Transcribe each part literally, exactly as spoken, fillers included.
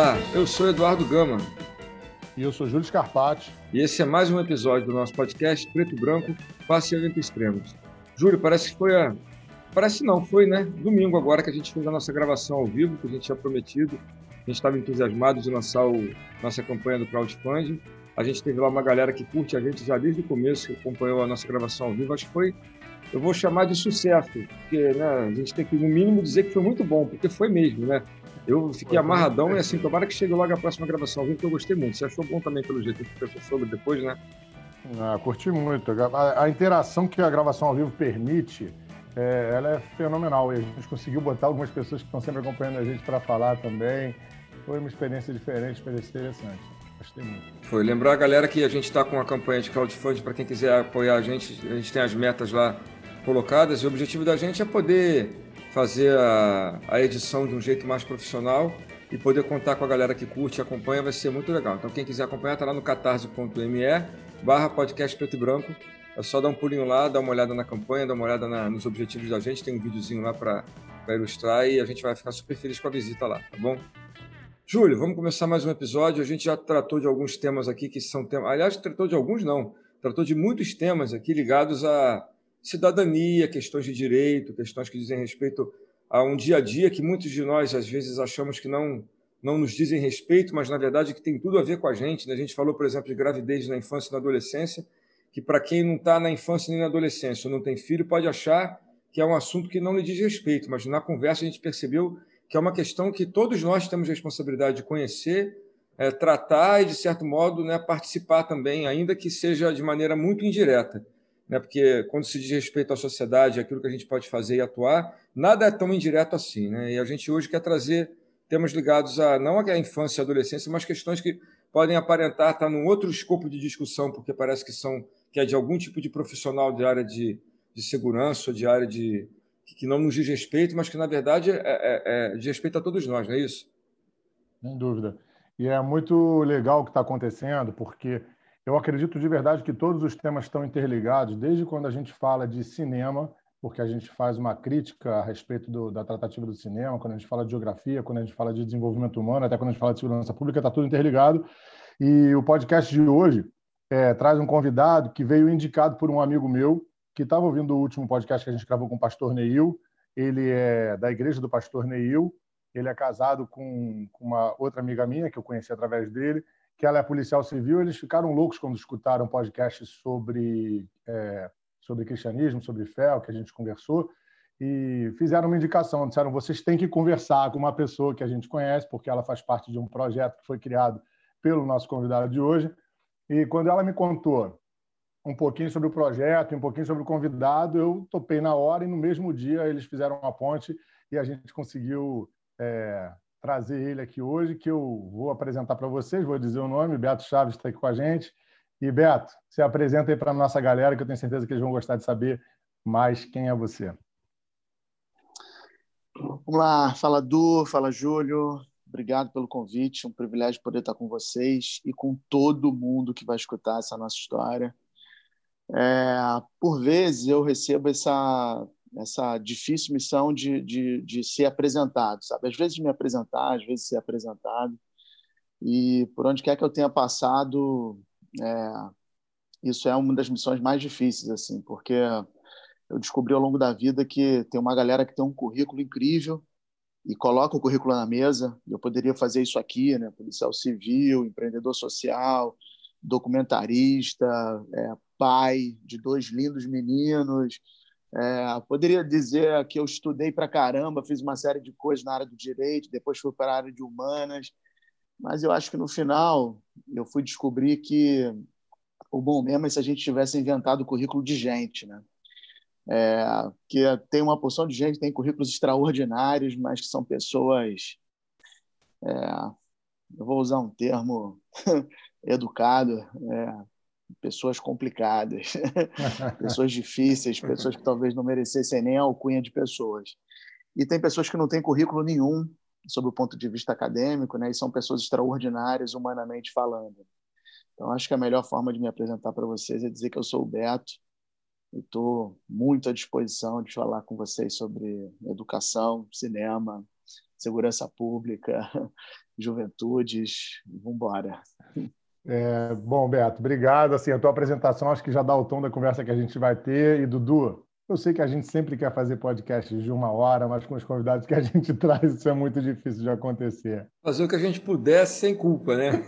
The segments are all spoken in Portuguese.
Olá, eu sou Eduardo Gama. E eu sou Júlio Scarpati. E esse é mais um episódio do nosso podcast Preto e Branco, Passeando entre Extremos. Júlio, parece que foi a... Parece não, foi, né? Domingo agora que a gente fez a nossa gravação ao vivo, que a gente tinha prometido. A gente estava entusiasmado de lançar o... nossa campanha do crowdfunding. A gente teve lá uma galera que curte a gente já desde o começo, que acompanhou a nossa gravação ao vivo. Acho que foi, eu vou chamar de sucesso, porque né, a gente tem que, no mínimo, dizer que foi muito bom, porque foi mesmo, né? Eu fiquei amarradão e assim, tomara que chegue logo a próxima gravação ao vivo, que eu gostei muito. Você achou bom também, pelo jeito que pensou sobre depois, né? Ah, curti muito. A, a interação que a gravação ao vivo permite, é, ela é fenomenal. E a gente conseguiu botar algumas pessoas que estão sempre acompanhando a gente para falar também. Foi uma experiência diferente, experiência interessante. Gostei muito. Foi. Lembrar a galera que a gente está com a campanha de crowdfunding, para quem quiser apoiar a gente, a gente tem as metas lá colocadas, e o objetivo da gente é poder fazer a, a edição de um jeito mais profissional e poder contar com a galera que curte e acompanha, vai ser muito legal. Então quem quiser acompanhar está lá no catarse.me barra podcast preto e branco. É só dar um pulinho lá, dar uma olhada na campanha, dar uma olhada na, nos objetivos da gente, tem um videozinho lá para ilustrar e a gente vai ficar super feliz com a visita lá, tá bom? Júlio, vamos começar mais um episódio. A gente já tratou de alguns temas aqui que são temas... Aliás, tratou de alguns não. Tratou de muitos temas aqui ligados a cidadania, questões de direito, questões que dizem respeito a um dia a dia que muitos de nós, às vezes, achamos que não, não nos dizem respeito, mas, na verdade, que tem tudo a ver com a gente, né? A gente falou, por exemplo, de gravidez na infância e na adolescência, que para quem não está na infância nem na adolescência ou não tem filho, pode achar que é um assunto que não lhe diz respeito, mas na conversa a gente percebeu que é uma questão que todos nós temos responsabilidade de conhecer, é, tratar e, de certo modo, né, participar também, ainda que seja de maneira muito indireta. Né, porque quando se diz respeito à sociedade, aquilo que a gente pode fazer e atuar, nada é tão indireto assim. Né? E a gente hoje quer trazer temas ligados a, não à infância e adolescência, mas questões que podem aparentar estar num outro escopo de discussão, porque parece que, são, que é de algum tipo de profissional de área de, de segurança ou de área de... que não nos diz respeito, mas que, na verdade, é, é, é de respeito a todos nós, não é isso? Sem dúvida. E é muito legal o que está acontecendo, porque eu acredito de verdade que todos os temas estão interligados, desde quando a gente fala de cinema, porque a gente faz uma crítica a respeito do, da tratativa do cinema, quando a gente fala de geografia, quando a gente fala de desenvolvimento humano, até quando a gente fala de segurança pública, está tudo interligado. E o podcast de hoje é, traz um convidado que veio indicado por um amigo meu, que estava ouvindo o último podcast que a gente gravou com o pastor Neil. Ele é da igreja do pastor Neil. Ele é casado com uma outra amiga minha, que eu conheci através dele, que ela é policial civil. Eles ficaram loucos quando escutaram podcasts sobre, é, sobre cristianismo, sobre fé, o que a gente conversou, e fizeram uma indicação. Disseram, vocês têm que conversar com uma pessoa que a gente conhece, porque ela faz parte de um projeto que foi criado pelo nosso convidado de hoje. E quando ela me contou um pouquinho sobre o projeto, um pouquinho sobre o convidado, eu topei na hora e no mesmo dia eles fizeram uma ponte e a gente conseguiu é, trazer ele aqui hoje, que eu vou apresentar para vocês, vou dizer o nome, Beto Chaves está aqui com a gente. E, Beto, se apresenta aí para a nossa galera, que eu tenho certeza que eles vão gostar de saber mais quem é você. Vamos lá, fala Du, fala Júlio, obrigado pelo convite, um privilégio poder estar com vocês e com todo mundo que vai escutar essa nossa história. É, por vezes eu recebo essa, essa difícil missão de, de, de ser apresentado, sabe? Às vezes me apresentar, às vezes ser apresentado, e por onde quer que eu tenha passado, é, isso é uma das missões mais difíceis, assim, porque eu descobri ao longo da vida que tem uma galera que tem um currículo incrível e coloca o currículo na mesa. Eu poderia fazer isso aqui, né? Policial civil, empreendedor social, documentarista, é, pai de dois lindos meninos. É, poderia dizer que eu estudei pra caramba, fiz uma série de coisas na área do direito, depois fui para a área de humanas, mas eu acho que no final eu fui descobrir que o bom mesmo é se a gente tivesse inventado o currículo de gente, né? É, que tem uma porção de gente que tem currículos extraordinários, mas que são pessoas, é, eu vou usar um termo educado, é, pessoas complicadas, pessoas difíceis, pessoas que talvez não merecessem nem a alcunha de pessoas. E tem pessoas que não têm currículo nenhum sob o ponto de vista acadêmico, né? E são pessoas extraordinárias, humanamente falando. Então, acho que a melhor forma de me apresentar para vocês é dizer que eu sou o Beto. Estou muito à disposição de falar com vocês sobre educação, cinema, segurança pública, juventudes, vamos embora. É, bom, Beto, obrigado. Assim, a tua apresentação acho que já dá o tom da conversa que a gente vai ter. E, Dudu, eu sei que a gente sempre quer fazer podcasts de uma hora, mas com os convidados que a gente traz, isso é muito difícil de acontecer. Fazer o que a gente pudesse sem culpa, né?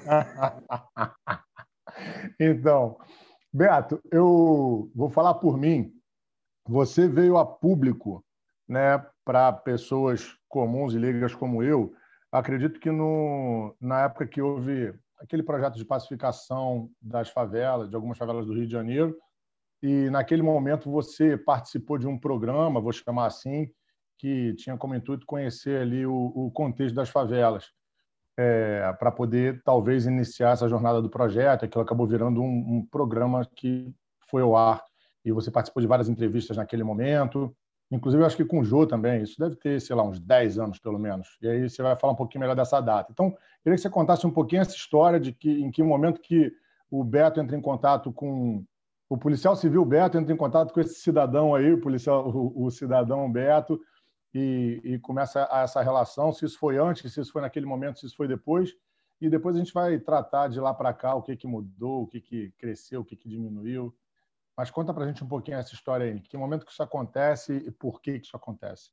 Então, Beto, eu vou falar por mim. Você veio a público, né, para pessoas comuns e leigas como eu. Acredito que no, na época que houve aquele projeto de pacificação das favelas, de algumas favelas do Rio de Janeiro, e naquele momento você participou de um programa, vou chamar assim, que tinha como intuito conhecer ali o, o contexto das favelas, é, para poder talvez iniciar essa jornada do projeto. Aquilo acabou virando um, um programa que foi ao ar, e você participou de várias entrevistas naquele momento, inclusive eu acho que com o Jô também. Isso deve ter, sei lá, uns dez anos pelo menos, e aí você vai falar um pouquinho melhor dessa data. Então, queria que você contasse um pouquinho essa história de que em que momento que o Beto entra em contato com o policial civil Beto, entra em contato com esse cidadão aí, o policial, o, o cidadão Beto, e, e começa essa relação, se isso foi antes, se isso foi naquele momento, se isso foi depois, e depois a gente vai tratar de lá para cá o que, que mudou, o que, que cresceu, o que, que diminuiu. Mas conta para a gente um pouquinho essa história aí. Em que momento que isso acontece e por que, que isso acontece?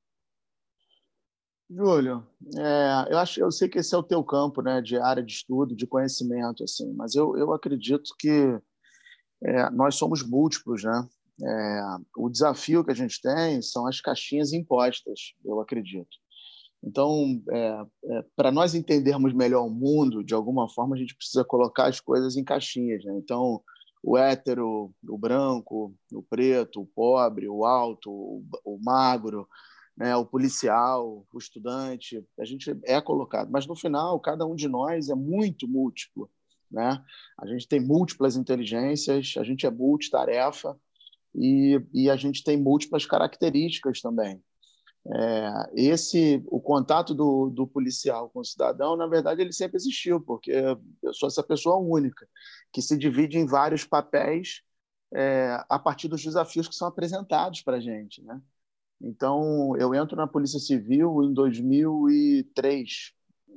Júlio, é, eu acho, eu sei que esse é o teu campo, né, de área de estudo, de conhecimento, assim, mas eu, eu acredito que é, nós somos múltiplos, né? É, o desafio que a gente tem são as caixinhas impostas, eu acredito. Então, é, é, para nós entendermos melhor o mundo, de alguma forma, a gente precisa colocar as coisas em caixinhas, né? Então, o hétero, o branco, o preto, o pobre, o alto, o, o magro, né? O policial, o estudante, a gente é colocado. Mas, no final, cada um de nós é muito múltiplo, né? A gente tem múltiplas inteligências, a gente é multitarefa e, e a gente tem múltiplas características também. É, esse, o contato do, do policial com o cidadão, na verdade, ele sempre existiu, porque eu sou essa pessoa única, que se divide em vários papéis é, a partir dos desafios que são apresentados para a gente, né? Então, eu entro na Polícia Civil em dois mil e três,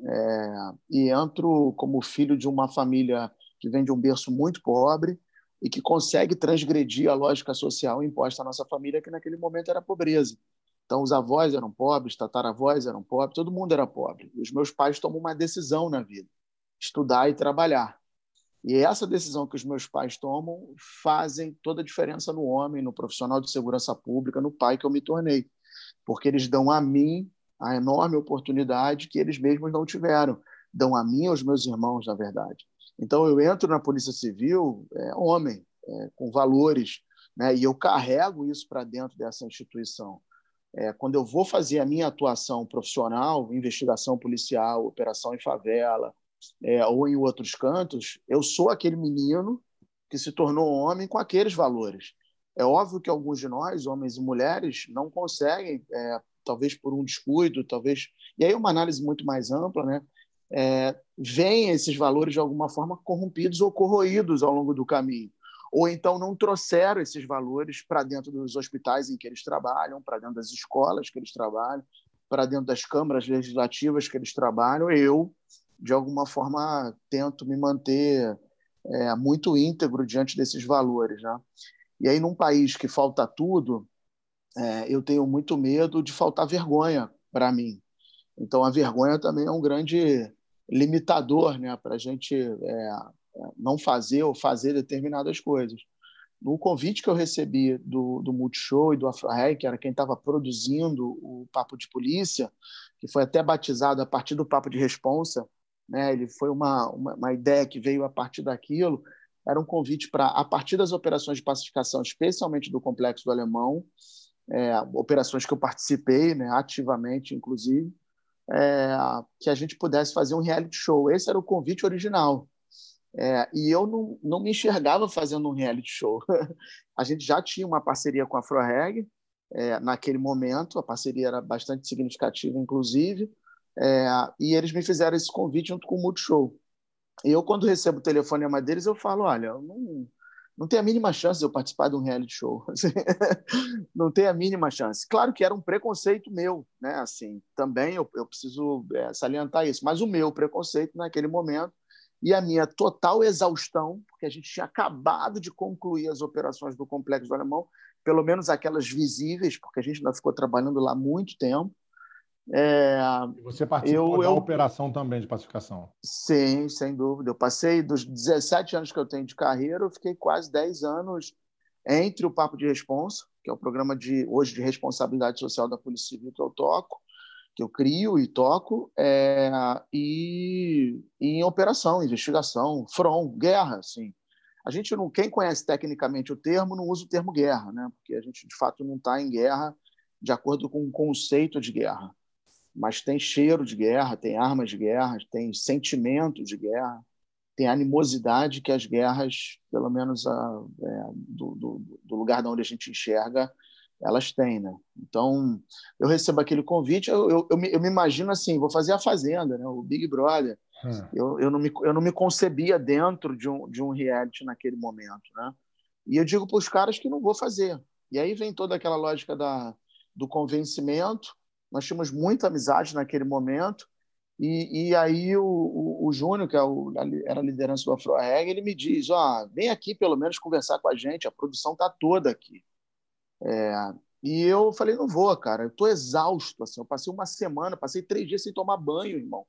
é, e entro como filho de uma família que vem de um berço muito pobre e que consegue transgredir a lógica social imposta à nossa família, que naquele momento era a pobreza. Então, os avós eram pobres, tataravós eram pobres, todo mundo era pobre. E os meus pais tomam uma decisão na vida: estudar e trabalhar. E essa decisão que os meus pais tomam fazem toda a diferença no homem, no profissional de segurança pública, no pai que eu me tornei. Porque eles dão a mim a enorme oportunidade que eles mesmos não tiveram. Dão a mim e aos meus irmãos, na verdade. Então, eu entro na Polícia Civil é, homem, é, com valores, né? E eu carrego isso para dentro dessa instituição. É, quando eu vou fazer a minha atuação profissional, investigação policial, operação em favela, é, ou em outros cantos, eu sou aquele menino que se tornou homem com aqueles valores. É óbvio que alguns de nós, homens e mulheres, não conseguem, é, talvez por um descuido, talvez... E aí uma análise muito mais ampla, né? É, veem esses valores de alguma forma corrompidos ou corroídos ao longo do caminho. Ou então não trouxeram esses valores para dentro dos hospitais em que eles trabalham, para dentro das escolas que eles trabalham, para dentro das câmaras legislativas que eles trabalham. Eu, de alguma forma, tento me manter é, muito íntegro diante desses valores, né? E aí, num país que falta tudo, é, eu tenho muito medo de faltar vergonha para mim. Então, a vergonha também é um grande limitador, né, para a gente é, não fazer ou fazer determinadas coisas. No convite que eu recebi do, do Multishow e do AfroReg, que era quem estava produzindo o Papo de Polícia, que foi até batizado a partir do Papo de Responsa, né? Ele foi uma, uma, uma ideia que veio a partir daquilo. Era um convite para, a partir das operações de pacificação, especialmente do Complexo do Alemão, é, operações que eu participei, né, ativamente, inclusive, é, que a gente pudesse fazer um reality show. Esse era o convite original. É, e eu não, não me enxergava fazendo um reality show. A gente já tinha uma parceria com a AfroReg, é, naquele momento, a parceria era bastante significativa, inclusive, é, e eles me fizeram esse convite junto com o Multishow. E eu, quando recebo o telefonema deles, eu falo, olha, eu não, não tem a mínima chance de eu participar de um reality show. Não tem a mínima chance. Claro que era um preconceito meu, né? Assim, também eu, eu preciso é, salientar isso, mas o meu preconceito naquele momento e a minha total exaustão, porque a gente tinha acabado de concluir as operações do Complexo do Alemão, pelo menos aquelas visíveis, porque a gente ainda ficou trabalhando lá muito tempo. É, E você participou eu, da eu, operação também de pacificação. sim, sem dúvida. Eu passei dos dezessete anos que eu tenho de carreira, eu fiquei quase dez anos entre o Papo de Responsa, que é o programa de hoje de responsabilidade social da Polícia Civil que eu toco, que eu crio e toco, é, e, e em operação, investigação, front, guerra, assim. A gente não, quem conhece tecnicamente o termo, não usa o termo guerra, né? Porque a gente de fato não está em guerra de acordo com o conceito de guerra, mas tem cheiro de guerra, tem armas de guerra, tem sentimento de guerra, tem animosidade que as guerras, pelo menos a, é, do, do, do lugar de onde a gente enxerga, elas têm, né? Então, eu recebo aquele convite, eu, eu, eu, me, eu me imagino assim, vou fazer a Fazenda, né? O Big Brother. Hum. Eu, eu, não me, eu não me concebia dentro de um, de um reality naquele momento, né? E eu digo para os caras que não vou fazer. E aí vem toda aquela lógica da, do convencimento. Nós tínhamos muita amizade naquele momento. E, e aí o, o, o Júnior, que é o, era a liderança do AfroReg, ele me diz, ó, vem aqui pelo menos conversar com a gente, a produção está toda aqui. É, e eu falei, não vou, cara, eu estou exausto. Assim, eu passei uma semana, passei três dias sem tomar banho, irmão.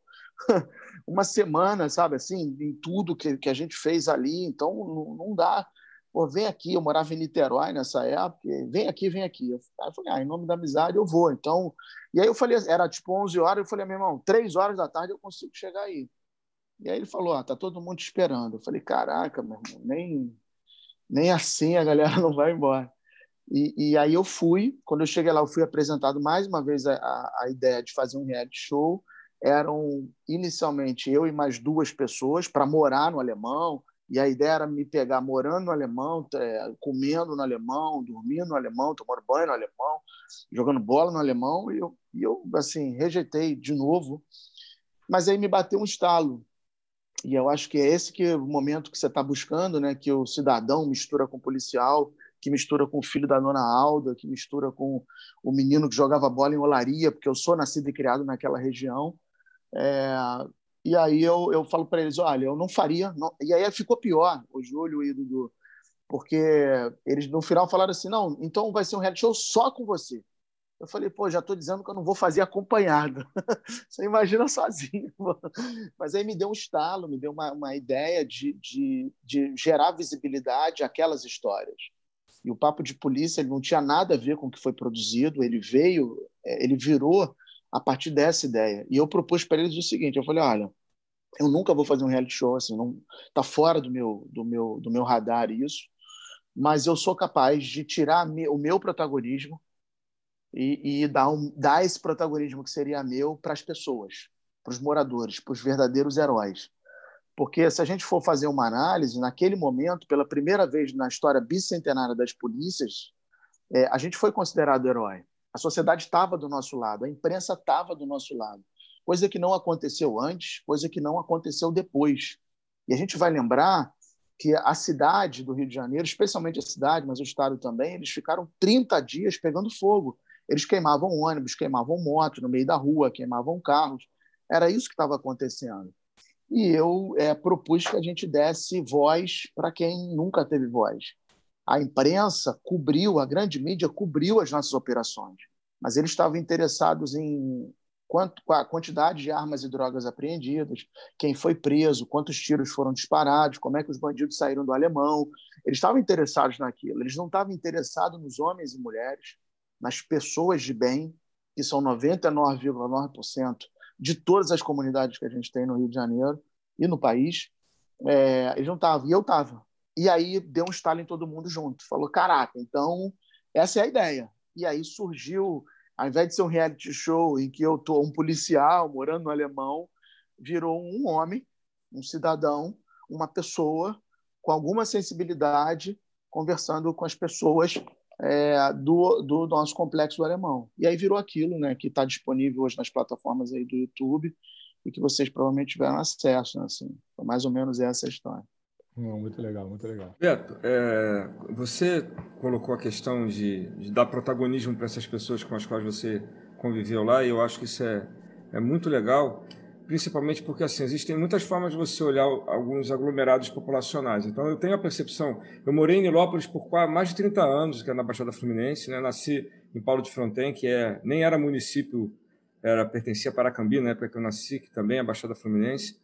Uma semana, sabe, assim, em tudo que, que a gente fez ali, então não, não dá. Pô, vem aqui, eu morava em Niterói nessa época, vem aqui, vem aqui. Eu, aí eu falei, ah, em nome da amizade eu vou. Então, e aí eu falei, era tipo onze horas, eu falei, meu irmão, três horas da tarde eu consigo chegar aí. E aí ele falou, ah, tá todo mundo te esperando. Eu falei, caraca, meu irmão, nem, nem assim a galera não vai embora. E, e aí eu fui, quando eu cheguei lá, eu fui apresentado mais uma vez a, a, a ideia de fazer um reality show. Eram inicialmente eu e mais duas pessoas para morar no Alemão, e a ideia era me pegar morando no Alemão, é, comendo no Alemão, dormindo no Alemão, tomando banho no Alemão, jogando bola no Alemão, e eu, e eu assim, rejeitei de novo. Mas aí me bateu um estalo, e eu acho que é esse que é o momento que você está buscando, né? Que o cidadão mistura com o policial, que mistura com o filho da dona Alda, que mistura com o menino que jogava bola em Olaria, porque eu sou nascido e criado naquela região. É, e aí eu, eu falo para eles, olha, eu não faria... Não... E aí ficou pior, o Júlio e o Dudu, porque eles no final falaram assim, não, então vai ser um reality show só com você. Eu falei, pô, já estou dizendo que eu não vou fazer acompanhado. Você imagina sozinho. Mas aí me deu um estalo, me deu uma, uma ideia de, de, de gerar visibilidade àquelas histórias. E o Papo de Polícia ele não tinha nada a ver com o que foi produzido, ele veio, ele virou a partir dessa ideia. E eu propus para eles o seguinte, eu falei, olha, eu nunca vou fazer um reality show, assim, não está fora do meu, do, meu, do meu radar isso, mas eu sou capaz de tirar o meu protagonismo e, e dar, um, dar esse protagonismo que seria meu para as pessoas, para os moradores, para os verdadeiros heróis. Porque se a gente for fazer uma análise, naquele momento, pela primeira vez na história bicentenária das polícias, é, a gente foi considerado herói. A sociedade estava do nosso lado, a imprensa estava do nosso lado. Coisa que não aconteceu antes, coisa que não aconteceu depois. E a gente vai lembrar que a cidade do Rio de Janeiro, especialmente a cidade, mas o estado também, eles ficaram trinta dias pegando fogo. Eles queimavam ônibus, queimavam motos no meio da rua, queimavam carros. Era isso que estava acontecendo. E eu é, propus que a gente desse voz para quem nunca teve voz. A imprensa cobriu, a grande mídia cobriu as nossas operações, mas eles estavam interessados em quanto, a quantidade de armas e drogas apreendidas, quem foi preso, quantos tiros foram disparados, como é que os bandidos saíram do Alemão. Eles estavam interessados naquilo, eles não estavam interessados nos homens e mulheres, nas pessoas de bem, que são noventa e nove vírgula nove por cento de todas as comunidades que a gente tem no Rio de Janeiro e no país. É, eles não estavam, e eu estava. E aí deu um estalo em todo mundo junto. Falou, caraca, então essa é a ideia. E aí surgiu, ao invés de ser um reality show em que eu tô um policial morando no Alemão, virou um homem, um cidadão, uma pessoa com alguma sensibilidade conversando com as pessoas é, do, do nosso complexo do Alemão. E aí virou aquilo, né, que está disponível hoje nas plataformas aí do YouTube e que vocês provavelmente tiveram acesso, né, assim. Então, mais ou menos essa é a história. Não, muito legal, muito legal. Beto, é, você colocou a questão de, de dar protagonismo para essas pessoas com as quais você conviveu lá, e eu acho que isso é, é muito legal, principalmente porque assim, existem muitas formas de você olhar alguns aglomerados populacionais. Então, eu tenho a percepção, eu morei em Nilópolis por quase, mais de trinta anos, que é na Baixada Fluminense, né? Nasci em Paulo de Fronten, que é, nem era município, era, pertencia a Paracambi, na época que eu nasci, que também é Baixada Fluminense.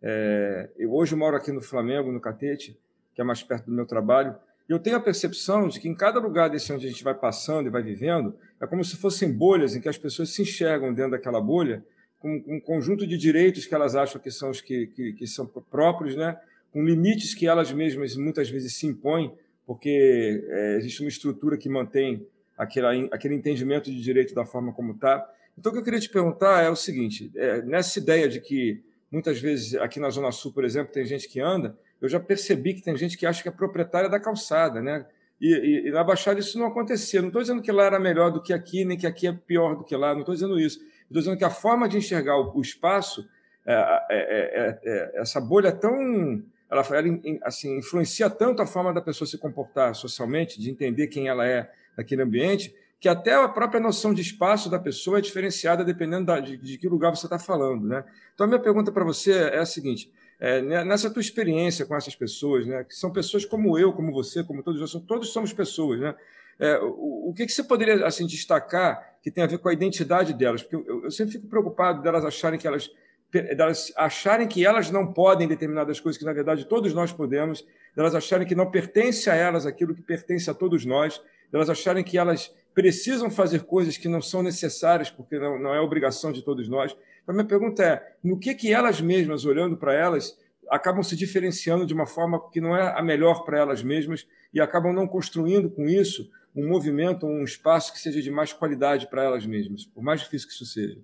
É, eu hoje moro aqui no Flamengo, no Catete, que é mais perto do meu trabalho, e eu tenho a percepção de que em cada lugar desse onde a gente vai passando e vai vivendo, é como se fossem bolhas em que as pessoas se enxergam dentro daquela bolha, com um conjunto de direitos que elas acham que são os que, que, que são próprios, né? Com limites que elas mesmas muitas vezes se impõem, porque é, existe uma estrutura que mantém aquele, aquele entendimento de direito da forma como está. Então, o que eu queria te perguntar é o seguinte, é, nessa ideia de que muitas vezes aqui na Zona Sul, por exemplo, tem gente que anda, eu já percebi que tem gente que acha que é proprietária da calçada, né? E, e, e na Baixada isso não acontecia. Não estou dizendo que lá era melhor do que aqui, nem que aqui é pior do que lá, não estou dizendo isso. Estou dizendo que a forma de enxergar o, o espaço, é, é, é, é, essa bolha é tão... Ela, ela assim, influencia tanto a forma da pessoa se comportar socialmente, de entender quem ela é naquele ambiente, que até a própria noção de espaço da pessoa é diferenciada dependendo da, de, de que lugar você está falando, né? Então, a minha pergunta para você é a seguinte: é, nessa tua experiência com essas pessoas, né, que são pessoas como eu, como você, como todos nós, todos somos pessoas, né? É, o, o que, que você poderia assim destacar que tem a ver com a identidade delas? Porque eu, eu sempre fico preocupado delas acharem que elas delas acharem que elas não podem determinadas coisas que na verdade todos nós podemos, delas acharem que não pertence a elas aquilo que pertence a todos nós, delas acharem que elas precisam fazer coisas que não são necessárias porque não, não é obrigação de todos nós. Então, minha pergunta é, no que, que elas mesmas, olhando para elas, acabam se diferenciando de uma forma que não é a melhor para elas mesmas e acabam não construindo com isso um movimento, um espaço que seja de mais qualidade para elas mesmas, por mais difícil que isso seja.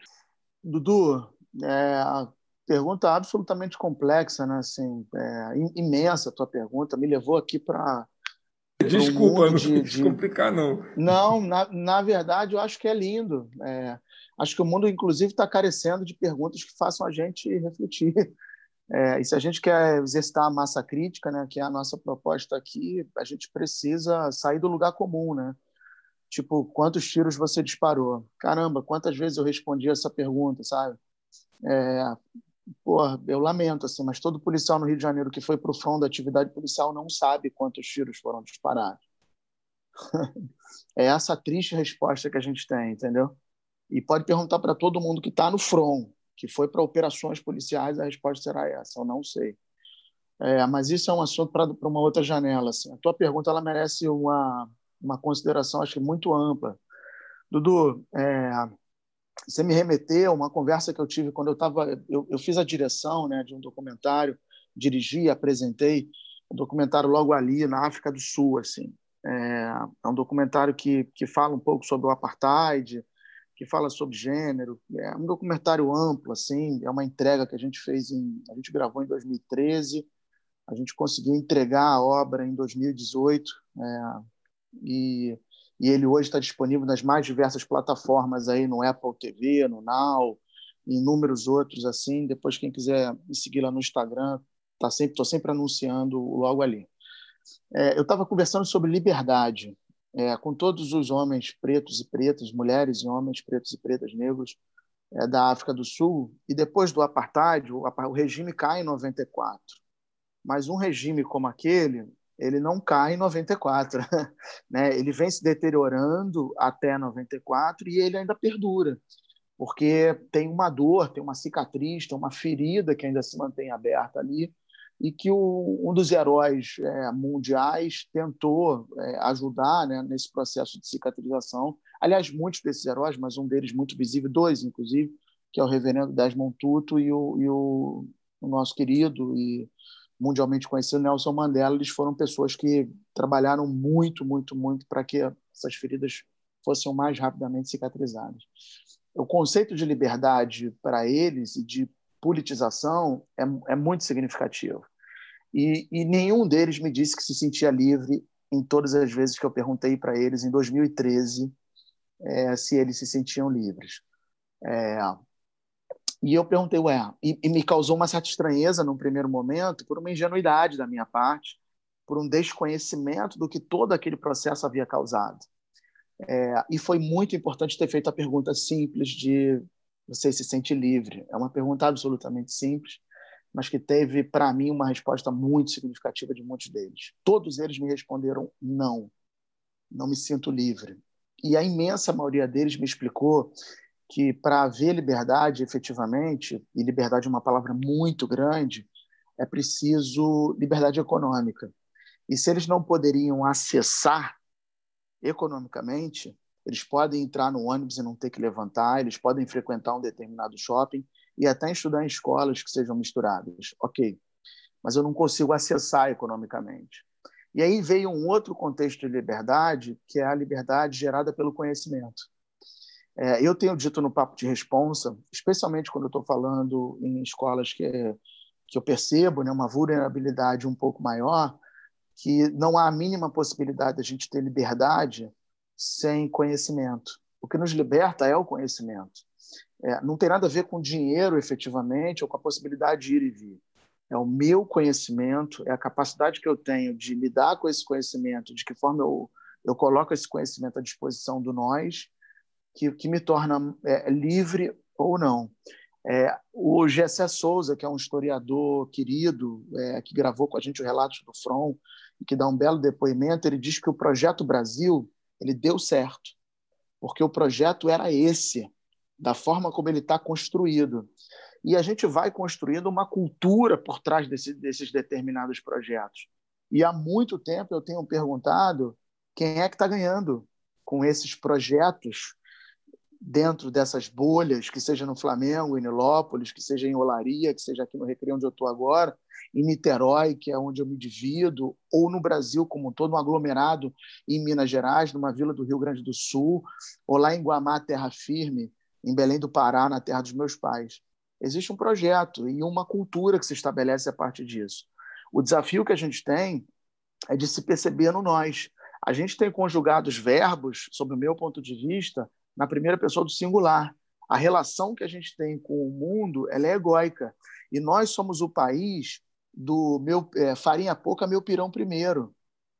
Dudu, é, a pergunta absolutamente complexa, né? Assim, é, imensa a tua pergunta, me levou aqui para um Desculpa, mundo não de, quis de... complicar, não. Não, na, na verdade, eu acho que é lindo. É, acho que o mundo, inclusive, está carecendo de perguntas que façam a gente refletir. É, e se a gente quer exercitar a massa crítica, né, que é a nossa proposta aqui, a gente precisa sair do lugar comum, né? Tipo, quantos tiros você disparou? Caramba, quantas vezes eu respondi essa pergunta, sabe? É, porra, eu lamento, assim, mas todo policial no Rio de Janeiro que foi para o front da atividade policial não sabe quantos tiros foram disparados. É essa triste resposta que a gente tem, entendeu? E pode perguntar para todo mundo que está no front, que foi para operações policiais, a resposta será essa, eu não sei. É, mas isso é um assunto para uma outra janela. Assim. A tua pergunta ela merece uma, uma consideração, acho que muito ampla. Dudu, é, você me remeteu a uma conversa que eu tive quando eu estava... Eu, eu fiz a direção, né, de um documentário, dirigi, apresentei um documentário logo ali, na África do Sul. Assim. É, é um documentário que, que fala um pouco sobre o apartheid, que fala sobre gênero. É um documentário amplo, assim, é uma entrega que a gente fez, em, a gente gravou em dois mil e treze, a gente conseguiu entregar a obra em dois mil e dezoito, é, e, e ele hoje está disponível nas mais diversas plataformas aí, no Apple T V, no Now, e inúmeros outros assim. Depois, quem quiser me seguir lá no Instagram, tá sempre, estou sempre anunciando logo ali. É, eu estava conversando sobre liberdade, é, com todos os homens pretos e pretas, mulheres e homens pretos e pretas, negros, é, da África do Sul, e depois do apartheid, o, o regime cai em noventa e quatro. Mas um regime como aquele, ele não cai em noventa e quatro, né? Ele vem se deteriorando até noventa e quatro e ele ainda perdura, porque tem uma dor, tem uma cicatriz, tem uma ferida que ainda se mantém aberta ali, e que o, um dos heróis é, mundiais tentou é, ajudar, né, nesse processo de cicatrização. Aliás, muitos desses heróis, mas um deles muito visível, dois inclusive, que é o reverendo Desmond Tutu e o, e o, o nosso querido e mundialmente conhecido Nelson Mandela. Eles foram pessoas que trabalharam muito, muito, muito para que essas feridas fossem o mais rapidamente cicatrizadas. O conceito de liberdade para eles e de politização é, é muito significativo. E, e nenhum deles me disse que se sentia livre em todas as vezes que eu perguntei para eles, em dois mil e treze, é, se eles se sentiam livres. É, E eu perguntei, ué, e, e me causou uma certa estranheza num primeiro momento, por uma ingenuidade da minha parte, por um desconhecimento do que todo aquele processo havia causado. É, e foi muito importante ter feito a pergunta simples de você se sente livre. É uma pergunta absolutamente simples, mas que teve, para mim, uma resposta muito significativa de muitos deles. Todos eles me responderam não, não me sinto livre. E a imensa maioria deles me explicou que para haver liberdade, efetivamente, e liberdade é uma palavra muito grande, é preciso liberdade econômica. E se eles não poderiam acessar economicamente, eles podem entrar no ônibus e não ter que levantar, eles podem frequentar um determinado shopping e até estudar em escolas que sejam misturadas. Ok, mas eu não consigo acessar economicamente. E aí veio um outro contexto de liberdade, que é a liberdade gerada pelo conhecimento. É, eu tenho dito no Papo de Responsa, especialmente quando eu estou falando em escolas que, que eu percebo, né, uma vulnerabilidade um pouco maior, que não há a mínima possibilidade de a gente ter liberdade sem conhecimento. O que nos liberta é o conhecimento. É, não tem nada a ver com dinheiro, efetivamente, ou com a possibilidade de ir e vir. É o meu conhecimento, é a capacidade que eu tenho de lidar com esse conhecimento, de que forma eu, eu coloco esse conhecimento à disposição do nós, que, que me torna é, livre ou não. É, o Gessé Souza, que é um historiador querido, é, que gravou com a gente o Relatos do Front, e que dá um belo depoimento, ele diz que o Projeto Brasil ele deu certo, porque o projeto era esse, da forma como ele está construído. E a gente vai construindo uma cultura por trás desse, desses determinados projetos. E há muito tempo eu tenho perguntado quem é que está ganhando com esses projetos dentro dessas bolhas, que seja no Flamengo, em Nilópolis, que seja em Olaria, que seja aqui no Recreio onde eu estou agora, em Niterói, que é onde eu me divido, ou no Brasil como um todo, um aglomerado em Minas Gerais, numa vila do Rio Grande do Sul, ou lá em Guamá, Terra Firme, em Belém do Pará, na terra dos meus pais. Existe um projeto e uma cultura que se estabelece a partir disso. O desafio que a gente tem é de se perceber no nós. A gente tem conjugado os verbos, sob o meu ponto de vista, na primeira pessoa do singular. A relação que a gente tem com o mundo ela é egóica. E nós somos o país do meu é, farinha pouca, meu pirão primeiro.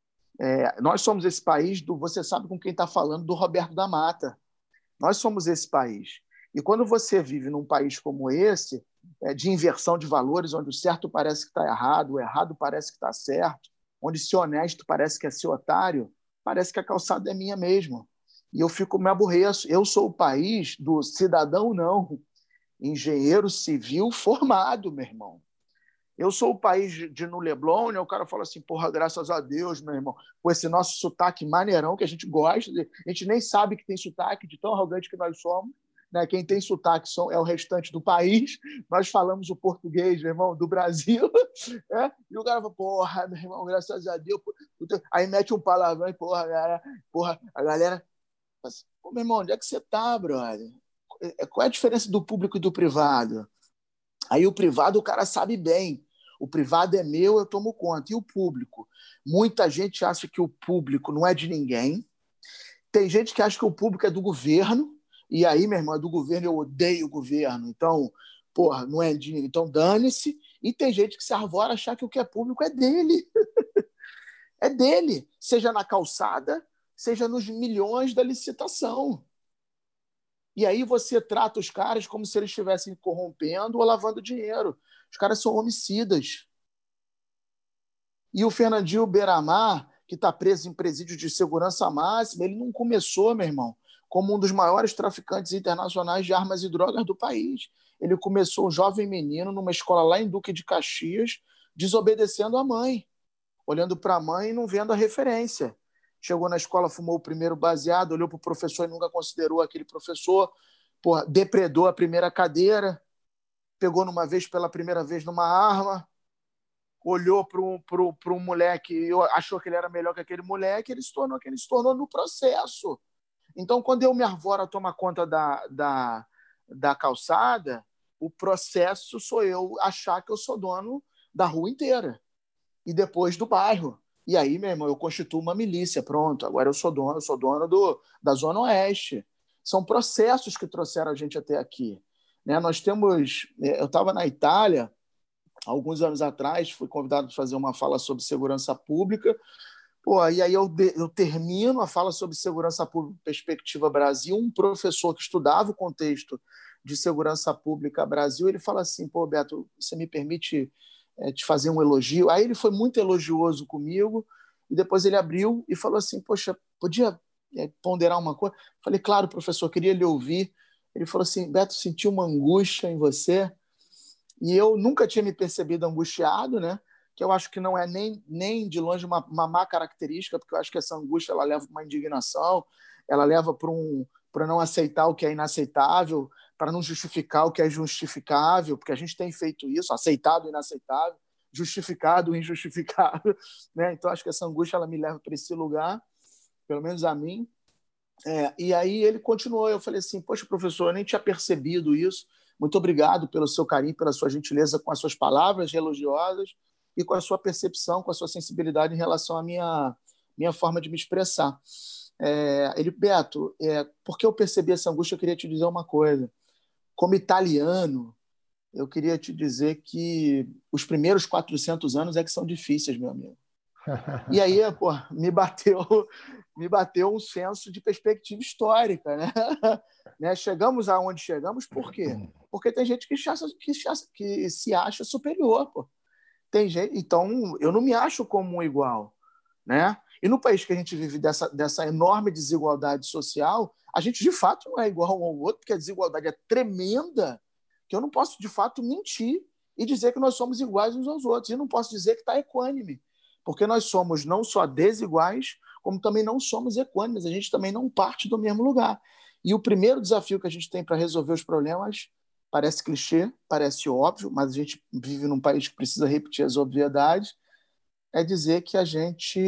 É, nós somos esse país do você sabe com quem está falando, do Roberto da Mata. Nós somos esse país. E quando você vive num país como esse, é, de inversão de valores, onde o certo parece que está errado, o errado parece que está certo, onde ser honesto parece que é ser otário, parece que a calçada é minha mesmo. E eu fico, me aborreço. Eu sou o país do cidadão não, engenheiro civil formado, meu irmão. Eu sou o país de no Leblon, né? O cara fala assim, porra, graças a Deus, meu irmão, com esse nosso sotaque maneirão, que a gente gosta, de... a gente nem sabe que tem sotaque, de tão arrogante que nós somos, né? Quem tem sotaque é o restante do país, nós falamos o português, meu irmão, do Brasil, né? E o cara fala, porra, meu irmão, graças a Deus, aí mete um palavrão e, porra, galera, porra, a galera, pô, meu irmão, onde é que você tá, brother? Qual é a diferença do público e do privado? Aí o privado o cara sabe bem. O privado é meu, eu tomo conta. E o público? Muita gente acha que o público não é de ninguém. Tem gente que acha que o público é do governo. E aí, meu irmão, é do governo, eu odeio o governo. Então, porra, não é de ninguém. Então, dane-se. E tem gente que se arvora achar que o que é público é dele. É dele. Seja na calçada, seja nos milhões da licitação. E aí você trata os caras como se eles estivessem corrompendo ou lavando dinheiro. Os caras são homicidas. E o Fernandinho Beiramar, que está preso em presídio de segurança máxima, ele não começou, meu irmão, como um dos maiores traficantes internacionais de armas e drogas do país. Ele começou um jovem menino numa escola lá em Duque de Caxias, desobedecendo a mãe, olhando para a mãe e não vendo a referência. Chegou na escola, fumou o primeiro baseado, olhou para o professor e nunca considerou aquele professor, porra, depredou a primeira cadeira, pegou numa vez pela primeira vez numa arma, olhou para um, pro, pro um moleque, achou que ele era melhor que aquele moleque, ele se tornou quem ele se tornou no processo. Então, quando eu me arvoro a tomar conta da, da, da calçada, o processo sou eu achar que eu sou dono da rua inteira e depois do bairro. E aí, meu irmão, eu constituo uma milícia, pronto, agora eu sou dono, eu sou dono do, da Zona Oeste. São processos que trouxeram a gente até aqui. né? Nós temos... Eu estava na Itália, alguns anos atrás, fui convidado para fazer uma fala sobre segurança pública. Pô, e aí eu, de, eu termino a fala sobre segurança pública Perspectiva Brasil. Um professor que estudava o contexto de segurança pública Brasil, ele fala assim, pô, Beto, você me permite é, te fazer um elogio? Aí ele foi muito elogioso comigo, e depois ele abriu e falou assim, poxa, podia é, ponderar uma coisa? Falei, claro, professor, queria lhe ouvir. Ele falou assim, Beto, senti uma angústia em você, e eu nunca tinha me percebido angustiado, né? Que eu acho que não é nem, nem de longe uma, uma má característica, porque eu acho que essa angústia ela leva para uma indignação, ela leva para um, para não aceitar o que é inaceitável, para não justificar o que é justificável, porque a gente tem feito isso, aceitado o inaceitável, justificado o injustificável, né? Então acho que essa angústia ela me leva para esse lugar, pelo menos a mim. É, e aí ele continuou, eu falei assim, poxa, professor, eu nem tinha percebido isso, muito obrigado pelo seu carinho, pela sua gentileza com as suas palavras elogiosas e com a sua percepção, com a sua sensibilidade em relação à minha, minha forma de me expressar. É, ele, Beto, é, porque eu percebi essa angústia, eu queria te dizer uma coisa. Como italiano, eu queria te dizer que os primeiros quatrocentos anos é que são difíceis, meu amigo. E aí, pô, me bateu, me bateu um senso de perspectiva histórica, né? né? Chegamos aonde chegamos, por quê? Porque tem gente que, chaça, que, chaça, que se acha superior, pô. Tem gente, então eu não me acho como um igual, né? E no país que a gente vive dessa, dessa enorme desigualdade social, a gente de fato não é igual um ao outro, porque a desigualdade é tremenda, que eu não posso de fato mentir e dizer que nós somos iguais uns aos outros. E não posso dizer que está equânime, porque nós somos não só desiguais, como também não somos equânimes, a gente também não parte do mesmo lugar. E o primeiro desafio que a gente tem para resolver os problemas, parece clichê, parece óbvio, mas a gente vive num país que precisa repetir as obviedades, é dizer que a gente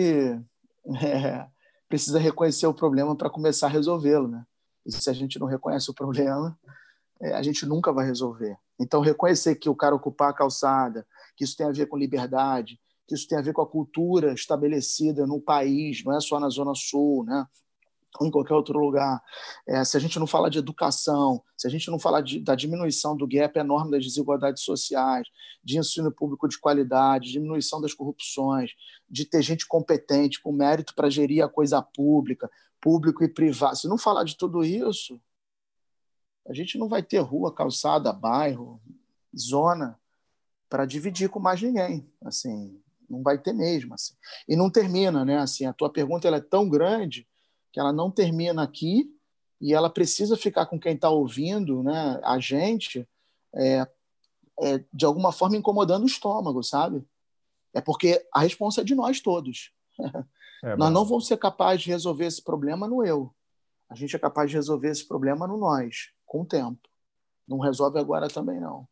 é, precisa reconhecer o problema para começar a resolvê-lo, né? E se a gente não reconhece o problema, é, a gente nunca vai resolver. Então, reconhecer que o cara ocupar a calçada, que isso tem a ver com liberdade, que isso tem a ver com a cultura estabelecida no país, não é só na Zona Sul, né? Ou em qualquer outro lugar. É, se a gente não falar de educação, se a gente não falar de, da diminuição do gap enorme das desigualdades sociais, de ensino público de qualidade, diminuição das corrupções, de ter gente competente, com mérito para gerir a coisa pública, público e privado, se não falar de tudo isso, a gente não vai ter rua, calçada, bairro, zona para dividir com mais ninguém. Assim, não vai ter mesmo. Assim. E não termina, né? Assim, a tua pergunta ela é tão grande que ela não termina aqui e ela precisa ficar com quem está ouvindo, né, a gente, é, é, de alguma forma incomodando o estômago, sabe? É porque a responsa é de nós todos. É, nós não vamos ser capazes de resolver esse problema no eu. A gente é capaz de resolver esse problema no nós, com o tempo. Não resolve agora também, não.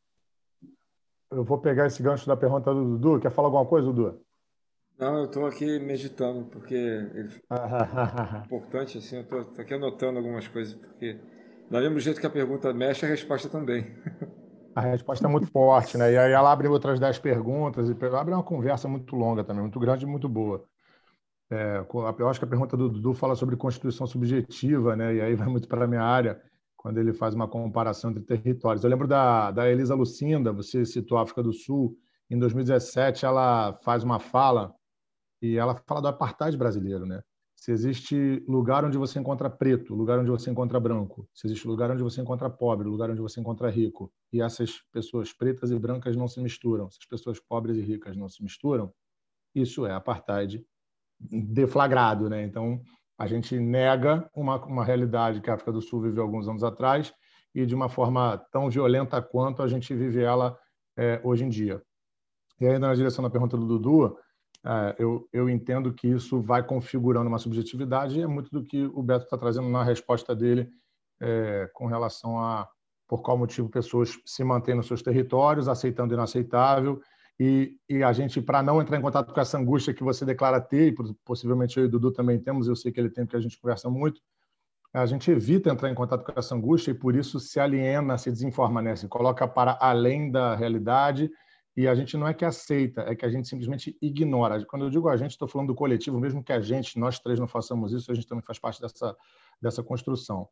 Eu vou pegar esse gancho da pergunta do Dudu. Quer falar alguma coisa, Dudu? Não, eu estou aqui meditando, porque ele... é importante, assim, eu estou aqui anotando algumas coisas, porque do mesmo jeito que a pergunta mexe, a resposta também. A resposta é muito forte, né? E aí ela abre outras dez perguntas, e abre uma conversa muito longa também, muito grande e muito boa. É, eu acho que a pergunta do Dudu fala sobre constituição subjetiva, né? E aí vai muito para a minha área, quando ele faz uma comparação entre territórios. Eu lembro da, da Elisa Lucinda, você citou a África do Sul, em dois mil e dezessete ela faz uma fala, e ela fala do apartheid brasileiro, né? Se existe lugar onde você encontra preto, lugar onde você encontra branco, se existe lugar onde você encontra pobre, lugar onde você encontra rico, e essas pessoas pretas e brancas não se misturam, essas pessoas pobres e ricas não se misturam, isso é apartheid deflagrado, né? Então, a gente nega uma, uma realidade que a África do Sul viveu alguns anos atrás e de uma forma tão violenta quanto a gente vive ela é, hoje em dia. E ainda na direção da pergunta do Dudu, é, eu, eu entendo que isso vai configurando uma subjetividade e é muito do que o Beto está trazendo na resposta dele é, com relação a por qual motivo pessoas se mantêm nos seus territórios, aceitando o inaceitável. E, e a gente, para não entrar em contato com essa angústia que você declara ter, e possivelmente eu e o Dudu também temos, eu sei que ele tem, porque a gente conversa muito, a gente evita entrar em contato com essa angústia e por isso se aliena, se desinforma, né? Se coloca para além da realidade e a gente não é que aceita, é que a gente simplesmente ignora. Quando eu digo a gente, estou falando do coletivo, mesmo que a gente, nós três não façamos isso, a gente também faz parte dessa, dessa construção.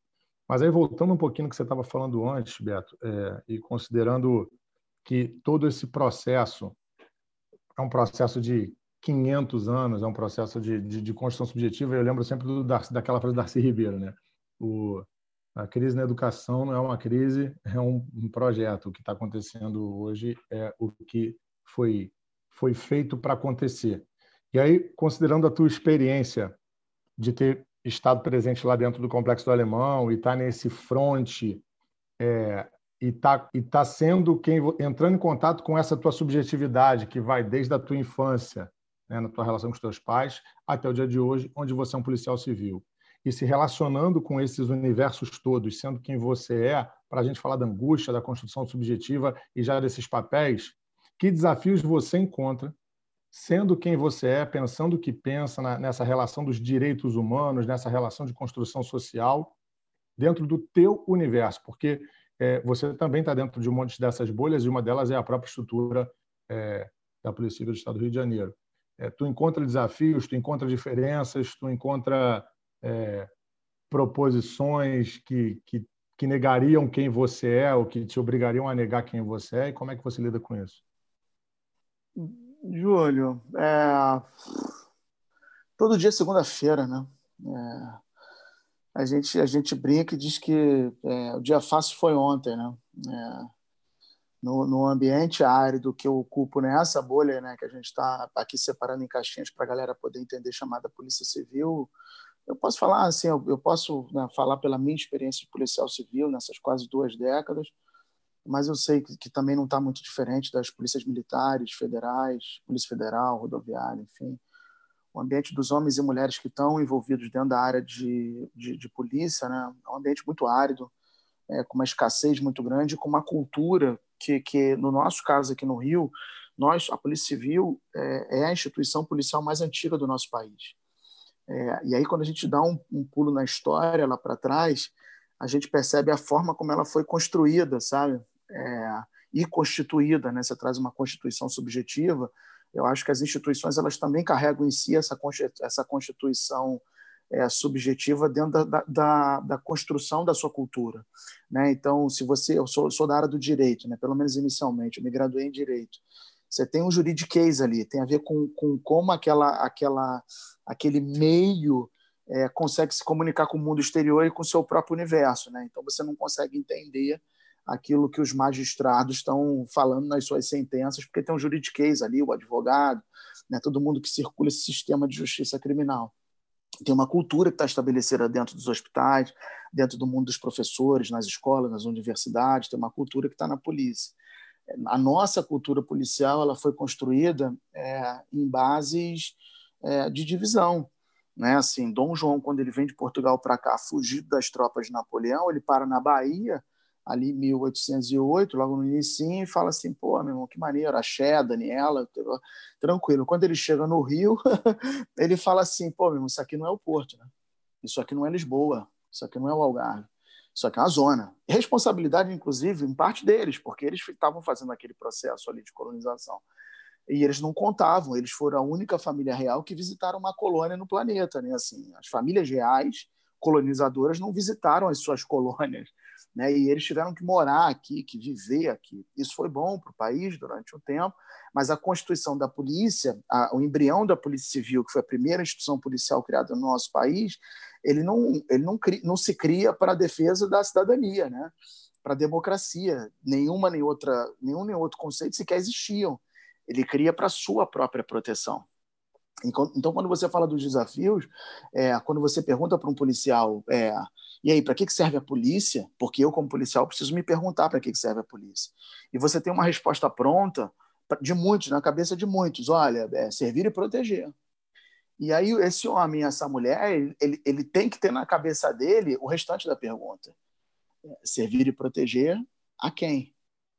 Mas aí, voltando um pouquinho no que você estava falando antes, Beto, é, e considerando que todo esse processo é um processo de quinhentos anos, é um processo de, de, de construção subjetiva. Eu lembro sempre do Darcy, daquela frase do Darcy Ribeiro, né? O, a crise na educação não é uma crise, é um, um projeto. O que está acontecendo hoje é o que foi, foi feito para acontecer. E aí, considerando a tua experiência de ter estado presente lá dentro do Complexo do Alemão e estar tá nesse fronte, é, e está e tá sendo quem entrando em contato com essa tua subjetividade que vai desde a tua infância, né, na tua relação com os teus pais, até o dia de hoje, onde você é um policial civil. E se relacionando com esses universos todos, sendo quem você é, para a gente falar da angústia, da construção subjetiva e já desses papéis, que desafios você encontra sendo quem você é, pensando o que pensa na, nessa relação dos direitos humanos, nessa relação de construção social, dentro do teu universo, porque é, você também está dentro de um monte dessas bolhas e uma delas é a própria estrutura é, da Polícia Civil do Estado do Rio de Janeiro. É, tu encontra desafios, tu encontra diferenças, tu encontra é, proposições que, que, que negariam quem você é ou que te obrigariam a negar quem você é, e como é que você lida com isso? Júlio, é... todo dia é segunda-feira, né? É... A gente, a gente brinca e diz que é, o dia fácil foi ontem, né? É, no, no ambiente árido que eu ocupo nessa bolha, né, que a gente está aqui separando em caixinhas para a galera poder entender, chamada Polícia Civil, eu posso falar assim, eu, eu posso, né, falar pela minha experiência de policial civil nessas quase duas décadas, mas eu sei que, que também não está muito diferente das polícias militares, federais, Polícia Federal, rodoviária, enfim. O ambiente dos homens e mulheres que estão envolvidos dentro da área de, de, de polícia, né, é um ambiente muito árido, é, com uma escassez muito grande, com uma cultura que, que, no nosso caso aqui no Rio, nós, a Polícia Civil, é, é a instituição policial mais antiga do nosso país. É, e aí, quando a gente dá um, um pulo na história lá para trás, a gente percebe a forma como ela foi construída, sabe? É, e constituída, né? Você traz uma constituição subjetiva. Eu acho que as instituições elas também carregam em si essa, essa constituição é, subjetiva dentro da, da, da construção da sua cultura, né? Então, se você, eu sou, sou da área do direito, né? Pelo menos inicialmente, eu me graduei em direito. Você tem um juridiquês ali, tem a ver com, com como aquela, aquela, aquele meio é, consegue se comunicar com o mundo exterior e com o seu próprio universo, né? Então, você não consegue entender aquilo que os magistrados estão falando nas suas sentenças, porque tem um juridiquês ali, o advogado, né? Todo mundo que circula esse sistema de justiça criminal. Tem uma cultura que está estabelecida dentro dos hospitais, dentro do mundo dos professores, nas escolas, nas universidades, tem uma cultura que está na polícia. A nossa cultura policial ela foi construída é, em bases é, de divisão. Né? Assim, Dom João, quando ele vem de Portugal para cá, fugido das tropas de Napoleão, ele para na Bahia, ali em mil oitocentos e oito, logo no início, e fala assim, pô, meu irmão, que maneiro, Axé, Daniela, tranquilo. Quando ele chega no Rio, ele fala assim, pô, meu irmão, isso aqui não é o Porto, né? Isso aqui não é Lisboa, isso aqui não é o Algarve, isso aqui é uma zona. Responsabilidade, inclusive, em parte deles, porque eles estavam fazendo aquele processo ali de colonização. E eles não contavam, eles foram a única família real que visitaram uma colônia no planeta, né? Assim, as famílias reais colonizadoras não visitaram as suas colônias, né? E eles tiveram que morar aqui, que viver aqui. Isso foi bom para o país durante um tempo, mas a constituição da polícia, a, o embrião da Polícia Civil, que foi a primeira instituição policial criada no nosso país, ele não, ele não, cria, não se cria para a defesa da cidadania, né? Para a democracia. Nenhuma nem outra, nenhum nem outro conceito sequer existiam. Ele cria para a sua própria proteção. Então, quando você fala dos desafios, é, quando você pergunta para um policial, é, e aí, para que serve a polícia? Porque eu, como policial, preciso me perguntar para que serve a polícia. E você tem uma resposta pronta de muitos, na cabeça de muitos. Olha, é servir e proteger. E aí, esse homem, essa mulher, ele, ele tem que ter na cabeça dele o restante da pergunta. Servir e proteger a quem?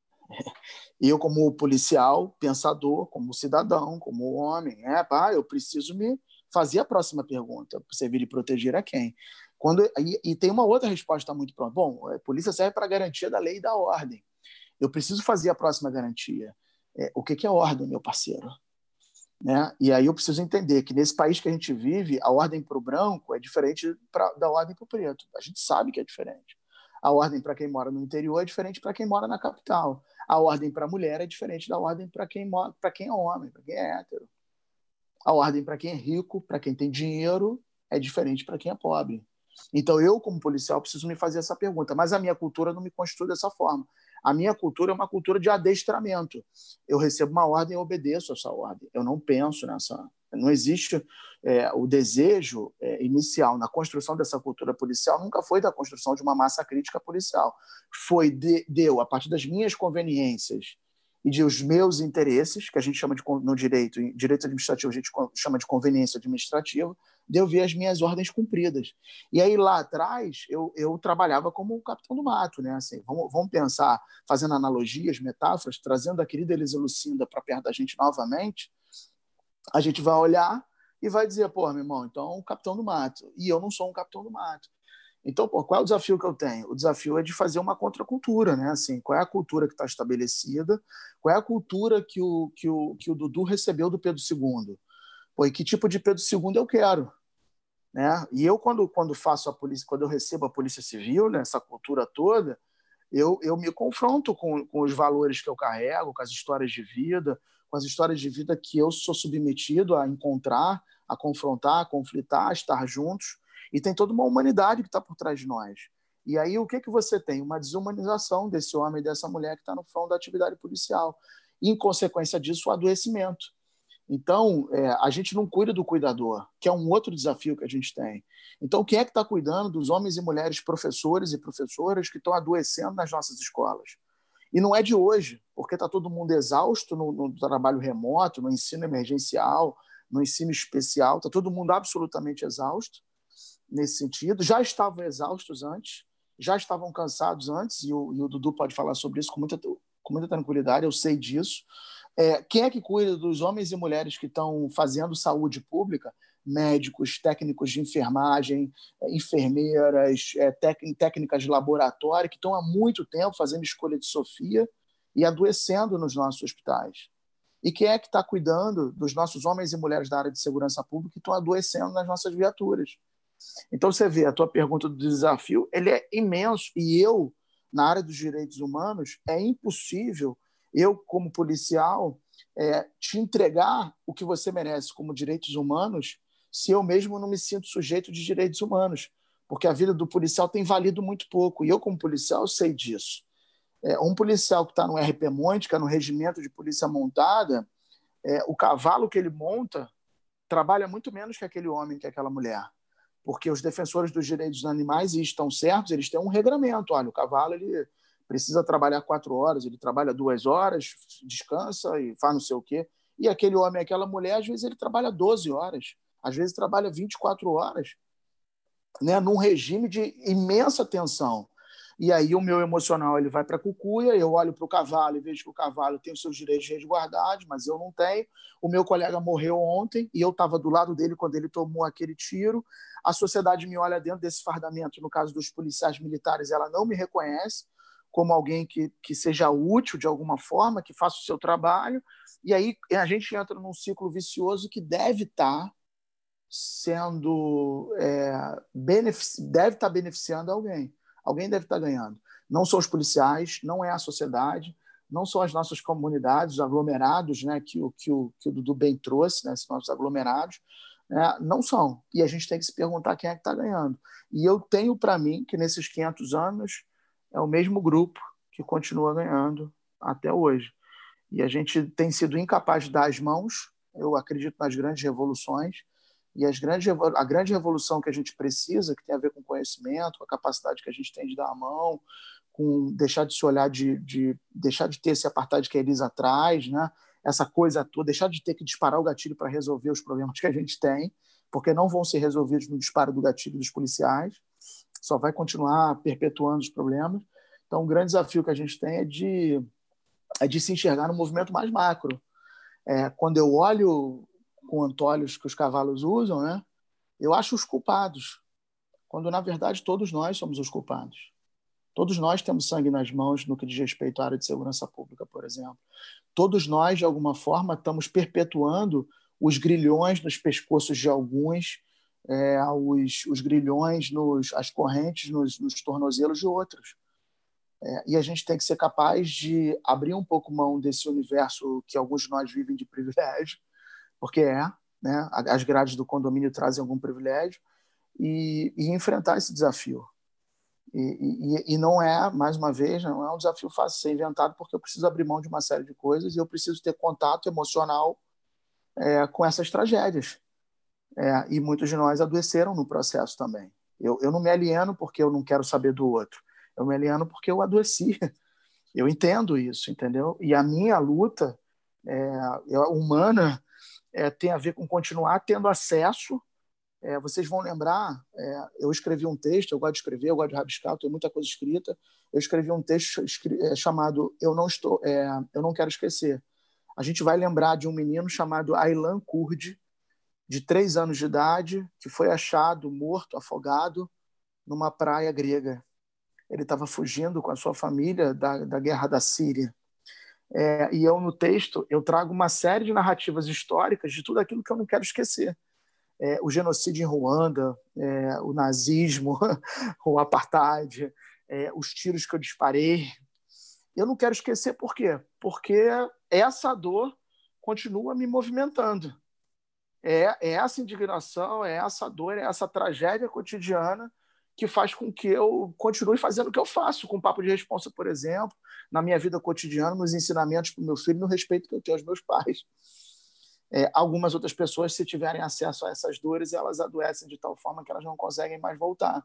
Eu, como policial, pensador, como cidadão, como homem, né? Pá, eu preciso me fazer a próxima pergunta. Servir e proteger a quem? Quando, e, e tem uma outra resposta muito pronta. Bom, a polícia serve para a garantia da lei e da ordem. Eu preciso fazer a próxima garantia. É, o que, que é ordem, meu parceiro? né? E aí eu preciso entender que nesse país que a gente vive, a ordem para o branco é diferente pra, da ordem para o preto. A gente sabe que é diferente. A ordem para quem mora no interior é diferente para quem mora na capital. A ordem para a mulher é diferente da ordem para quem, para quem é homem, para quem é hétero. A ordem para quem é rico, para quem tem dinheiro, é diferente para quem é pobre. Então, eu, como policial, preciso me fazer essa pergunta. Mas a minha cultura não me constitui dessa forma. A minha cultura é uma cultura de adestramento. Eu recebo uma ordem e obedeço essa ordem. Eu não penso nessa... Não existe é, o desejo é, inicial na construção dessa cultura policial, nunca foi da construção de uma massa crítica policial. Foi, de, deu, a partir das minhas conveniências e de os meus interesses, que a gente chama de, no direito, em direito administrativo, a gente chama de conveniência administrativa, de eu ver as minhas ordens cumpridas. E aí, lá atrás, eu, eu trabalhava como um capitão do mato, né? Assim, vamos, vamos pensar, fazendo analogias, metáforas, trazendo a querida Elisa Lucinda para perto da gente novamente, a gente vai olhar e vai dizer, pô, meu irmão, então, capitão do mato. E eu não sou um capitão do mato. Então, pô, qual é o desafio que eu tenho? O desafio é de fazer uma contracultura, né? Assim, qual é a cultura que está estabelecida? Qual é a cultura que o, que, o, que o Dudu recebeu do Pedro segundo? Pô, e que tipo de Pedro segundo eu quero? Né? E eu, quando, quando faço a polícia, quando eu recebo a Polícia Civil, né, essa cultura toda, eu, eu me confronto com, com os valores que eu carrego, com as histórias de vida, com as histórias de vida que eu sou submetido a encontrar, a confrontar, a conflitar, a estar juntos. E tem toda uma humanidade que está por trás de nós. E aí o que, que você tem? Uma desumanização desse homem e dessa mulher que está no front da atividade policial. E, em consequência disso, o adoecimento. Então, é, a gente não cuida do cuidador, que é um outro desafio que a gente tem. Então, quem é que está cuidando dos homens e mulheres professores e professoras que estão adoecendo nas nossas escolas? E não é de hoje, porque está todo mundo exausto no, no trabalho remoto, no ensino emergencial, no ensino especial, está todo mundo absolutamente exausto nesse sentido. Já estavam exaustos antes, já estavam cansados antes, e o, e o Dudu pode falar sobre isso com muita, com muita tranquilidade, eu sei disso. É, quem é que cuida dos homens e mulheres que estão fazendo saúde pública? Médicos, técnicos de enfermagem, enfermeiras, é, técnicas de laboratório, que estão há muito tempo fazendo escolha de Sofia e adoecendo nos nossos hospitais. E quem é que está cuidando dos nossos homens e mulheres da área de segurança pública que estão adoecendo nas nossas viaturas? Então, você vê, a tua pergunta do desafio, ele é imenso. E eu, na área dos direitos humanos, é impossível eu, como policial, é, te entregar o que você merece como direitos humanos se eu mesmo não me sinto sujeito de direitos humanos, porque a vida do policial tem valido muito pouco, e eu, como policial, sei disso. É, um policial que está no R P Mônica, no Regimento de Polícia Montada, é, o cavalo que ele monta trabalha muito menos que aquele homem, que aquela mulher, porque os defensores dos direitos dos animais, e estão certos, eles têm um regramento. Olha, o cavalo ele precisa trabalhar quatro horas, ele trabalha duas horas, descansa e faz não sei o quê. E aquele homem, aquela mulher, às vezes ele trabalha doze horas, às vezes trabalha vinte e quatro horas, né, num regime de imensa tensão. E aí o meu emocional ele vai para a cucuia, eu olho para o cavalo e vejo que o cavalo tem os seus direitos resguardados, mas eu não tenho. O meu colega morreu ontem e eu estava do lado dele quando ele tomou aquele tiro. A sociedade me olha dentro desse fardamento, no caso dos policiais militares, ela não me reconhece como alguém que, que seja útil de alguma forma, que faça o seu trabalho. E aí a gente entra num ciclo vicioso que deve estar sendo é, benefici- deve estar beneficiando alguém. Alguém deve estar ganhando. Não são os policiais, não é a sociedade, não são as nossas comunidades, os aglomerados, né, que, o, que, o, que o Dudu bem trouxe, né, esses nossos aglomerados, né, não são. E a gente tem que se perguntar quem é que está ganhando. E eu tenho para mim que nesses quinhentos anos é o mesmo grupo que continua ganhando até hoje. E a gente tem sido incapaz de dar as mãos, eu acredito nas grandes revoluções, e as grandes, a grande revolução que a gente precisa, que tem a ver com conhecimento, com a capacidade que a gente tem de dar a mão, com deixar de se olhar, de, de deixar de ter esse apartheid que a Elisa traz, né? Essa coisa toda, deixar de ter que disparar o gatilho para resolver os problemas que a gente tem, porque não vão ser resolvidos no disparo do gatilho dos policiais, só vai continuar perpetuando os problemas. Então, o grande desafio que a gente tem é de, é de se enxergar no movimento mais macro. É, quando eu olho com antolhos que os cavalos usam, né, eu acho os culpados, quando, na verdade, todos nós somos os culpados. Todos nós temos sangue nas mãos no que diz respeito à área de segurança pública, por exemplo. Todos nós, de alguma forma, estamos perpetuando os grilhões nos pescoços de alguns, é, os, os grilhões, nos, as correntes nos, nos tornozelos de outros. É, e a gente tem que ser capaz de abrir um pouco mão desse universo que alguns de nós vivem de privilégio, porque é, né, as grades do condomínio trazem algum privilégio, e, e enfrentar esse desafio. E, e, e não é, mais uma vez, não é um desafio fácil de ser inventado, porque eu preciso abrir mão de uma série de coisas e eu preciso ter contato emocional é, com essas tragédias. É, e muitos de nós adoeceram no processo também. Eu, eu não me alieno porque eu não quero saber do outro. Eu me alieno porque eu adoeci. Eu entendo isso, entendeu? E a minha luta é, humana é, tem a ver com continuar tendo acesso. É, vocês vão lembrar, é, eu escrevi um texto, eu gosto de escrever, eu gosto de rabiscar, eu tenho muita coisa escrita. Eu escrevi um texto escri- é, chamado Eu Não Estou, é, Eu Não Quero Esquecer. A gente vai lembrar de um menino chamado Aylan Kurdi, de três anos de idade, que foi achado morto, afogado, numa praia grega. Ele estava fugindo com a sua família da, da guerra da Síria. É, e eu, no texto, eu trago uma série de narrativas históricas de tudo aquilo que eu não quero esquecer. É, o genocídio em Ruanda, é, o nazismo, o apartheid, é, os tiros que eu disparei. Eu não quero esquecer por quê? Porque essa dor continua me movimentando. É, é essa indignação, é essa dor, é essa tragédia cotidiana que faz com que eu continue fazendo o que eu faço, com o Papo de Responsa, por exemplo, na minha vida cotidiana, nos ensinamentos para o meu filho, no respeito que eu tenho aos meus pais. É, algumas outras pessoas, se tiverem acesso a essas dores, elas adoecem de tal forma que elas não conseguem mais voltar.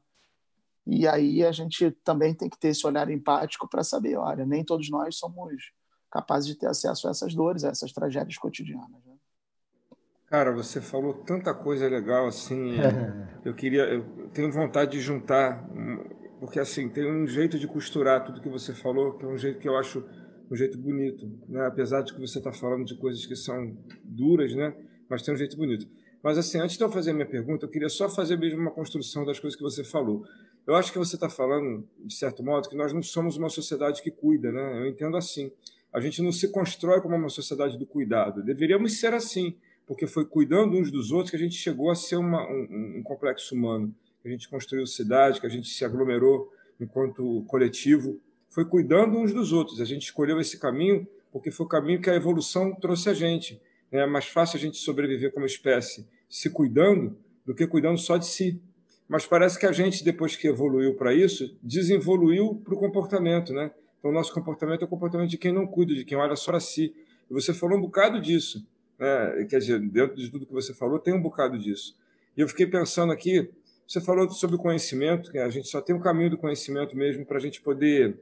E aí a gente também tem que ter esse olhar empático para saber, olha, nem todos nós somos capazes de ter acesso a essas dores, a essas tragédias cotidianas, né? Cara, você falou tanta coisa legal assim. Eu queria, eu tenho vontade de juntar, porque assim tem um jeito de costurar tudo que você falou, que é um jeito que eu acho um jeito bonito, né? Apesar de que você está falando de coisas que são duras, né? Mas tem um jeito bonito. Mas assim, antes de eu fazer a minha pergunta, eu queria só fazer mesmo uma construção das coisas que você falou. Eu acho que você está falando, de certo modo, que nós não somos uma sociedade que cuida, né? Eu entendo assim. A gente não se constrói como uma sociedade do cuidado. Deveríamos ser assim, porque foi cuidando uns dos outros que a gente chegou a ser uma, um, um complexo humano, que a gente construiu cidade, que a gente se aglomerou enquanto coletivo, foi cuidando uns dos outros. A gente escolheu esse caminho porque foi o caminho que a evolução trouxe a gente. É mais fácil a gente sobreviver como espécie se cuidando do que cuidando só de si. Mas parece que a gente, depois que evoluiu para isso, desenvoluiu para o comportamento, né? Então, o nosso comportamento é o comportamento de quem não cuida, de quem olha só a si. E você falou um bocado disso. É, quer dizer, dentro de tudo que você falou, tem um bocado disso. E eu fiquei pensando aqui, você falou sobre o conhecimento, que a gente só tem um caminho do conhecimento mesmo para a gente poder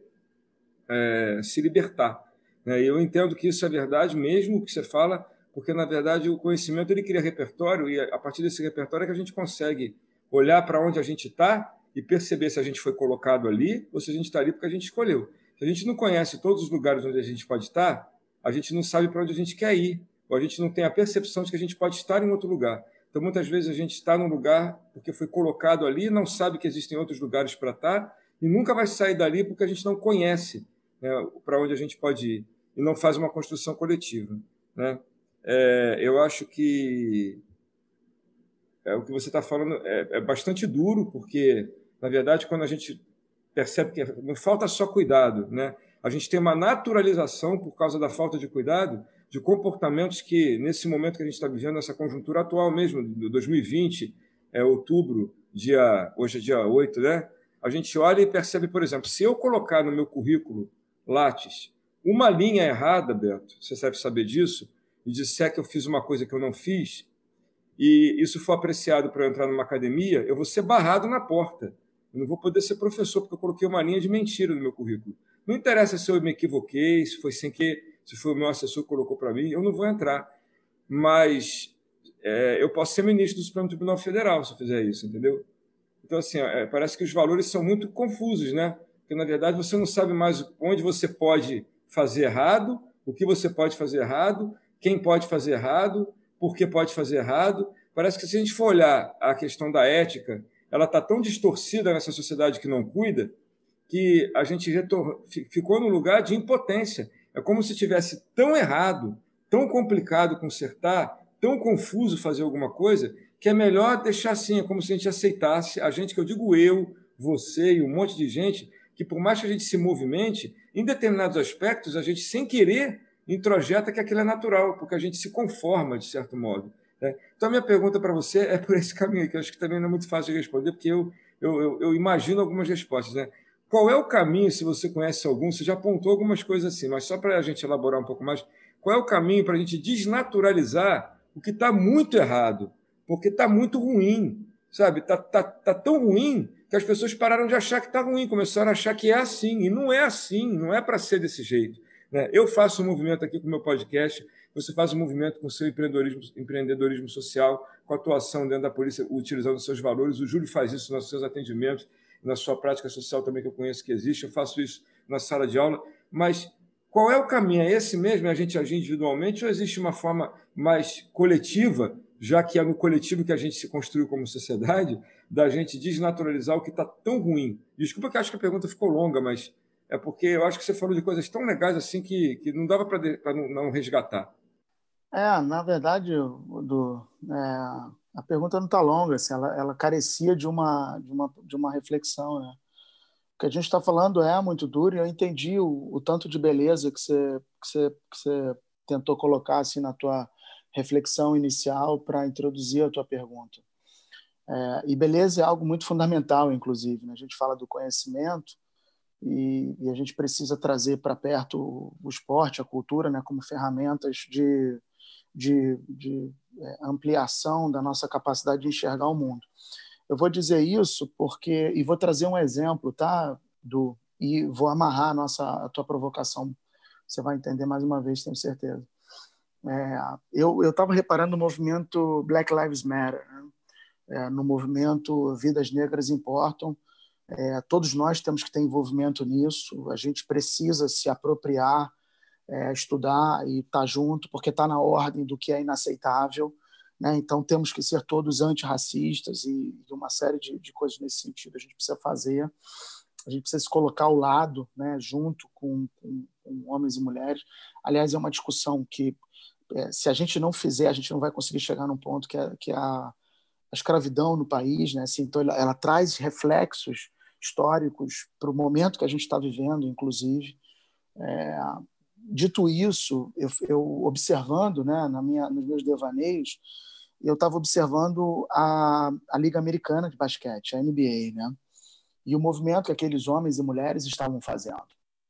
é, se libertar. Né? E eu entendo que isso é verdade mesmo, o que você fala, porque, na verdade, o conhecimento ele cria repertório e, a partir desse repertório, é que a gente consegue olhar para onde a gente está e perceber se a gente foi colocado ali ou se a gente está ali porque a gente escolheu. Se a gente não conhece todos os lugares onde a gente pode estar, a gente não sabe para onde a gente quer ir, ou a gente não tem a percepção de que a gente pode estar em outro lugar. Então, muitas vezes, a gente está num lugar porque foi colocado ali, não sabe que existem outros lugares para estar e nunca vai sair dali porque a gente não conhece, né, para onde a gente pode ir e não faz uma construção coletiva. Né? É, eu acho que é, o que você está falando é, é bastante duro, porque, na verdade, quando a gente percebe que não falta só cuidado, né? A gente tem uma naturalização, por causa da falta de cuidado, de comportamentos que, nesse momento que a gente está vivendo, nessa conjuntura atual mesmo, de dois mil e vinte, é outubro, dia, hoje é dia oito, né? A gente olha e percebe, por exemplo, se eu colocar no meu currículo Lattes uma linha errada, Beto, você deve saber disso, e disser que eu fiz uma coisa que eu não fiz, e isso for apreciado para eu entrar numa academia, eu vou ser barrado na porta. Eu não vou poder ser professor, porque eu coloquei uma linha de mentira no meu currículo. Não interessa se eu me equivoquei, se foi sem que, se foi o meu assessor que colocou para mim, eu não vou entrar. Mas é, eu posso ser ministro do Supremo Tribunal Federal se eu fizer isso, entendeu? Então, assim, é, parece que os valores são muito confusos, né? Porque, na verdade, você não sabe mais onde você pode fazer errado, o que você pode fazer errado, quem pode fazer errado, por que pode fazer errado. Parece que, se a gente for olhar a questão da ética, ela está tão distorcida nessa sociedade que não cuida, que a gente retor... ficou num lugar de impotência. É como se tivesse tão errado, tão complicado consertar, tão confuso fazer alguma coisa que é melhor deixar assim, é como se a gente aceitasse, a gente, que eu digo eu, você e um monte de gente, que por mais que a gente se movimente, em determinados aspectos, a gente, sem querer, introjeta que aquilo é natural, porque a gente se conforma, de certo modo. Né? Então, a minha pergunta para você é por esse caminho, que eu acho que também não é muito fácil de responder, porque eu, eu, eu, eu imagino algumas respostas. Né? Qual é o caminho, se você conhece algum? Você já apontou algumas coisas assim, mas só para a gente elaborar um pouco mais, qual é o caminho para a gente desnaturalizar o que está muito errado? Porque está muito ruim, sabe? Está tá, tá tão ruim que as pessoas pararam de achar que está ruim, começaram a achar que é assim, e não é assim, não é para ser desse jeito. Né? Eu faço um movimento aqui com o meu podcast, você faz um movimento com o seu empreendedorismo, empreendedorismo social, com a atuação dentro da polícia, utilizando os seus valores. O Júlio faz isso nos seus atendimentos, na sua prática social também, que eu conheço que existe. Eu faço isso na sala de aula. Mas qual é o caminho? É esse mesmo, a gente agir individualmente, ou existe uma forma mais coletiva, já que é no coletivo que a gente se construiu como sociedade, da gente desnaturalizar o que está tão ruim? Desculpa que eu acho que a pergunta ficou longa, mas é porque eu acho que você falou de coisas tão legais assim que, que não dava para não, não resgatar. É, na verdade, do, é, a pergunta não está longa, assim, ela, ela carecia de uma, de, uma, de uma reflexão, né? O que a gente está falando é muito duro e eu entendi o, o tanto de beleza que você, que você, que você tentou colocar assim, na tua reflexão inicial para introduzir a tua pergunta. É, e beleza é algo muito fundamental, inclusive, né? A gente fala do conhecimento e, e a gente precisa trazer para perto o, o esporte, a cultura, né, como ferramentas de de, de é, ampliação da nossa capacidade de enxergar o mundo. Eu vou dizer isso porque e vou trazer um exemplo, tá, do e vou amarrar a nossa a tua provocação. Você vai entender mais uma vez, tenho certeza. É, eu eu estava reparando no movimento Black Lives Matter, né? É, no movimento Vidas Negras Importam. É, todos nós temos que ter envolvimento nisso. A gente precisa se apropriar, É, estudar e estar tá junto, porque está na ordem do que é inaceitável, né? Então temos que ser todos antirracistas e, e uma série de, de coisas nesse sentido a gente precisa fazer. A gente precisa se colocar ao lado, né, junto com, com, com homens e mulheres. Aliás, é uma discussão que, é, se a gente não fizer, a gente não vai conseguir chegar num ponto que é, que é a, a escravidão no país, né? Assim, então ela, ela traz reflexos históricos para o momento que a gente está vivendo, inclusive. É, Dito isso, eu, eu observando, né, na minha, nos meus devaneios, eu estava observando a, a Liga Americana de Basquete, a N B A, né, e o movimento que aqueles homens e mulheres estavam fazendo.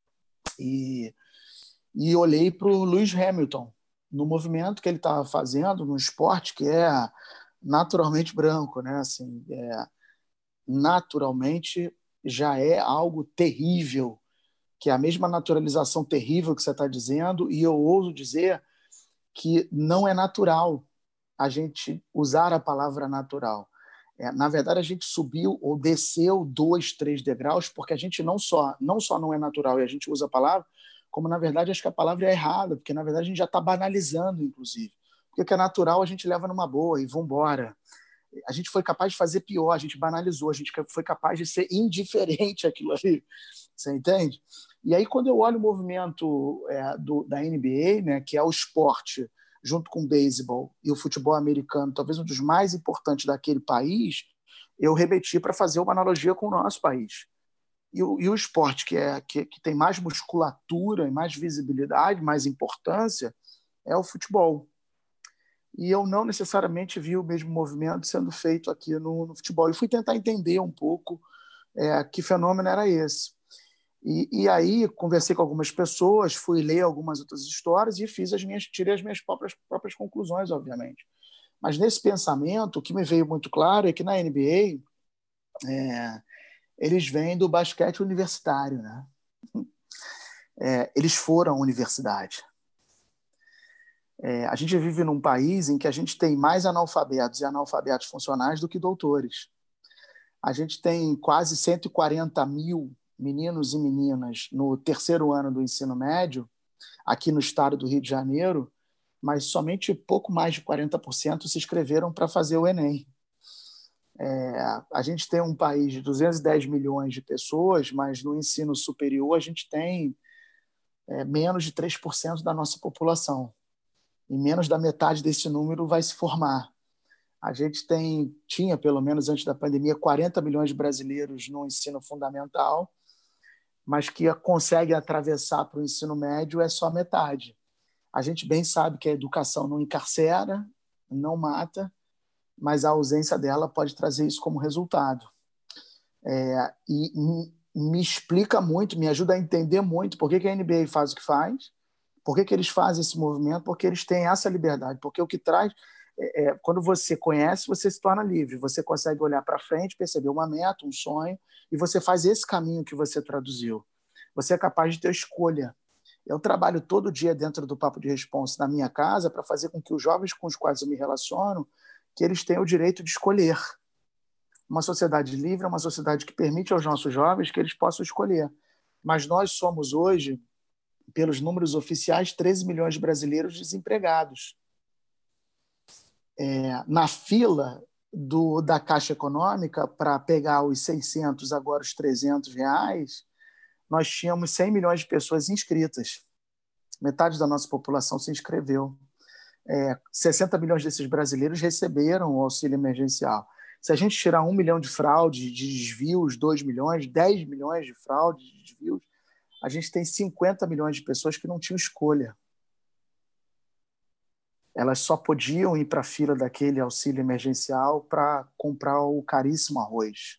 E, e olhei para o Lewis Hamilton, no movimento que ele estava fazendo, no esporte que é naturalmente branco, né, assim, é, naturalmente já é algo terrível, que é a mesma naturalização terrível que você está dizendo, e eu ouso dizer que não é natural a gente usar a palavra natural. É, na verdade, a gente subiu ou desceu dois, três degraus, porque a gente não só, não só não é natural e a gente usa a palavra, como, na verdade, acho que a palavra é errada, porque, na verdade, a gente já está banalizando, inclusive. Porque o que é natural a gente leva numa boa e vamos embora. A gente foi capaz de fazer pior, a gente banalizou, a gente foi capaz de ser indiferente àquilo ali. Você entende? E aí, quando eu olho o movimento é, do, da N B A, né, que é o esporte, junto com o beisebol e o futebol americano, talvez um dos mais importantes daquele país, eu remeti para fazer uma analogia com o nosso país. E o, e o esporte, que, é, que, que tem mais musculatura e mais visibilidade, mais importância, é o futebol. E eu não necessariamente vi o mesmo movimento sendo feito aqui no, no futebol. E fui tentar entender um pouco é, que fenômeno era esse. E, e aí conversei com algumas pessoas, fui ler algumas outras histórias e fiz as minhas, tirei as minhas próprias, próprias conclusões, obviamente. Mas nesse pensamento, o que me veio muito claro é que na N B A é, eles vêm do basquete universitário, né? É, eles foram à universidade. É, a gente vive num país em que a gente tem mais analfabetos e analfabetos funcionais do que doutores. A gente tem quase cento e quarenta mil meninos e meninas no terceiro ano do ensino médio, aqui no estado do Rio de Janeiro, mas somente pouco mais de quarenta por cento se inscreveram para fazer o Enem. É, a gente tem um país de duzentos e dez milhões de pessoas, mas no ensino superior a gente tem é, menos de três por cento da nossa população. e menos da metade desse número vai se formar. A gente tem, tinha, pelo menos antes da pandemia, quarenta milhões de brasileiros no ensino fundamental, mas que conseguem atravessar para o ensino médio é só metade. A gente bem sabe que a educação não encarcera, não mata, mas a ausência dela pode trazer isso como resultado. É, e me explica muito, me ajuda a entender muito por que, que a N B A faz o que faz, por que, que eles fazem esse movimento, porque eles têm essa liberdade, porque o que traz... É, é, quando você conhece, você se torna livre, você consegue olhar para frente, perceber uma meta, um sonho, e você faz esse caminho que você traduziu. Você é capaz de ter escolha. Eu trabalho todo dia dentro do Papo de Responsa na minha casa para fazer com que os jovens com os quais eu me relaciono, que eles tenham o direito de escolher. Uma sociedade livre é uma sociedade que permite aos nossos jovens que eles possam escolher. Mas nós somos hoje, pelos números oficiais, treze milhões de brasileiros desempregados. É, na fila do, da Caixa Econômica para pegar os seiscentos, agora os trezentos reais, nós tínhamos cem milhões de pessoas inscritas. Metade da nossa população se inscreveu. É, sessenta milhões desses brasileiros receberam o auxílio emergencial. Se a gente tirar um milhão de fraude, de desvios, dois milhões, dez milhões de fraude, de desvios, a gente tem cinquenta milhões de pessoas que não tinham escolha. Elas só podiam ir para a fila daquele auxílio emergencial para comprar o caríssimo arroz.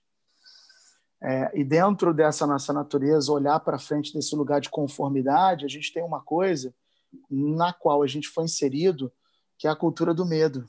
É, e dentro dessa nossa natureza, olhar para frente desse lugar de conformidade, a gente tem uma coisa na qual a gente foi inserido, que é a cultura do medo.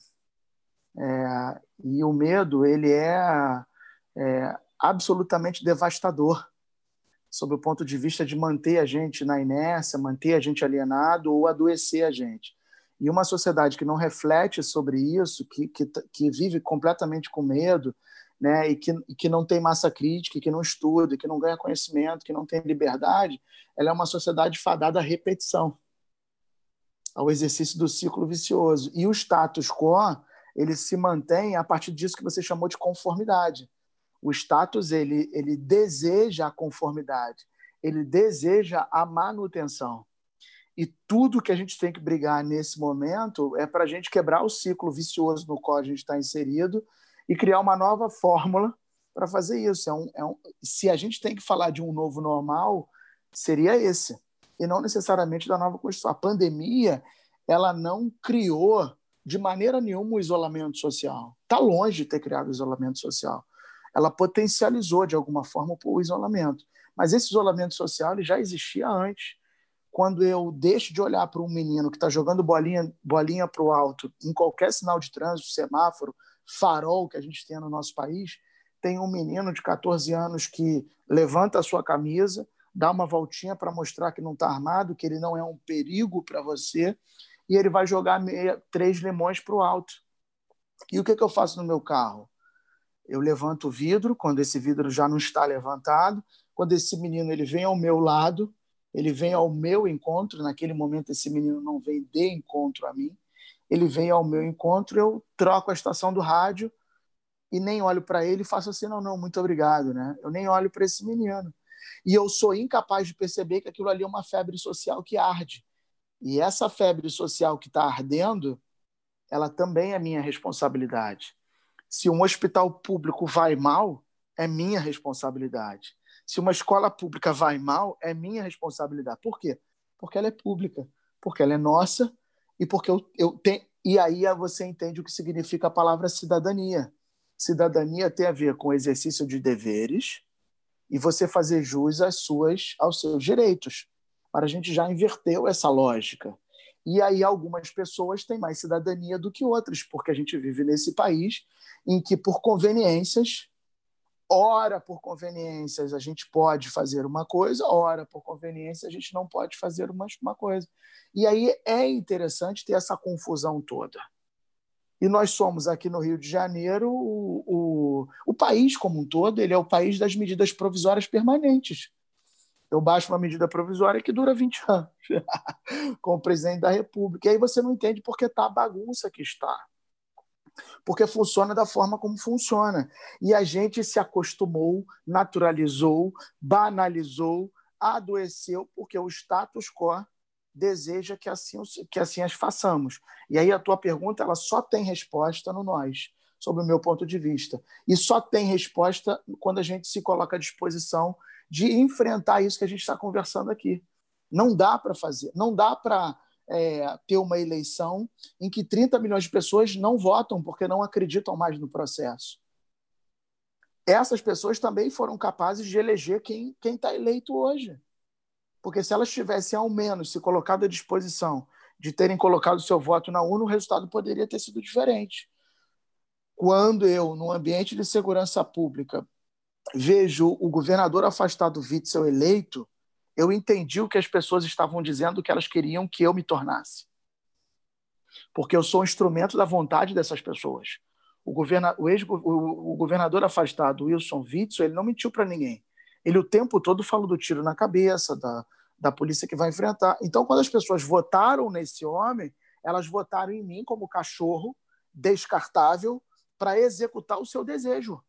É, e o medo ele é, é absolutamente devastador, sob o ponto de vista de manter a gente na inércia, manter a gente alienado ou adoecer a gente. E uma sociedade que não reflete sobre isso, que, que, que vive completamente com medo, né, e, que, e que não tem massa crítica, que não estuda, que não ganha conhecimento, que não tem liberdade, ela é uma sociedade fadada à repetição, ao exercício do ciclo vicioso. E o status quo, ele se mantém a partir disso que você chamou de conformidade. O status, ele, ele deseja a conformidade, ele deseja a manutenção. E tudo que a gente tem que brigar nesse momento é para a gente quebrar o ciclo vicioso no qual a gente está inserido e criar uma nova fórmula para fazer isso. É um, é um, se a gente tem que falar de um novo normal, seria esse, e não necessariamente da nova Constituição. A pandemia, ela não criou de maneira nenhuma o isolamento social. Está longe de ter criado o isolamento social. Ela potencializou, de alguma forma, o isolamento. Mas esse isolamento social ele já existia antes. Quando eu deixo de olhar para um menino que está jogando bolinha, bolinha para o alto em qualquer sinal de trânsito, semáforo, farol que a gente tem no nosso país, tem um menino de catorze anos que levanta a sua camisa, dá uma voltinha para mostrar que não está armado, que ele não é um perigo para você, e ele vai jogar meia, três limões para o alto. E o que, que eu faço no meu carro? Eu levanto o vidro, quando esse vidro já não está levantado, quando esse menino ele vem ao meu lado, ele vem ao meu encontro, naquele momento esse menino não vem de encontro a mim, ele vem ao meu encontro, eu troco a estação do rádio e nem olho para ele e faço assim, não, não, muito obrigado, né? Eu nem olho para esse menino. E eu sou incapaz de perceber que aquilo ali é uma febre social que arde. E essa febre social que está ardendo, ela também é minha responsabilidade. Se um hospital público vai mal, é minha responsabilidade. Se uma escola pública vai mal, é minha responsabilidade. Por quê? Porque ela é pública, porque ela é nossa e porque eu, eu tenho... E aí você entende o que significa a palavra cidadania. Cidadania tem a ver com o exercício de deveres e você fazer jus às suas, aos seus direitos. Mas a gente já inverteu essa lógica. E aí algumas pessoas têm mais cidadania do que outras, porque a gente vive nesse país em que, por conveniências, ora por conveniências a gente pode fazer uma coisa, ora por conveniência a gente não pode fazer uma, uma coisa. E aí é interessante ter essa confusão toda. E nós somos aqui no Rio de Janeiro, o, o, o país como um todo, ele é o país das medidas provisórias permanentes. Eu baixo uma medida provisória que dura vinte anos, com o presidente da República. E aí você não entende porque está a bagunça que está. Porque funciona da forma como funciona. E a gente se acostumou, naturalizou, banalizou, adoeceu, porque o status quo deseja que assim, que assim as façamos. E aí a tua pergunta ela só tem resposta no nós, sob o meu ponto de vista. E só tem resposta quando a gente se coloca à disposição de enfrentar isso que a gente está conversando aqui. Não dá para fazer, não dá para é, ter uma eleição em que trinta milhões de pessoas não votam porque não acreditam mais no processo. Essas pessoas também foram capazes de eleger quem está eleito hoje. Porque se elas tivessem, ao menos, se colocado à disposição de terem colocado seu voto na urna, o resultado poderia ter sido diferente. Quando eu, no ambiente de segurança pública, vejo o governador afastado do Witzel eleito, eu entendi o que as pessoas estavam dizendo que elas queriam que eu me tornasse. Porque eu sou um instrumento da vontade dessas pessoas. O, governa, o, ex, o, o governador afastado, Wilson Witzel, ele não mentiu para ninguém. Ele o tempo todo falou do tiro na cabeça, da, da polícia que vai enfrentar. Então, quando as pessoas votaram nesse homem, elas votaram em mim como cachorro descartável para executar o seu desejo.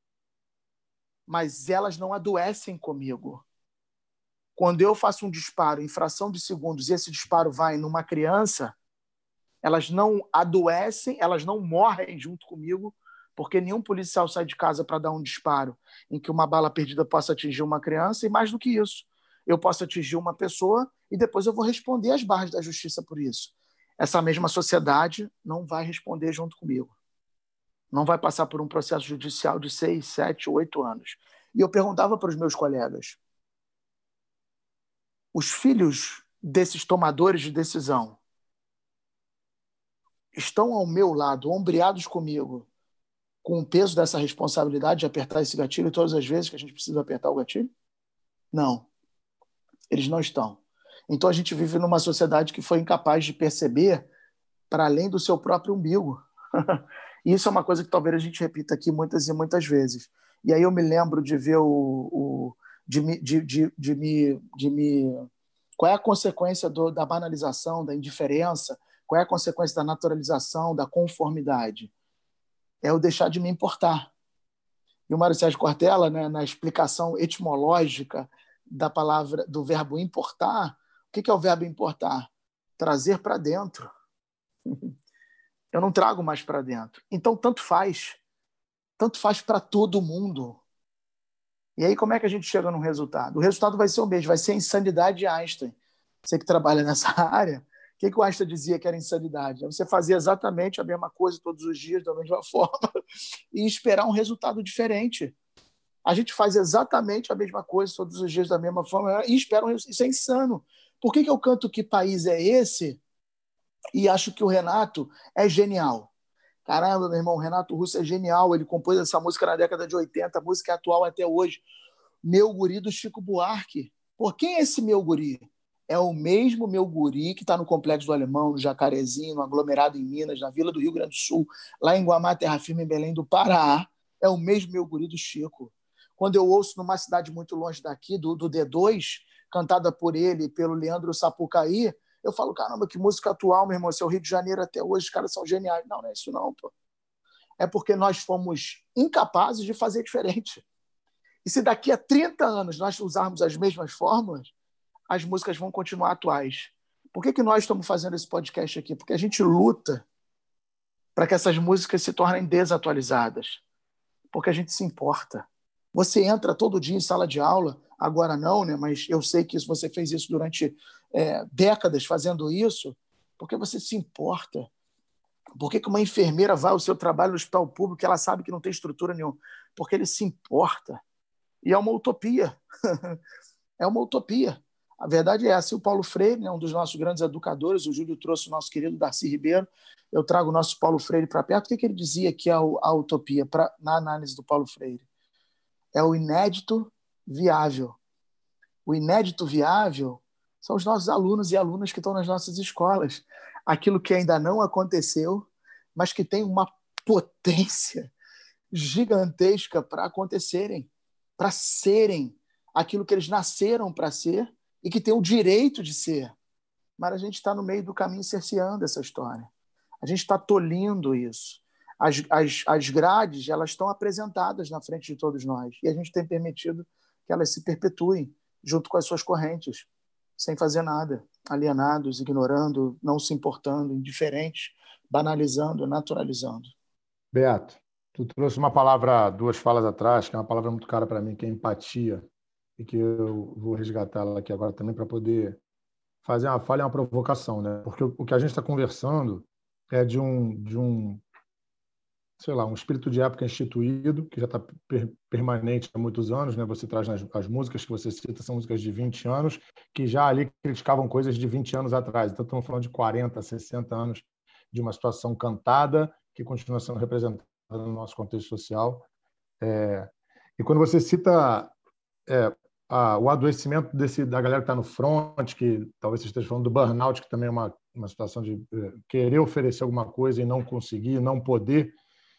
Mas elas não adoecem comigo. Quando eu faço um disparo em fração de segundos e esse disparo vai numa criança, elas não adoecem, elas não morrem junto comigo, porque nenhum policial sai de casa para dar um disparo em que uma bala perdida possa atingir uma criança, e mais do que isso, eu posso atingir uma pessoa e depois eu vou responder às barras da justiça por isso. Essa mesma sociedade não vai responder junto comigo. Não vai passar por um processo judicial de seis, sete, oito anos. E eu perguntava para os meus colegas, os filhos desses tomadores de decisão estão ao meu lado, ombreados comigo, com o peso dessa responsabilidade de apertar esse gatilho todas as vezes que a gente precisa apertar o gatilho? Não. Eles não estão. Então a gente vive numa sociedade que foi incapaz de perceber para além do seu próprio umbigo. E isso é uma coisa que talvez a gente repita aqui muitas e muitas vezes. E aí eu me lembro de ver o... o de, me, de, de, de, me, de me... Qual é a consequência do, da banalização, da indiferença? Qual é a consequência da naturalização, da conformidade? É eu deixar de me importar. E o Mário Sérgio Cortella, né, na explicação etimológica da palavra, do verbo importar, o que é o verbo importar? Trazer para dentro. Eu não trago mais para dentro. Então, tanto faz. Tanto faz para todo mundo. E aí, como é que a gente chega num resultado? O resultado vai ser o mesmo, vai ser a insanidade de Einstein. Você que trabalha nessa área, o que, que o Einstein dizia que era insanidade? Você fazer exatamente a mesma coisa todos os dias, da mesma forma, e esperar um resultado diferente. A gente faz exatamente a mesma coisa todos os dias da mesma forma e espera um resultado. Isso é insano. Por que, que eu canto Que País é Esse? E acho que o Renato é genial. Caramba, meu irmão, o Renato Russo é genial. Ele compôs essa música na década de oitenta, a música é atual até hoje. Meu Guri do Chico Buarque. Por quem é esse Meu Guri? É o mesmo Meu Guri que está no Complexo do Alemão, no Jacarezinho, no aglomerado em Minas, na Vila do Rio Grande do Sul, lá em Guamá, Terra Firme, em Belém do Pará. É o mesmo Meu Guri do Chico. Quando eu ouço numa cidade muito longe daqui, do, do D dois, cantada por ele e pelo Leandro Sapucaí, eu falo, caramba, que música atual, meu irmão, esse é o Rio de Janeiro até hoje, os caras são geniais. Não, não é isso não, pô. É porque nós fomos incapazes de fazer diferente. E se daqui a trinta anos nós usarmos as mesmas fórmulas, as músicas vão continuar atuais. Por que, que nós estamos fazendo esse podcast aqui? Porque a gente luta para que essas músicas se tornem desatualizadas. Porque a gente se importa. Você entra todo dia em sala de aula, agora não, né? Mas eu sei que isso, você fez isso durante é, décadas fazendo isso, porque você se importa. Por que, que uma enfermeira vai ao seu trabalho no hospital público e ela sabe que não tem estrutura nenhuma? Porque ele se importa. E é uma utopia. É uma utopia. A verdade é essa. E o Paulo Freire, né, um dos nossos grandes educadores, o Júlio trouxe o nosso querido Darcy Ribeiro, eu trago o nosso Paulo Freire para perto. O que, que ele dizia que é a utopia pra, na análise do Paulo Freire? É o inédito viável. O inédito viável são os nossos alunos e alunas que estão nas nossas escolas. Aquilo que ainda não aconteceu, mas que tem uma potência gigantesca para acontecerem, para serem aquilo que eles nasceram para ser e que tem o direito de ser. Mas a gente está no meio do caminho cerceando essa história. A gente está tolhindo isso. As, as, as grades, elas estão apresentadas na frente de todos nós e a gente tem permitido que elas se perpetuem junto com as suas correntes. sem fazer nada, alienados, ignorando, não se importando, indiferentes, banalizando, naturalizando. Beato, tu trouxe uma palavra duas falas atrás, que é uma palavra muito cara para mim, que é empatia, e que eu vou resgatá-la aqui agora também para poder fazer uma falha e uma provocação, né? Porque o que a gente está conversando é de um, de um, sei lá, um espírito de época instituído, que já está per permanente há muitos anos, né? Você traz nas, as músicas que você cita, são músicas de vinte anos, que já ali criticavam coisas de vinte anos atrás. Então, estamos falando de quarenta, sessenta anos de uma situação cantada que continua sendo representada no nosso contexto social. É, e quando você cita é, a, o adoecimento desse, da galera que está no front, que talvez você esteja falando do burnout, que também é uma, uma situação de é, querer oferecer alguma coisa e não conseguir, não poder,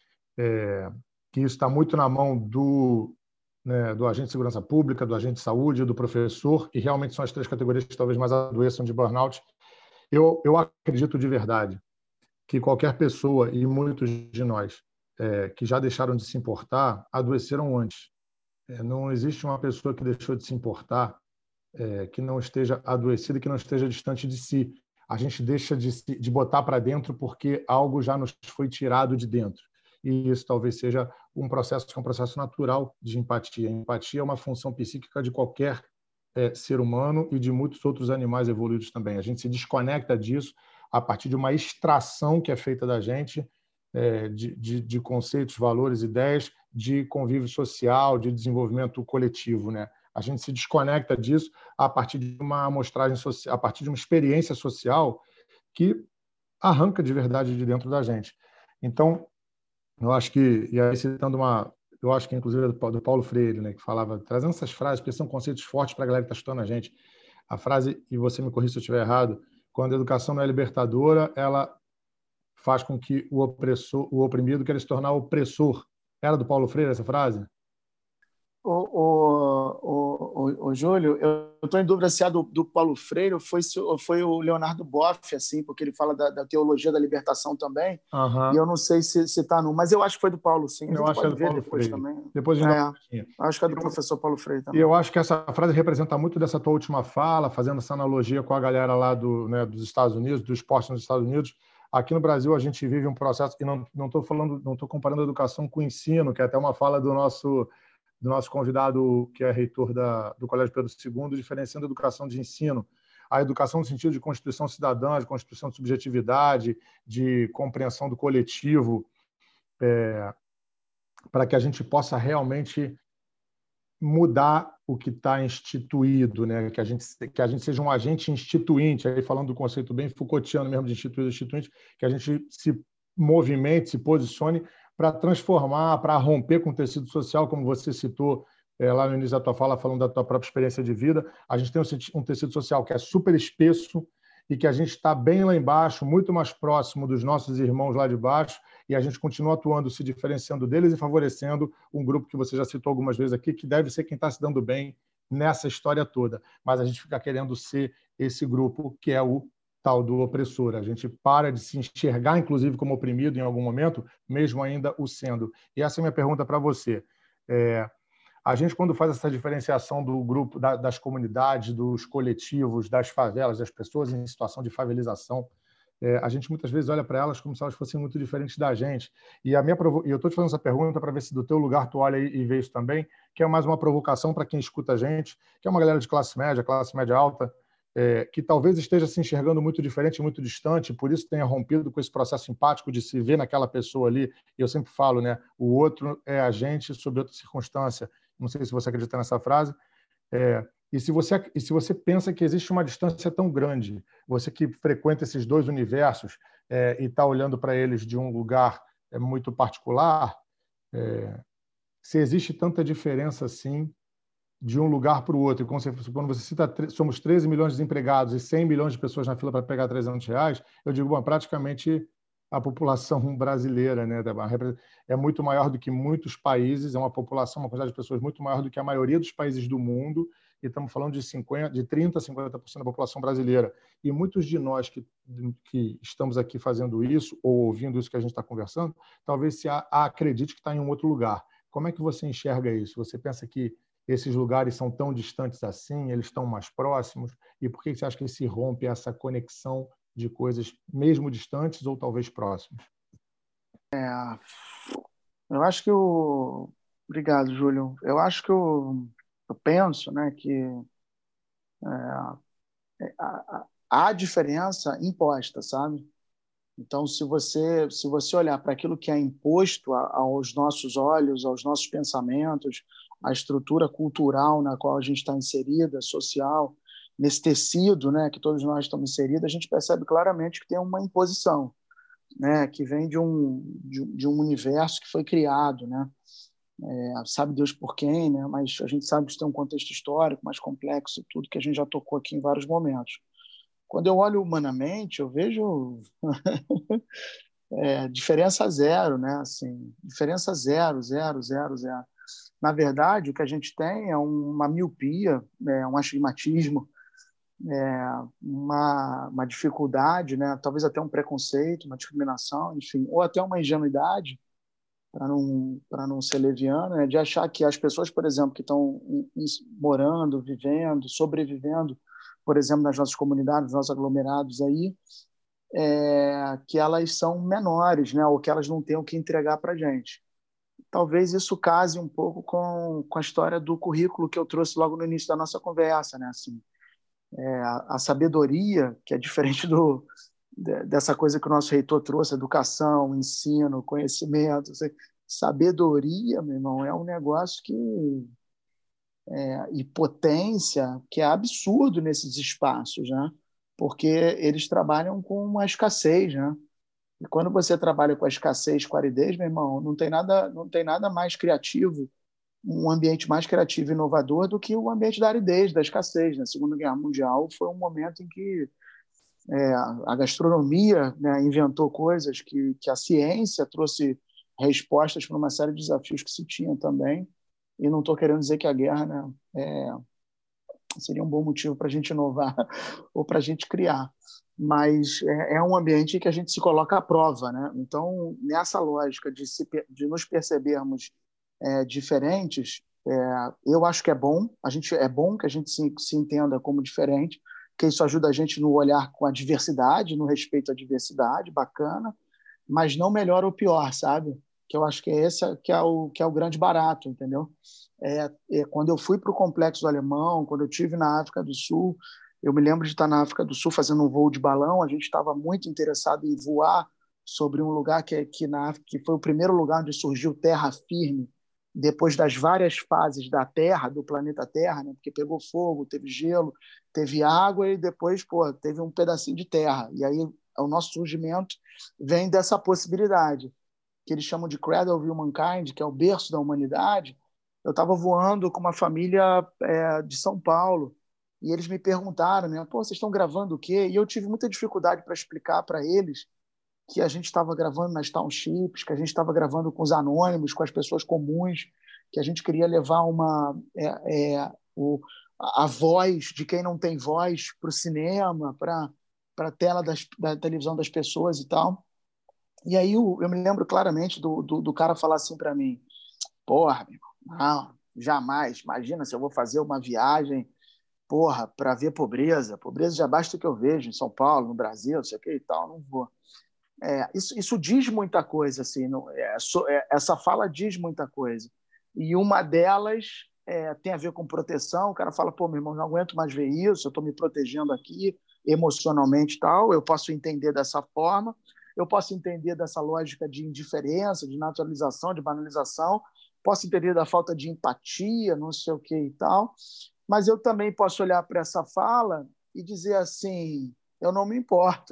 é, que isso está muito na mão do, né, do agente de segurança pública, do agente de saúde, do professor, e realmente são as três categorias que talvez mais adoeçam de burnout. Eu, eu acredito de verdade que qualquer pessoa, e muitos de nós, é, que já deixaram de se importar, adoeceram antes. É, não existe uma pessoa que deixou de se importar é, que não esteja adoecida e que não esteja distante de si. A gente deixa de, de botar para dentro porque algo já nos foi tirado de dentro. E isso talvez seja um processo que é um processo natural de empatia. A empatia é uma função psíquica de qualquer é, ser humano e de muitos outros animais evoluídos também. A gente se desconecta disso a partir de uma extração que é feita da gente é, de, de, de conceitos, valores, ideias, de convívio social, de desenvolvimento coletivo, né? A gente se desconecta disso a partir de uma amostragem social, a partir de uma experiência social que arranca de verdade de dentro da gente. Então, eu acho que, e aí citando uma, eu acho que inclusive é do Paulo Freire, né, que falava, trazendo essas frases, porque são conceitos fortes para a galera que está estudando a gente. A frase, e você me corrija se eu estiver errado, quando a educação não é libertadora, ela faz com que o opressor, o oprimido queira se tornar opressor. Era do Paulo Freire essa frase? O, o, o, o, o Júlio, eu estou em dúvida se é do, do Paulo Freire ou foi, ou foi o Leonardo Boff, assim, porque ele fala da, da teologia da libertação também, e Uhum. eu não sei se está no... Mas eu acho que foi do Paulo, sim. A Eu gente acho que é pode do ver Paulo depois Freire. também. Depois a gente dá uma É, olhadinha. acho que é do Eu, professor Paulo Freire também. eu acho que essa frase representa muito dessa tua última fala, fazendo essa analogia com a galera lá do, né, dos Estados Unidos, do esporte nos Estados Unidos. Aqui no Brasil a gente vive um processo, e não não estou falando, não estou comparando a educação com o ensino, que é até uma fala do nosso do nosso convidado, que é reitor da, do Colégio Pedro segundo, diferenciando a educação de ensino. A educação no sentido de constituição cidadã, de constituição de subjetividade, de compreensão do coletivo, é, para que a gente possa realmente mudar o que está instituído, né? que, a gente, que a gente seja um agente instituinte, aí falando do conceito bem Foucaultiano mesmo de instituído e instituinte, que a gente se movimente, se posicione para transformar, para romper com o tecido social, como você citou é, lá no início da tua fala, falando da tua própria experiência de vida. A gente tem um tecido social que é super espesso e que a gente está bem lá embaixo, muito mais próximo dos nossos irmãos lá de baixo, e a gente continua atuando, se diferenciando deles e favorecendo um grupo que você já citou algumas vezes aqui, que deve ser quem está se dando bem nessa história toda. Mas a gente fica querendo ser esse grupo que é o tal do opressor. A gente para de se enxergar, inclusive, como oprimido em algum momento, mesmo ainda o sendo. E essa é a minha pergunta para você. É, a gente, quando faz essa diferenciação do grupo, da, das comunidades, dos coletivos, das favelas, das pessoas em situação de favelização, é, a gente muitas vezes olha para elas como se elas fossem muito diferentes da gente. E, a minha provo... e eu estou te fazendo essa pergunta para ver se do teu lugar tu olha e vê isso também, que é mais uma provocação para quem escuta a gente, que é uma galera de classe média, classe média alta, é, que talvez esteja se enxergando muito diferente, muito distante, por isso tenha rompido com esse processo empático de se ver naquela pessoa ali. E eu sempre falo, né, o outro é a gente sob outra circunstância. Não sei se você acredita nessa frase. É, e, se você, e se você pensa que existe uma distância tão grande, você que frequenta esses dois universos é, e está olhando para eles de um lugar é, muito particular, é, se existe tanta diferença assim de um lugar para o outro, e quando você, quando você cita, somos treze milhões de desempregados e cem milhões de pessoas na fila para pegar trezentos reais, eu digo, bom, praticamente a população brasileira, né, é muito maior do que muitos países, é uma população, uma quantidade de pessoas muito maior do que a maioria dos países do mundo, e estamos falando de, cinquenta, de trinta a cinquenta por cento da população brasileira. E muitos de nós que, que estamos aqui fazendo isso, ou ouvindo isso que a gente está conversando, talvez se a, a acredite que está em um outro lugar. Como é que você enxerga isso? Você pensa que esses lugares são tão distantes assim? Eles estão mais próximos? E por que você acha que se rompe essa conexão de coisas mesmo distantes ou talvez próximas? Eu acho que o... Obrigado, Júlio. Eu acho que eu, eu penso, né, que há diferença imposta, sabe? Então, se você, se você olhar para aquilo que é imposto aos nossos olhos, aos nossos pensamentos, a estrutura cultural na qual a gente está inserida, social, nesse tecido, né, que todos nós estamos inseridos, a gente percebe claramente que tem uma imposição, né, que vem de um, de, de um universo que foi criado, né? É, sabe Deus por quem, né? Mas a gente sabe que isso tem um contexto histórico mais complexo, tudo que a gente já tocou aqui em vários momentos. Quando eu olho humanamente, eu vejo é, diferença zero, né? Assim, diferença zero, zero, zero, zero. Na verdade, o que a gente tem é uma miopia, é, um astigmatismo, é, uma, uma dificuldade, né? Talvez até um preconceito, uma discriminação, enfim, ou até uma ingenuidade, para não, para não ser leviano, né? De achar que as pessoas, por exemplo, que estão morando, vivendo, sobrevivendo, por exemplo, nas nossas comunidades, nos nossos aglomerados aí, é, que elas são menores, né? Ou que elas não têm o que entregar para a gente. Talvez isso case um pouco com, com a história do currículo que eu trouxe logo no início da nossa conversa, né? Assim, é, a, a sabedoria, que é diferente do, dessa coisa que o nosso reitor trouxe, educação, ensino, conhecimento, sabedoria, meu irmão, é um negócio que é, e potência que é absurdo nesses espaços, né? Porque eles trabalham com uma escassez, né? E quando você trabalha com a escassez, com a aridez, meu irmão, não tem nada, não tem nada mais criativo, um ambiente mais criativo e inovador do que o ambiente da aridez, da escassez. Na Segunda Guerra Mundial foi um momento em que é, a gastronomia, né, inventou coisas que, que a ciência trouxe respostas para uma série de desafios que se tinham também. E não estou querendo dizer que a guerra, né, é, seria um bom motivo para a gente inovar ou para a gente criar. Mas é, é um ambiente que a gente se coloca à prova, né? Então, nessa lógica de, se, de nos percebermos é, diferentes, é, eu acho que é bom. A gente, é bom que a gente se, se entenda como diferente, porque isso ajuda a gente no olhar com a diversidade, no respeito à diversidade, bacana, mas não melhor ou pior, sabe? Que eu acho que é esse que é o, que é o grande barato, entendeu? É, é, quando eu fui para o Complexo do Alemão, quando eu estive na África do Sul, eu me lembro de estar na África do Sul fazendo um voo de balão, a gente estava muito interessado em voar sobre um lugar que, que, na África, que foi o primeiro lugar onde surgiu terra firme, depois das várias fases da Terra, do planeta Terra, né? Porque pegou fogo, teve gelo, teve água e depois pô, teve um pedacinho de terra. E aí o nosso surgimento vem dessa possibilidade, que eles chamam de Cradle of Humankind, que é o berço da humanidade. Eu estava voando com uma família é, de São Paulo e eles me perguntaram, né, pô, vocês estão gravando o quê? E eu tive muita dificuldade para explicar para eles que a gente estava gravando nas townships, que a gente estava gravando com os anônimos, com as pessoas comuns, que a gente queria levar uma é, é, o, a voz de quem não tem voz para o cinema, para a tela das, da televisão das pessoas e tal. E aí eu, eu me lembro claramente do, do, do cara falar assim para mim, porra, meu irmão, não, jamais, imagina se eu vou fazer uma viagem, porra, para ver pobreza, pobreza já basta o que eu vejo em São Paulo, no Brasil, não sei o que e tal, não vou. É, isso, isso diz muita coisa, assim, não, é, so, é, essa fala diz muita coisa. E uma delas é, tem a ver com proteção, o cara fala, pô, meu irmão, não aguento mais ver isso, eu estou me protegendo aqui emocionalmente e tal, eu posso entender dessa forma, eu posso entender dessa lógica de indiferença, de naturalização, de banalização, posso entender da falta de empatia, não sei o que e tal, mas eu também posso olhar para essa fala e dizer assim, eu não me importo.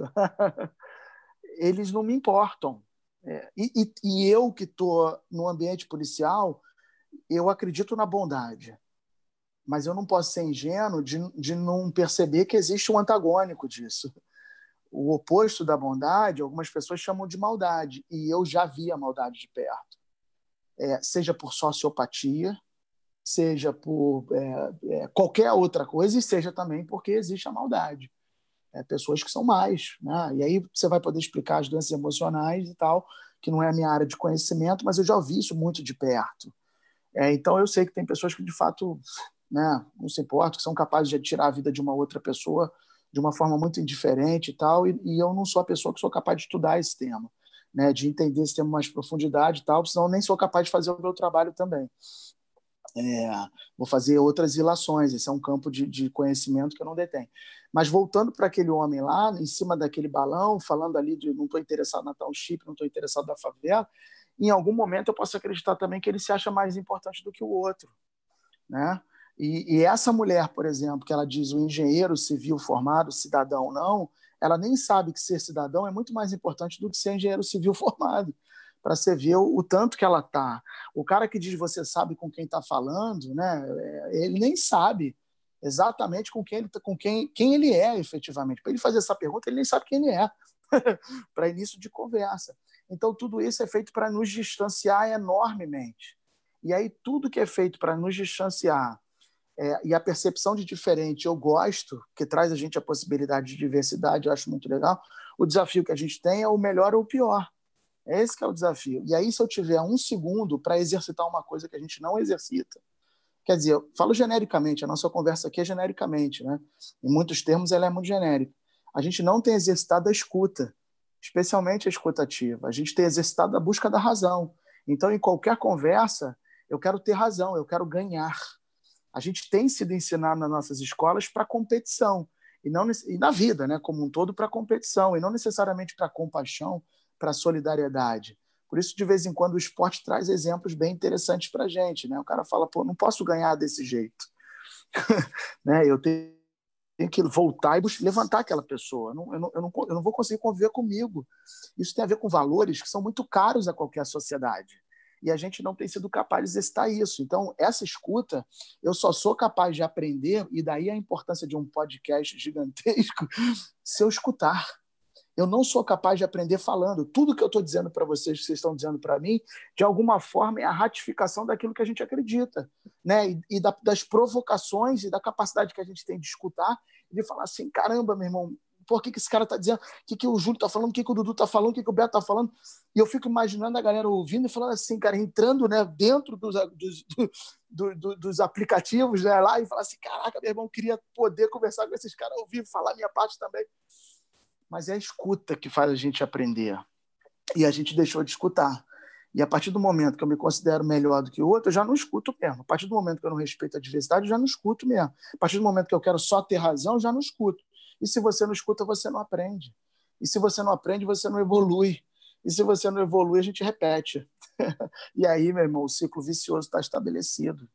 Eles não me importam. É, e, e, e eu que estou no ambiente policial, eu acredito na bondade, mas eu não posso ser ingênuo de, de não perceber que existe um antagônico disso. O oposto da bondade, algumas pessoas chamam de maldade, e eu já vi a maldade de perto. É, seja por sociopatia, seja por é, é, qualquer outra coisa, e seja também porque existe a maldade. É, pessoas que são mais, né? E aí você vai poder explicar as doenças emocionais e tal, que não é a minha área de conhecimento, mas eu já ouvi isso muito de perto. É, então, eu sei que tem pessoas que, de fato, né, não se importam, que são capazes de tirar a vida de uma outra pessoa de uma forma muito indiferente e tal, e, e eu não sou a pessoa que sou capaz de estudar esse tema, né, de entender esse tema mais profundidade e tal, senão eu nem sou capaz de fazer o meu trabalho também. É, vou fazer outras ilações, esse é um campo de, de conhecimento que eu não detenho. Mas voltando para aquele homem lá, em cima daquele balão, falando ali de não estou interessado na township, não estou interessado na favela, em algum momento eu posso acreditar também que ele se acha mais importante do que o outro, né? E, e essa mulher, por exemplo, que ela diz o engenheiro civil formado, cidadão não, ela nem sabe que ser cidadão é muito mais importante do que ser engenheiro civil formado, para você ver o, o tanto que ela tá. O cara que diz você sabe com quem está falando, né? Ele nem sabe exatamente com quem ele, com quem, quem ele é efetivamente. Para ele fazer essa pergunta, ele nem sabe quem ele é, para início de conversa. Então, tudo isso é feito para nos distanciar enormemente. E aí, tudo que é feito para nos distanciar é, e a percepção de diferente, eu gosto, que traz a gente a possibilidade de diversidade, eu acho muito legal. O desafio que a gente tem é o melhor ou o pior. É esse que é o desafio. E aí, se eu tiver um segundo para exercitar uma coisa que a gente não exercita, quer dizer, eu falo genericamente, a nossa conversa aqui é genericamente, né? Em muitos termos, ela é muito genérica. A gente não tem exercitado a escuta, especialmente a escuta ativa. A gente tem exercitado a busca da razão. Então, em qualquer conversa, eu quero ter razão, eu quero ganhar. A gente tem sido ensinado nas nossas escolas para competição, e, não, e na vida, né, como um todo, para competição, e não necessariamente para compaixão, para solidariedade. Por isso, de vez em quando, o esporte traz exemplos bem interessantes para a gente. Né? O cara fala, pô, não posso ganhar desse jeito. né? Eu tenho que voltar e levantar aquela pessoa. Eu não, eu, não, eu, não, eu não vou conseguir conviver comigo. Isso tem a ver com valores que são muito caros a qualquer sociedade. E a gente não tem sido capaz de exercitar isso. Então, essa escuta, eu só sou capaz de aprender, e daí a importância de um podcast gigantesco, se eu escutar. Eu não sou capaz de aprender falando. Tudo que eu estou dizendo para vocês, que vocês estão dizendo para mim, de alguma forma é a ratificação daquilo que a gente acredita, né? E, e da, das provocações e da capacidade que a gente tem de escutar e de falar assim, caramba, meu irmão, por que, que esse cara está dizendo? O que, que o Júlio está falando? O que, que o Dudu está falando? O que, que o Beto está falando? E eu fico imaginando a galera ouvindo e falando assim, cara, entrando, né, dentro dos, dos, do, do, dos aplicativos, né, lá e falar assim, caraca, meu irmão, queria poder conversar com esses caras ao vivo, falar a minha parte também. Mas é a escuta que faz a gente aprender. E a gente deixou de escutar. E a partir do momento que eu me considero melhor do que o outro, eu já não escuto mesmo. A partir do momento que eu não respeito a diversidade, eu já não escuto mesmo. A partir do momento que eu quero só ter razão, eu já não escuto. E se você não escuta, você não aprende. E se você não aprende, você não evolui. E se você não evolui, a gente repete. E aí, meu irmão, o ciclo vicioso está estabelecido.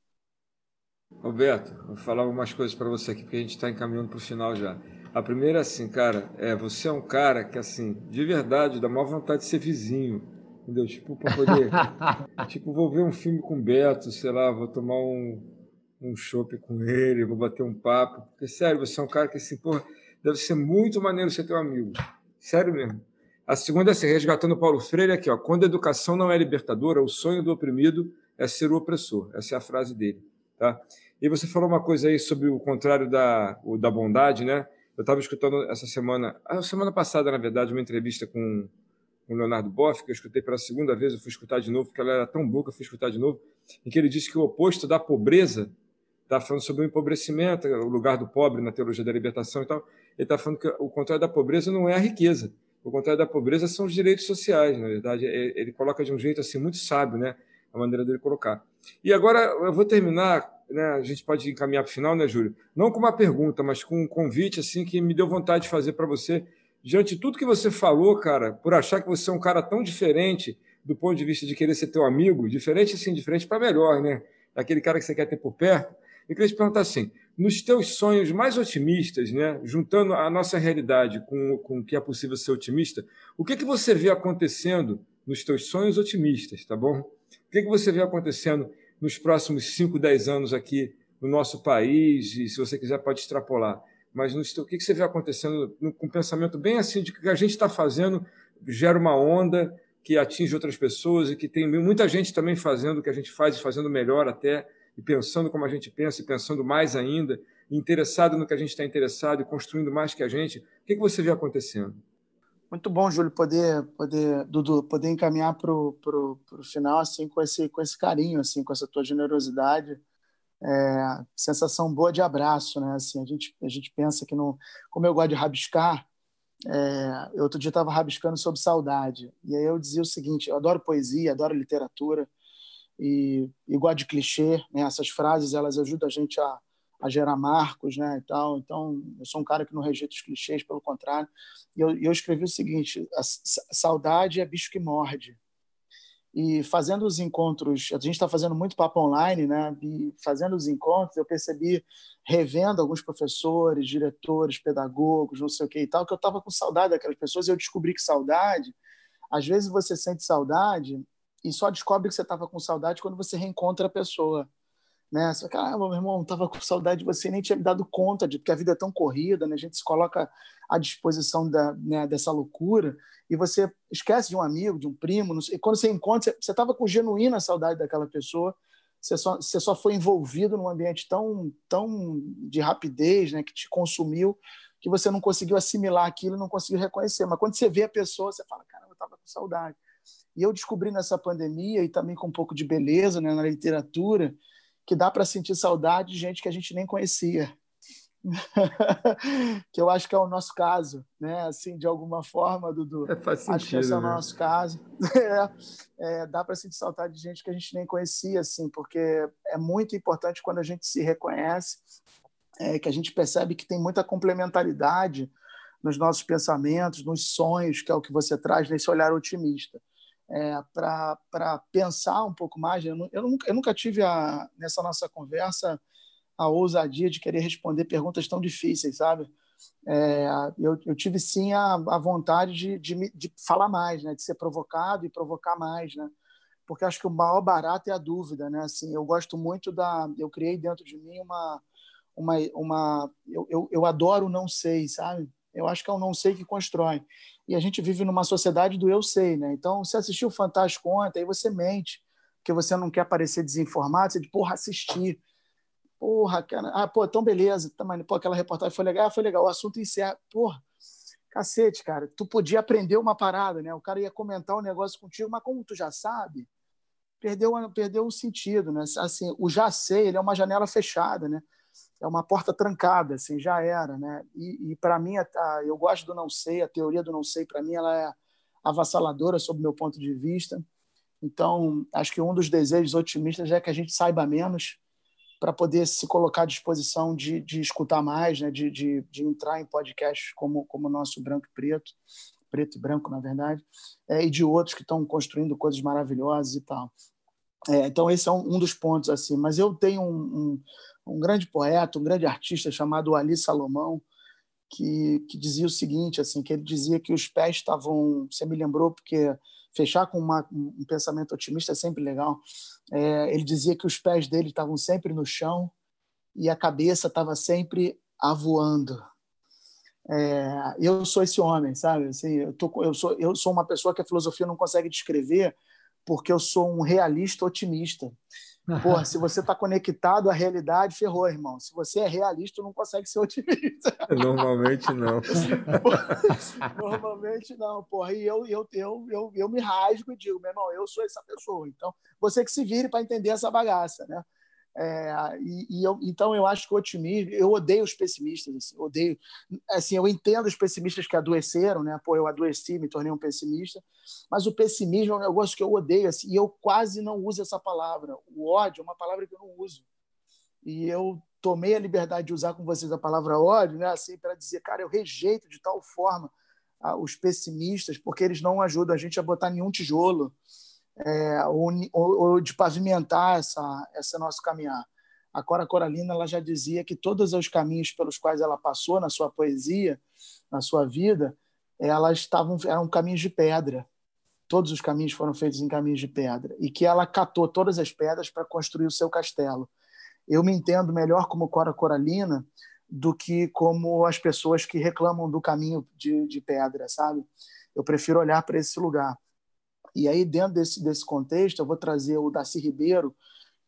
Roberto, vou falar algumas coisas para você aqui, porque a gente está encaminhando para o final já. A primeira, assim, cara, é, você é um cara que, assim, de verdade, dá maior vontade de ser vizinho, entendeu? Tipo, para poder, tipo, vou ver um filme com o Beto, sei lá, vou tomar um, um chopp com ele, vou bater um papo, porque, sério, você é um cara que, assim, porra, deve ser muito maneiro ser teu amigo, sério mesmo. A segunda é assim, resgatando Paulo Freire aqui, ó, quando a educação não é libertadora, o sonho do oprimido é ser o opressor, essa é a frase dele, tá? E você falou uma coisa aí sobre o contrário da, o, da bondade, né? Eu estava escutando essa semana, a semana passada, na verdade, uma entrevista com, com o Leonardo Boff, que eu escutei pela segunda vez, eu fui escutar de novo, porque ela era tão boa que eu fui escutar de novo, em que ele disse que o oposto da pobreza, está falando sobre o empobrecimento, o lugar do pobre na teologia da libertação e tal, ele está falando que o contrário da pobreza não é a riqueza, o contrário da pobreza são os direitos sociais, na verdade. Ele coloca de um jeito assim muito sábio, né? A maneira dele colocar. E agora eu vou terminar, né? A gente pode encaminhar para o final, né, Júlio? Não com uma pergunta, mas com um convite assim que me deu vontade de fazer para você. Diante de tudo que você falou, cara, por achar que você é um cara tão diferente do ponto de vista de querer ser teu amigo, diferente assim, diferente para melhor, né? Daquele cara que você quer ter por perto. Eu queria te perguntar assim, nos teus sonhos mais otimistas, né, juntando a nossa realidade com, com o que é possível ser otimista, o que, que você vê acontecendo nos teus sonhos otimistas, tá bom? O que, que você vê acontecendo nos próximos cinco, dez anos aqui no nosso país, e se você quiser pode extrapolar, mas no, o que, que você vê acontecendo no, com um pensamento bem assim, de que a gente está fazendo gera uma onda que atinge outras pessoas e que tem muita gente também fazendo o que a gente faz e fazendo melhor até, e pensando como a gente pensa, e pensando mais ainda, interessado no que a gente está interessado e construindo mais que a gente. O que, que você vê acontecendo? Muito bom, Júlio, poder, poder, Dudu, poder encaminhar para o final assim, com esse, com esse carinho, assim, com essa tua generosidade. É, sensação boa de abraço, né? Assim, a gente, a gente pensa que não. Como eu gosto de rabiscar, é, eu outro dia estava rabiscando sobre saudade. E aí eu dizia o seguinte: eu adoro poesia, adoro literatura e, e gosto de clichê, né? Essas frases elas ajudam a gente a, a gerar marcos, né? E tal. Então, eu sou um cara que não rejeita os clichês, pelo contrário. E eu, eu escrevi o seguinte: a saudade é bicho que morde. E fazendo os encontros, a gente está fazendo muito papo online, né? E fazendo os encontros, eu percebi, revendo alguns professores, diretores, pedagogos, não sei o que e tal, que eu estava com saudade daquelas pessoas. E eu descobri que saudade, às vezes você sente saudade e só descobre que você estava com saudade quando você reencontra a pessoa. Né? Você fala, caramba, meu irmão, estava com saudade de você, nem tinha me dado conta de porque a vida é tão corrida, né? A gente se coloca à disposição da, né, dessa loucura e você esquece de um amigo, de um primo, sei, e quando você encontra, você estava com genuína saudade daquela pessoa, você só, você só foi envolvido num ambiente tão, tão de rapidez, né, que te consumiu, que você não conseguiu assimilar aquilo, não conseguiu reconhecer. Mas quando você vê a pessoa, você fala, caramba, eu estava com saudade. E eu descobri nessa pandemia, e também com um pouco de beleza, né, na literatura, que dá para sentir saudade de gente que a gente nem conhecia. Que eu acho que é o nosso caso, né? Assim, de alguma forma, Dudu. É, faz Acho que esse sentido, é o né? nosso caso. É, é, dá para sentir saudade de gente que a gente nem conhecia, assim, porque é muito importante quando a gente se reconhece, é, que a gente percebe que tem muita complementaridade nos nossos pensamentos, nos sonhos, que é o que você traz nesse olhar otimista. É, para pensar um pouco mais. Eu, eu, nunca, eu nunca tive, a, nessa nossa conversa, a ousadia de querer responder perguntas tão difíceis, sabe? É, eu, eu tive, sim, a, a vontade de, de, de falar mais, né? De ser provocado e provocar mais, né? Porque acho que o maior barato é a dúvida, né? Assim, eu gosto muito da... Eu criei dentro de mim uma... uma, uma eu, eu, eu adoro o não sei, sabe? Eu acho que é o não sei que constrói. E a gente vive numa sociedade do eu sei, né? Então, você assistiu o Fantástico ontem, aí você mente, porque você não quer parecer desinformado, você diz, porra, assisti. Porra, cara. Ah, pô, então beleza. Pô, aquela reportagem foi legal, ah, foi legal. O assunto encerra. Porra, cacete, cara. Tu podia aprender uma parada, né? O cara ia comentar um negócio contigo, mas como tu já sabe, perdeu, perdeu o sentido, né? Assim, o já sei, ele é uma janela fechada, né? É uma porta trancada, assim, já era, né? E, e para mim, a, a, eu gosto do não sei, a teoria do não sei, para mim, ela é avassaladora sob o meu ponto de vista. Então, acho que um dos desejos otimistas é que a gente saiba menos para poder se colocar à disposição de, de escutar mais, né? de, de, de entrar em podcasts como, como o nosso Branco e Preto, preto e branco, na verdade, é, e de outros que estão construindo coisas maravilhosas e tal. É, então, esse é um, um dos pontos, assim. Mas eu tenho um, um, um grande poeta, um grande artista chamado Ali Salomão, que, que dizia o seguinte, assim, que ele dizia que os pés estavam... Você me lembrou, porque fechar com uma, um pensamento otimista é sempre legal. É, ele dizia que os pés dele estavam sempre no chão e a cabeça estava sempre avoando. É, eu sou esse homem, sabe? Assim, eu, tô, eu, sou, eu sou uma pessoa que a filosofia não consegue descrever, porque eu sou um realista otimista. Porra, se você está conectado à realidade, ferrou, irmão. Se você é realista, não consegue ser otimista. Normalmente não. Normalmente não, porra. E eu, eu, eu, eu, eu me rasgo e digo, meu irmão, eu sou essa pessoa. Então, você que se vire para entender essa bagaça, né? É, e, e eu, então eu acho que o otimismo, eu odeio os pessimistas, assim, odeio, assim, eu entendo os pessimistas que adoeceram, né? Pô, eu adoeci, me tornei um pessimista, mas o pessimismo é um negócio que eu odeio, assim, e eu quase não uso essa palavra. O ódio é uma palavra que eu não uso. E eu tomei a liberdade de usar com vocês a palavra ódio, né? Assim, para dizer, cara, eu rejeito de tal forma ah, os pessimistas, porque eles não ajudam a gente a botar nenhum tijolo. É, ou, ou de pavimentar essa, essa nosso caminhar. A Cora Coralina ela já dizia que todos os caminhos pelos quais ela passou na sua poesia, na sua vida, elas estavam, eram caminhos de pedra. Todos os caminhos foram feitos em caminhos de pedra. E que ela catou todas as pedras para construir o seu castelo. Eu me entendo melhor como Cora Coralina do que como as pessoas que reclamam do caminho de, de pedra, sabe? Eu prefiro olhar para esse lugar. E aí, dentro desse, desse contexto, eu vou trazer o Darcy Ribeiro,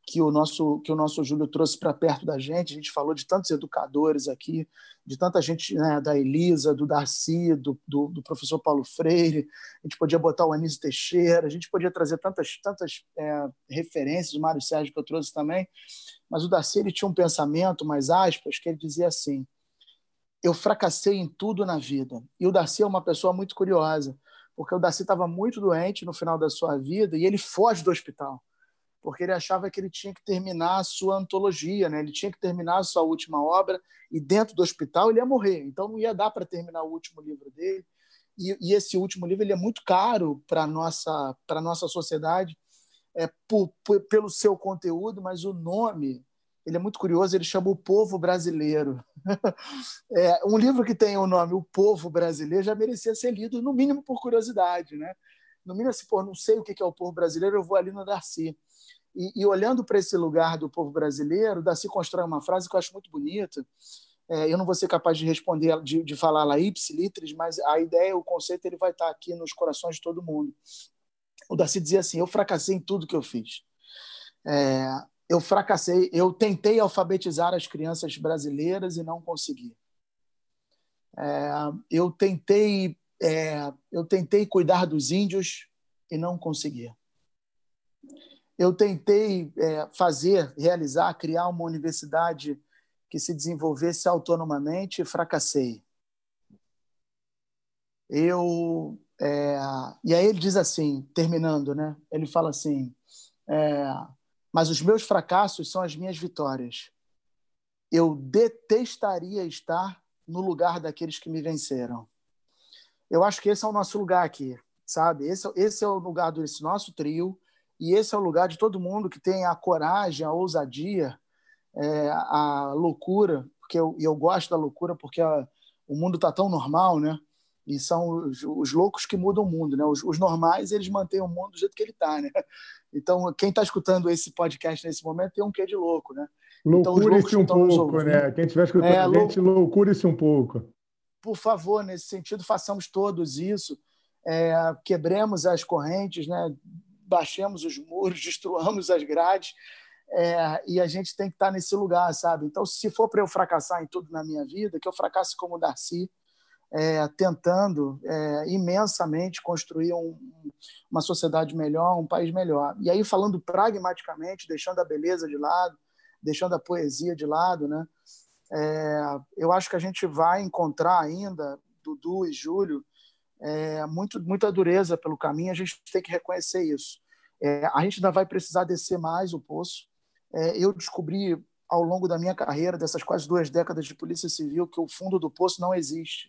que o nosso, que o nosso Júlio trouxe para perto da gente. A gente falou de tantos educadores aqui, de tanta gente, né, da Elisa, do Darcy, do, do, do professor Paulo Freire. A gente podia botar o Anísio Teixeira, a gente podia trazer tantas, tantas é, referências, o Mário Sérgio que eu trouxe também, mas o Darcy ele tinha um pensamento, mais aspas, que ele dizia assim: eu fracassei em tudo na vida. E o Darcy é uma pessoa muito curiosa, porque o Darcy estava muito doente no final da sua vida e ele foge do hospital, porque ele achava que ele tinha que terminar a sua antologia, né? Ele tinha que terminar a sua última obra, e dentro do hospital ele ia morrer, então não ia dar para terminar o último livro dele. E, e esse último livro ele é muito caro para a nossa, para nossa sociedade, é, por, por, pelo seu conteúdo, mas o nome ele é muito curioso, ele chama O Povo Brasileiro. É, um livro que tem o nome O Povo Brasileiro já merecia ser lido, no mínimo por curiosidade, né? No mínimo, assim, pô, não sei o que é o povo brasileiro, eu vou ali no Darcy. E, e olhando para esse lugar do povo brasileiro, o Darcy constrói uma frase que eu acho muito bonita. É, eu não vou ser capaz de responder, de, de falar lá ipsilitris, mas a ideia, o conceito, ele vai estar aqui nos corações de todo mundo. O Darcy dizia assim: eu fracassei em tudo que eu fiz. É, eu fracassei, eu tentei alfabetizar as crianças brasileiras e não consegui. É, eu tentei, é, eu tentei cuidar dos índios e não consegui. Eu tentei é, fazer, realizar, criar uma universidade que se desenvolvesse autonomamente e fracassei. Eu, é, e aí ele diz assim, terminando, né? Ele fala assim: é, mas os meus fracassos são as minhas vitórias. Eu detestaria estar no lugar daqueles que me venceram. Eu acho que esse é o nosso lugar aqui, sabe? Esse, esse é o lugar desse nosso trio, e esse é o lugar de todo mundo que tem a coragem, a ousadia, é, a loucura, porque eu, eu gosto da loucura, porque a, o mundo está tão normal, né? E são os, os loucos que mudam o mundo, né? Os, os normais, eles mantêm o mundo do jeito que ele está, né? Então, quem está escutando esse podcast nesse momento tem um quê de louco, né? Então, os loucos Loucure-se que um estão nos pouco, ouvindo, né? Quem estiver escutando é, a gente, louco, loucure-se um pouco. por favor, nesse sentido, façamos todos isso, é, quebremos as correntes, né? Baixemos os muros, destruamos as grades, é, e a gente tem que estar nesse lugar, sabe? Então, se for para eu fracassar em tudo na minha vida, que eu fracasse como o Darcy, é, tentando é, imensamente construir um, uma sociedade melhor, um país melhor. E aí, falando pragmaticamente, deixando a beleza de lado, deixando a poesia de lado, né? É, eu acho que a gente vai encontrar ainda, Dudu e Júlio, é, muito, muita dureza pelo caminho, a gente tem que reconhecer isso. É, a gente ainda vai precisar descer mais o poço. É, eu descobri ao longo da minha carreira, dessas quase duas décadas de Polícia Civil, que o fundo do poço não existe.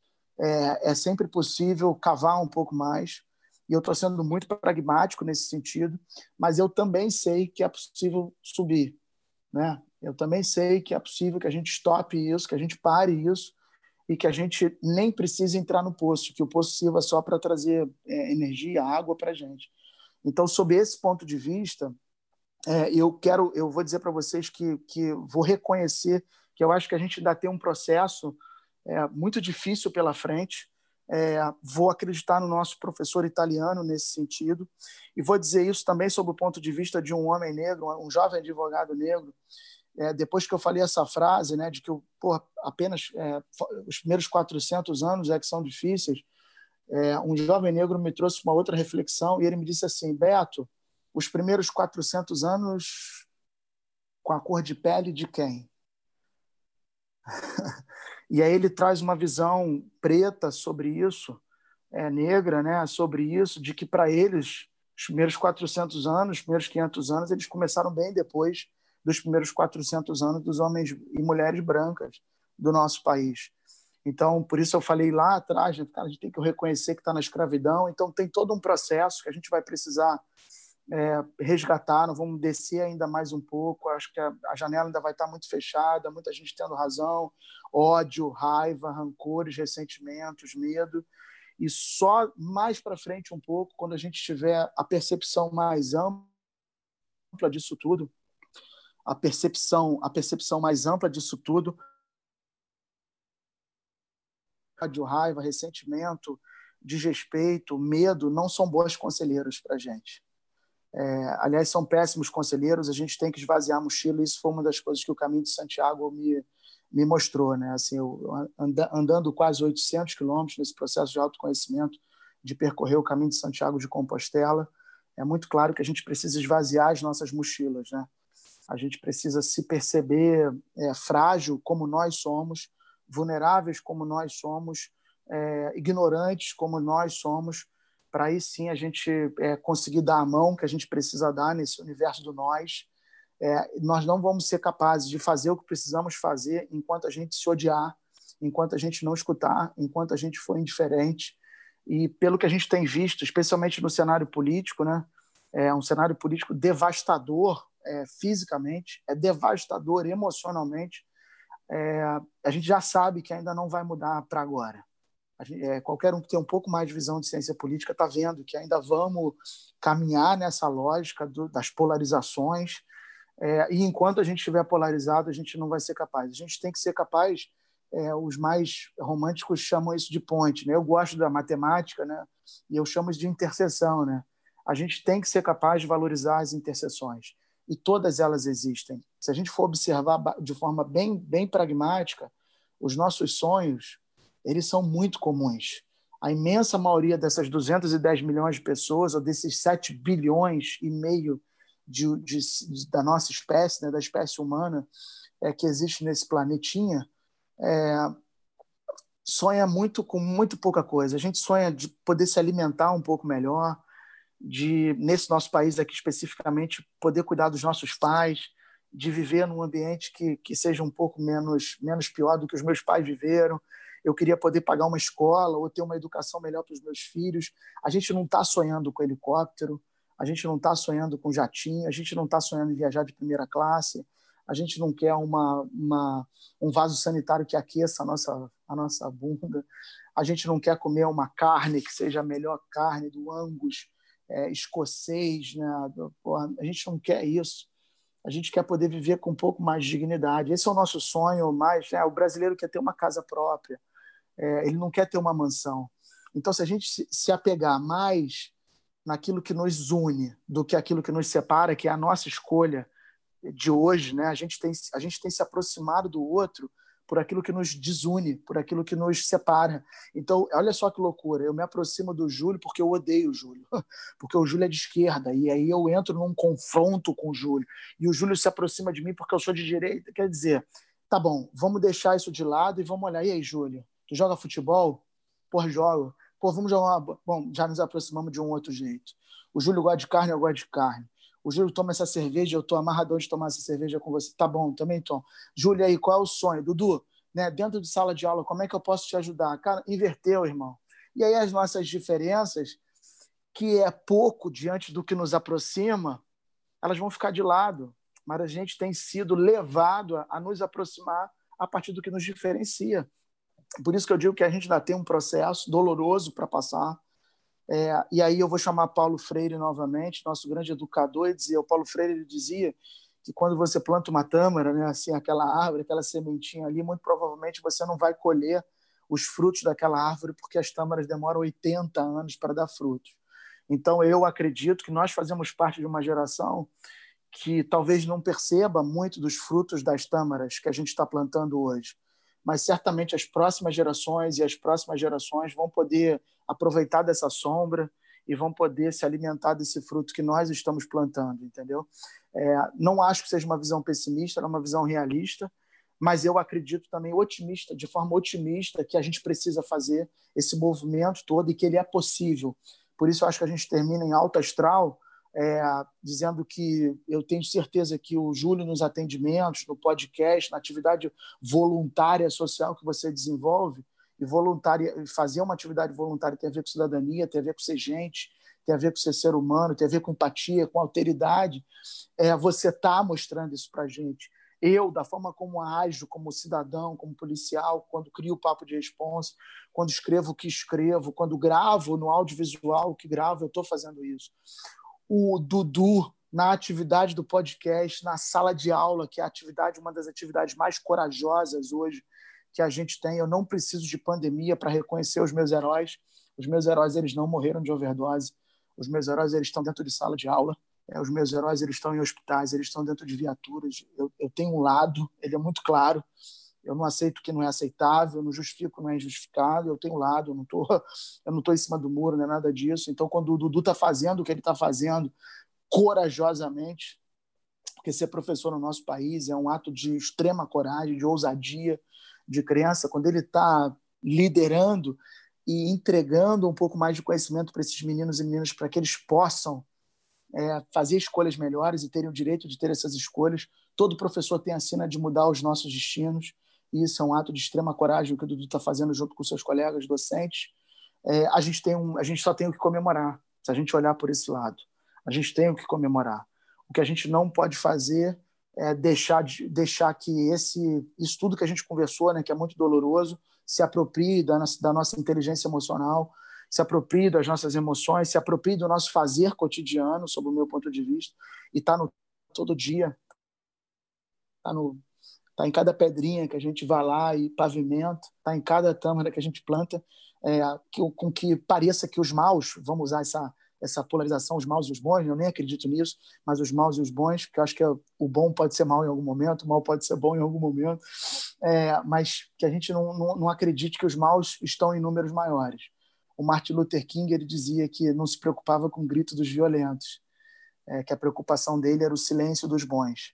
É, é sempre possível cavar um pouco mais, e eu estou sendo muito pragmático nesse sentido, mas eu também sei que é possível subir, né? Eu também sei que é possível que a gente stope isso, que a gente pare isso, e que a gente nem precise entrar no poço, que o poço sirva só para trazer é, energia, água para a gente. Então, sob esse ponto de vista, é, eu quero, eu vou dizer para vocês que, que vou reconhecer que eu acho que a gente ainda tem um processo é, muito difícil pela frente. É, vou acreditar no nosso professor italiano nesse sentido, e vou dizer isso também sob o ponto de vista de um homem negro, um jovem advogado negro. É, depois que eu falei essa frase, né, de que porra, apenas é, os primeiros quatrocentos anos é que são difíceis, é, um jovem negro me trouxe uma outra reflexão, e ele me disse assim: Beto, os primeiros quatrocentos anos com a cor de pele de quem? E aí ele traz uma visão preta sobre isso, é, negra, né, sobre isso, de que para eles os primeiros quatrocentos anos, os primeiros quinhentos anos, eles começaram bem depois dos primeiros quatrocentos anos dos homens e mulheres brancas do nosso país. Então, por isso eu falei lá atrás, né, cara, a gente tem que reconhecer que está na escravidão, então tem todo um processo que a gente vai precisar é, resgatar, nós vamos descer ainda mais um pouco, acho que a, a janela ainda vai estar muito fechada, muita gente tendo razão, ódio, raiva, rancores, ressentimentos, medo, e só mais para frente um pouco, quando a gente tiver a percepção mais ampla disso tudo, a percepção, a percepção mais ampla disso tudo, ódio, raiva, ressentimento, desrespeito, medo, não são bons conselheiros para a gente. É, aliás, são péssimos conselheiros, a gente tem que esvaziar a mochila, e isso foi uma das coisas que o Caminho de Santiago me, me mostrou, né? Assim, eu, anda, andando quase oitocentos quilômetros nesse processo de autoconhecimento, de percorrer o Caminho de Santiago de Compostela, é muito claro que a gente precisa esvaziar as nossas mochilas, né? A gente precisa se perceber é, frágil como nós somos, vulneráveis como nós somos, é, ignorantes como nós somos, para aí sim a gente é, conseguir dar a mão que a gente precisa dar nesse universo do nós. É, nós não vamos ser capazes de fazer o que precisamos fazer enquanto a gente se odiar, enquanto a gente não escutar, enquanto a gente for indiferente. E pelo que a gente tem visto, especialmente no cenário político, né, é um cenário político devastador é, fisicamente, é devastador emocionalmente, é, a gente já sabe que ainda não vai mudar para agora. A gente, é, qualquer um que tem um pouco mais de visão de ciência política está vendo que ainda vamos caminhar nessa lógica do, das polarizações, é, e enquanto a gente estiver polarizado, a gente não vai ser capaz. A gente tem que ser capaz, é, os mais românticos chamam isso de ponte, né? Eu gosto da matemática, né? E eu chamo isso de interseção, né? A gente tem que ser capaz de valorizar as interseções, e todas elas existem. Se a gente for observar de forma bem, bem pragmática, os nossos sonhos, eles são muito comuns. A imensa maioria dessas duzentos e dez milhões de pessoas, ou desses sete bilhões e meio de, de, de, da nossa espécie, né, da espécie humana, é, que existe nesse planetinha, é, sonha muito com muito pouca coisa. A gente sonha de poder se alimentar um pouco melhor, de, nesse nosso país aqui especificamente, poder cuidar dos nossos pais, de viver num ambiente que, que seja um pouco menos, menos pior do que os meus pais viveram. Eu queria poder pagar uma escola ou ter uma educação melhor para os meus filhos. A gente não está sonhando com helicóptero, a gente não está sonhando com jatinho, a gente não está sonhando em viajar de primeira classe, a gente não quer uma, uma, um vaso sanitário que aqueça a nossa, a nossa bunda, a gente não quer comer uma carne que seja a melhor carne do Angus, é, escocês, né? Porra, a gente não quer isso. A gente quer poder viver com um pouco mais de dignidade. Esse é o nosso sonho, mais, né? O brasileiro quer ter uma casa própria, é, ele não quer ter uma mansão. Então, se a gente se, se apegar mais naquilo que nos une do que aquilo que nos separa, que é a nossa escolha de hoje, né? A gente tem, a gente tem se aproximado do outro por aquilo que nos desune, por aquilo que nos separa. Então, olha só que loucura, eu me aproximo do Júlio porque eu odeio o Júlio, porque o Júlio é de esquerda, e aí eu entro num confronto com o Júlio, e o Júlio se aproxima de mim porque eu sou de direita. Quer dizer, tá bom, vamos deixar isso de lado e vamos olhar. E aí, Júlio, tu joga futebol? Porra, jogo. Pô, vamos jogar uma... Bom, já nos aproximamos de um outro jeito. O Júlio gosta de carne, eu gosto de carne. O Júlio toma essa cerveja, eu tô amarradão de tomar essa cerveja com você. Tá bom, também tomo. Júlio, aí, qual é o sonho? Dudu, né, dentro de sala de aula, como é que eu posso te ajudar? Cara, inverteu, irmão. E aí as nossas diferenças, que é pouco diante do que nos aproxima, elas vão ficar de lado. Mas a gente tem sido levado a, a nos aproximar a partir do que nos diferencia. Por isso que eu digo que a gente ainda tem um processo doloroso para passar. É, e aí eu vou chamar Paulo Freire novamente, nosso grande educador, e dizer, o Paulo Freire ele dizia que quando você planta uma tâmara, né, assim, aquela árvore, aquela sementinha ali, muito provavelmente você não vai colher os frutos daquela árvore, porque as tâmaras demoram oitenta anos para dar frutos. Então eu acredito que nós fazemos parte de uma geração que talvez não perceba muito dos frutos das tâmaras que a gente está plantando hoje, mas certamente as próximas gerações e as próximas gerações vão poder aproveitar dessa sombra e vão poder se alimentar desse fruto que nós estamos plantando, entendeu? É, não acho que seja uma visão pessimista, é uma visão realista, mas eu acredito também otimista, de forma otimista, que a gente precisa fazer esse movimento todo e que ele é possível. Por isso eu acho que a gente termina em alto astral, É, dizendo que eu tenho certeza que o Júlio nos atendimentos, no podcast, na atividade voluntária social que você desenvolve, e voluntária, fazer uma atividade voluntária tem a ver com cidadania, tem a ver com ser gente, tem a ver com ser ser humano, tem a ver com empatia, com alteridade. É, você está mostrando isso para a gente. Eu, da forma como ajo como cidadão, como policial, quando crio o papo de responsa, quando escrevo o que escrevo, quando gravo no audiovisual o que gravo, eu estou fazendo isso. O Dudu na atividade do podcast, na sala de aula, que é a atividade, uma das atividades mais corajosas hoje que a gente tem. Eu não preciso de pandemia para reconhecer os meus heróis. Os meus heróis, eles não morreram de overdose. Os meus heróis, eles estão dentro de sala de aula. É, os meus heróis, eles estão em hospitais, eles estão dentro de viaturas. Eu, eu tenho um lado, ele é muito claro. Eu não aceito o que não é aceitável, eu não justifico o que não é injustificado. Eu tenho um lado, eu não tô, eu não tô em cima do muro, não é nada disso. Então, quando o Dudu está fazendo o que ele está fazendo, corajosamente, porque ser professor no nosso país é um ato de extrema coragem, de ousadia, de crença. Quando ele está liderando e entregando um pouco mais de conhecimento para esses meninos e meninas, para que eles possam é, fazer escolhas melhores e terem o direito de ter essas escolhas. Todo professor tem a sina de mudar os nossos destinos, e isso é um ato de extrema coragem, o que o Dudu está fazendo junto com seus colegas docentes. É, a, gente tem um, a gente só tem o que comemorar, se a gente olhar por esse lado. A gente tem o que comemorar. O que a gente não pode fazer é deixar, de, deixar que esse, isso tudo que a gente conversou, né, que é muito doloroso, se aproprie da nossa, da nossa inteligência emocional, se aproprie das nossas emoções, se aproprie do nosso fazer cotidiano, sob o meu ponto de vista, e está no todo dia, está no está em cada pedrinha que a gente vai lá e pavimenta, está em cada tâmara que a gente planta, é, que, com que pareça que os maus, vamos usar essa, essa polarização, os maus e os bons, eu nem acredito nisso, mas os maus e os bons, porque eu acho que o bom pode ser mal em algum momento, o mal pode ser bom em algum momento, é, mas que a gente não, não, não acredite que os maus estão em números maiores. O Martin Luther King, ele dizia que não se preocupava com o grito dos violentos, é, que a preocupação dele era o silêncio dos bons.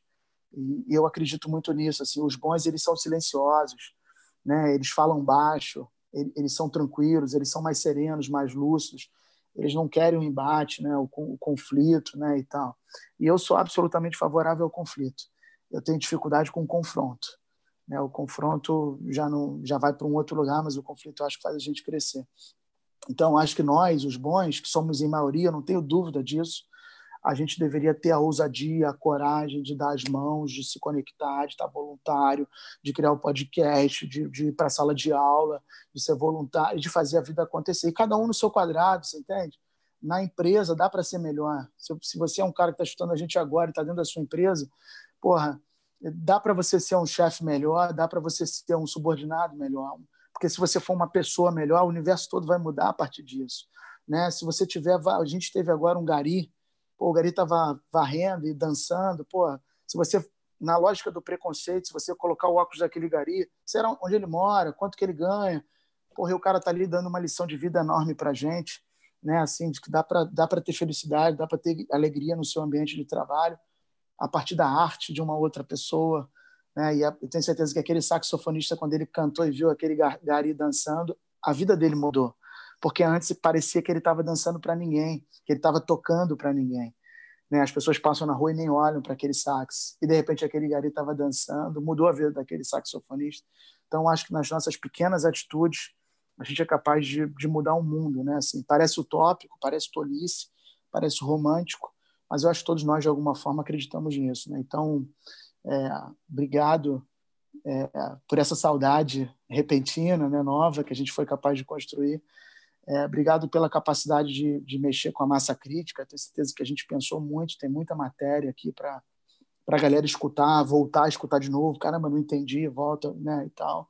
E eu acredito muito nisso. Assim, os bons, eles são silenciosos, né? Eles falam baixo, eles são tranquilos, eles são mais serenos, mais lúcidos, eles não querem o embate, né? o, o conflito, né? E tal. E eu sou absolutamente favorável ao conflito. Eu tenho dificuldade com o confronto, né? O confronto já, não, já vai para um outro lugar, mas o conflito eu acho que faz a gente crescer. Então, acho que nós, os bons, que somos em maioria, não tenho dúvida disso, a gente deveria ter a ousadia, a coragem de dar as mãos, de se conectar, de estar voluntário, de criar o um podcast, de, de ir para a sala de aula, de ser voluntário, de fazer a vida acontecer. E cada um no seu quadrado, você entende? Na empresa dá para ser melhor. Se, se você é um cara que está escutando a gente agora e está dentro da sua empresa, porra, dá para você ser um chefe melhor, dá para você ser um subordinado melhor. Porque se você for uma pessoa melhor, o universo todo vai mudar a partir disso. Né? Se você tiver... A gente teve agora um gari, pô, o gari estava varrendo e dançando. Pô, se você, na lógica do preconceito, se você colocar o óculos daquele gari, será onde ele mora, quanto que ele ganha. Porra, e o cara está ali dando uma lição de vida enorme para a gente, né? Assim, de que dá para dá para ter felicidade, dá para ter alegria no seu ambiente de trabalho a partir da arte de uma outra pessoa. Né? E eu tenho certeza que aquele saxofonista, quando ele cantou e viu aquele gari dançando, a vida dele mudou. Porque antes parecia que ele estava dançando para ninguém, que ele estava tocando para ninguém. Né? As pessoas passam na rua e nem olham para aquele sax. E, de repente, aquele gari estava dançando, mudou a vida daquele saxofonista. Então, acho que nas nossas pequenas atitudes, a gente é capaz de, de mudar o mundo. Né? Assim, parece utópico, parece tolice, parece romântico, mas eu acho que todos nós, de alguma forma, acreditamos nisso. Né? Então, é, obrigado é, por essa saudade repentina, né, nova, que a gente foi capaz de construir. É, obrigado pela capacidade de, de mexer com a massa crítica. Tenho certeza que a gente pensou muito, tem muita matéria aqui para a galera escutar, voltar a escutar de novo. Caramba, não entendi, volta, né, e tal.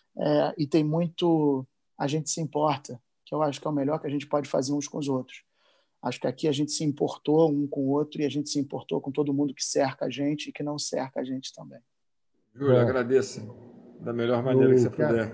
É, e tem muito... A gente se importa, que eu acho que é o melhor que a gente pode fazer uns com os outros. Acho que aqui a gente se importou um com o outro e a gente se importou com todo mundo que cerca a gente e que não cerca a gente também. Júlio, agradeça da melhor maneira que você puder.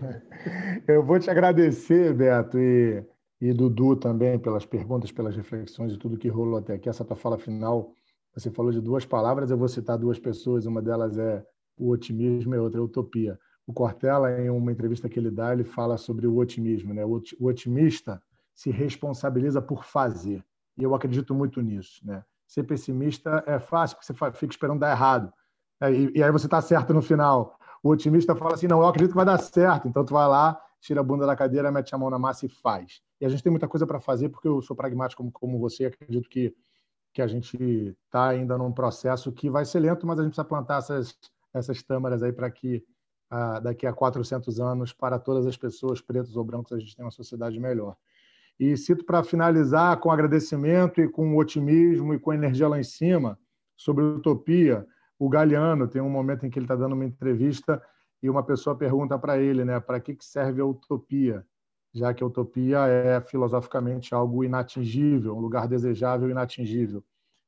Eu vou te agradecer, Beto, e, e Dudu também, pelas perguntas, pelas reflexões e tudo que rolou até aqui. Essa tua fala final, você falou de duas palavras, eu vou citar duas pessoas, uma delas é o otimismo e a outra é a utopia. O Cortella, em uma entrevista que ele dá, ele fala sobre o otimismo. Né? O otimista se responsabiliza por fazer, e eu acredito muito nisso. Né? Ser pessimista é fácil, porque você fica esperando dar errado. E, e aí você está certo no final. O otimista fala assim, não, eu acredito que vai dar certo. Então, tu vai lá, tira a bunda da cadeira, mete a mão na massa e faz. E a gente tem muita coisa para fazer, porque eu sou pragmático como, como você, acredito que, que a gente está ainda num processo que vai ser lento, mas a gente precisa plantar essas, essas tâmaras aí para que ah, daqui a quatrocentos anos, para todas as pessoas, pretos ou brancos, a gente tenha uma sociedade melhor. E cito para finalizar com agradecimento e com otimismo e com energia lá em cima, sobre utopia. O Galeano tem um momento em que ele está dando uma entrevista e uma pessoa pergunta para ele, né, para que serve a utopia, já que a utopia é filosoficamente algo inatingível, um lugar desejável e inatingível.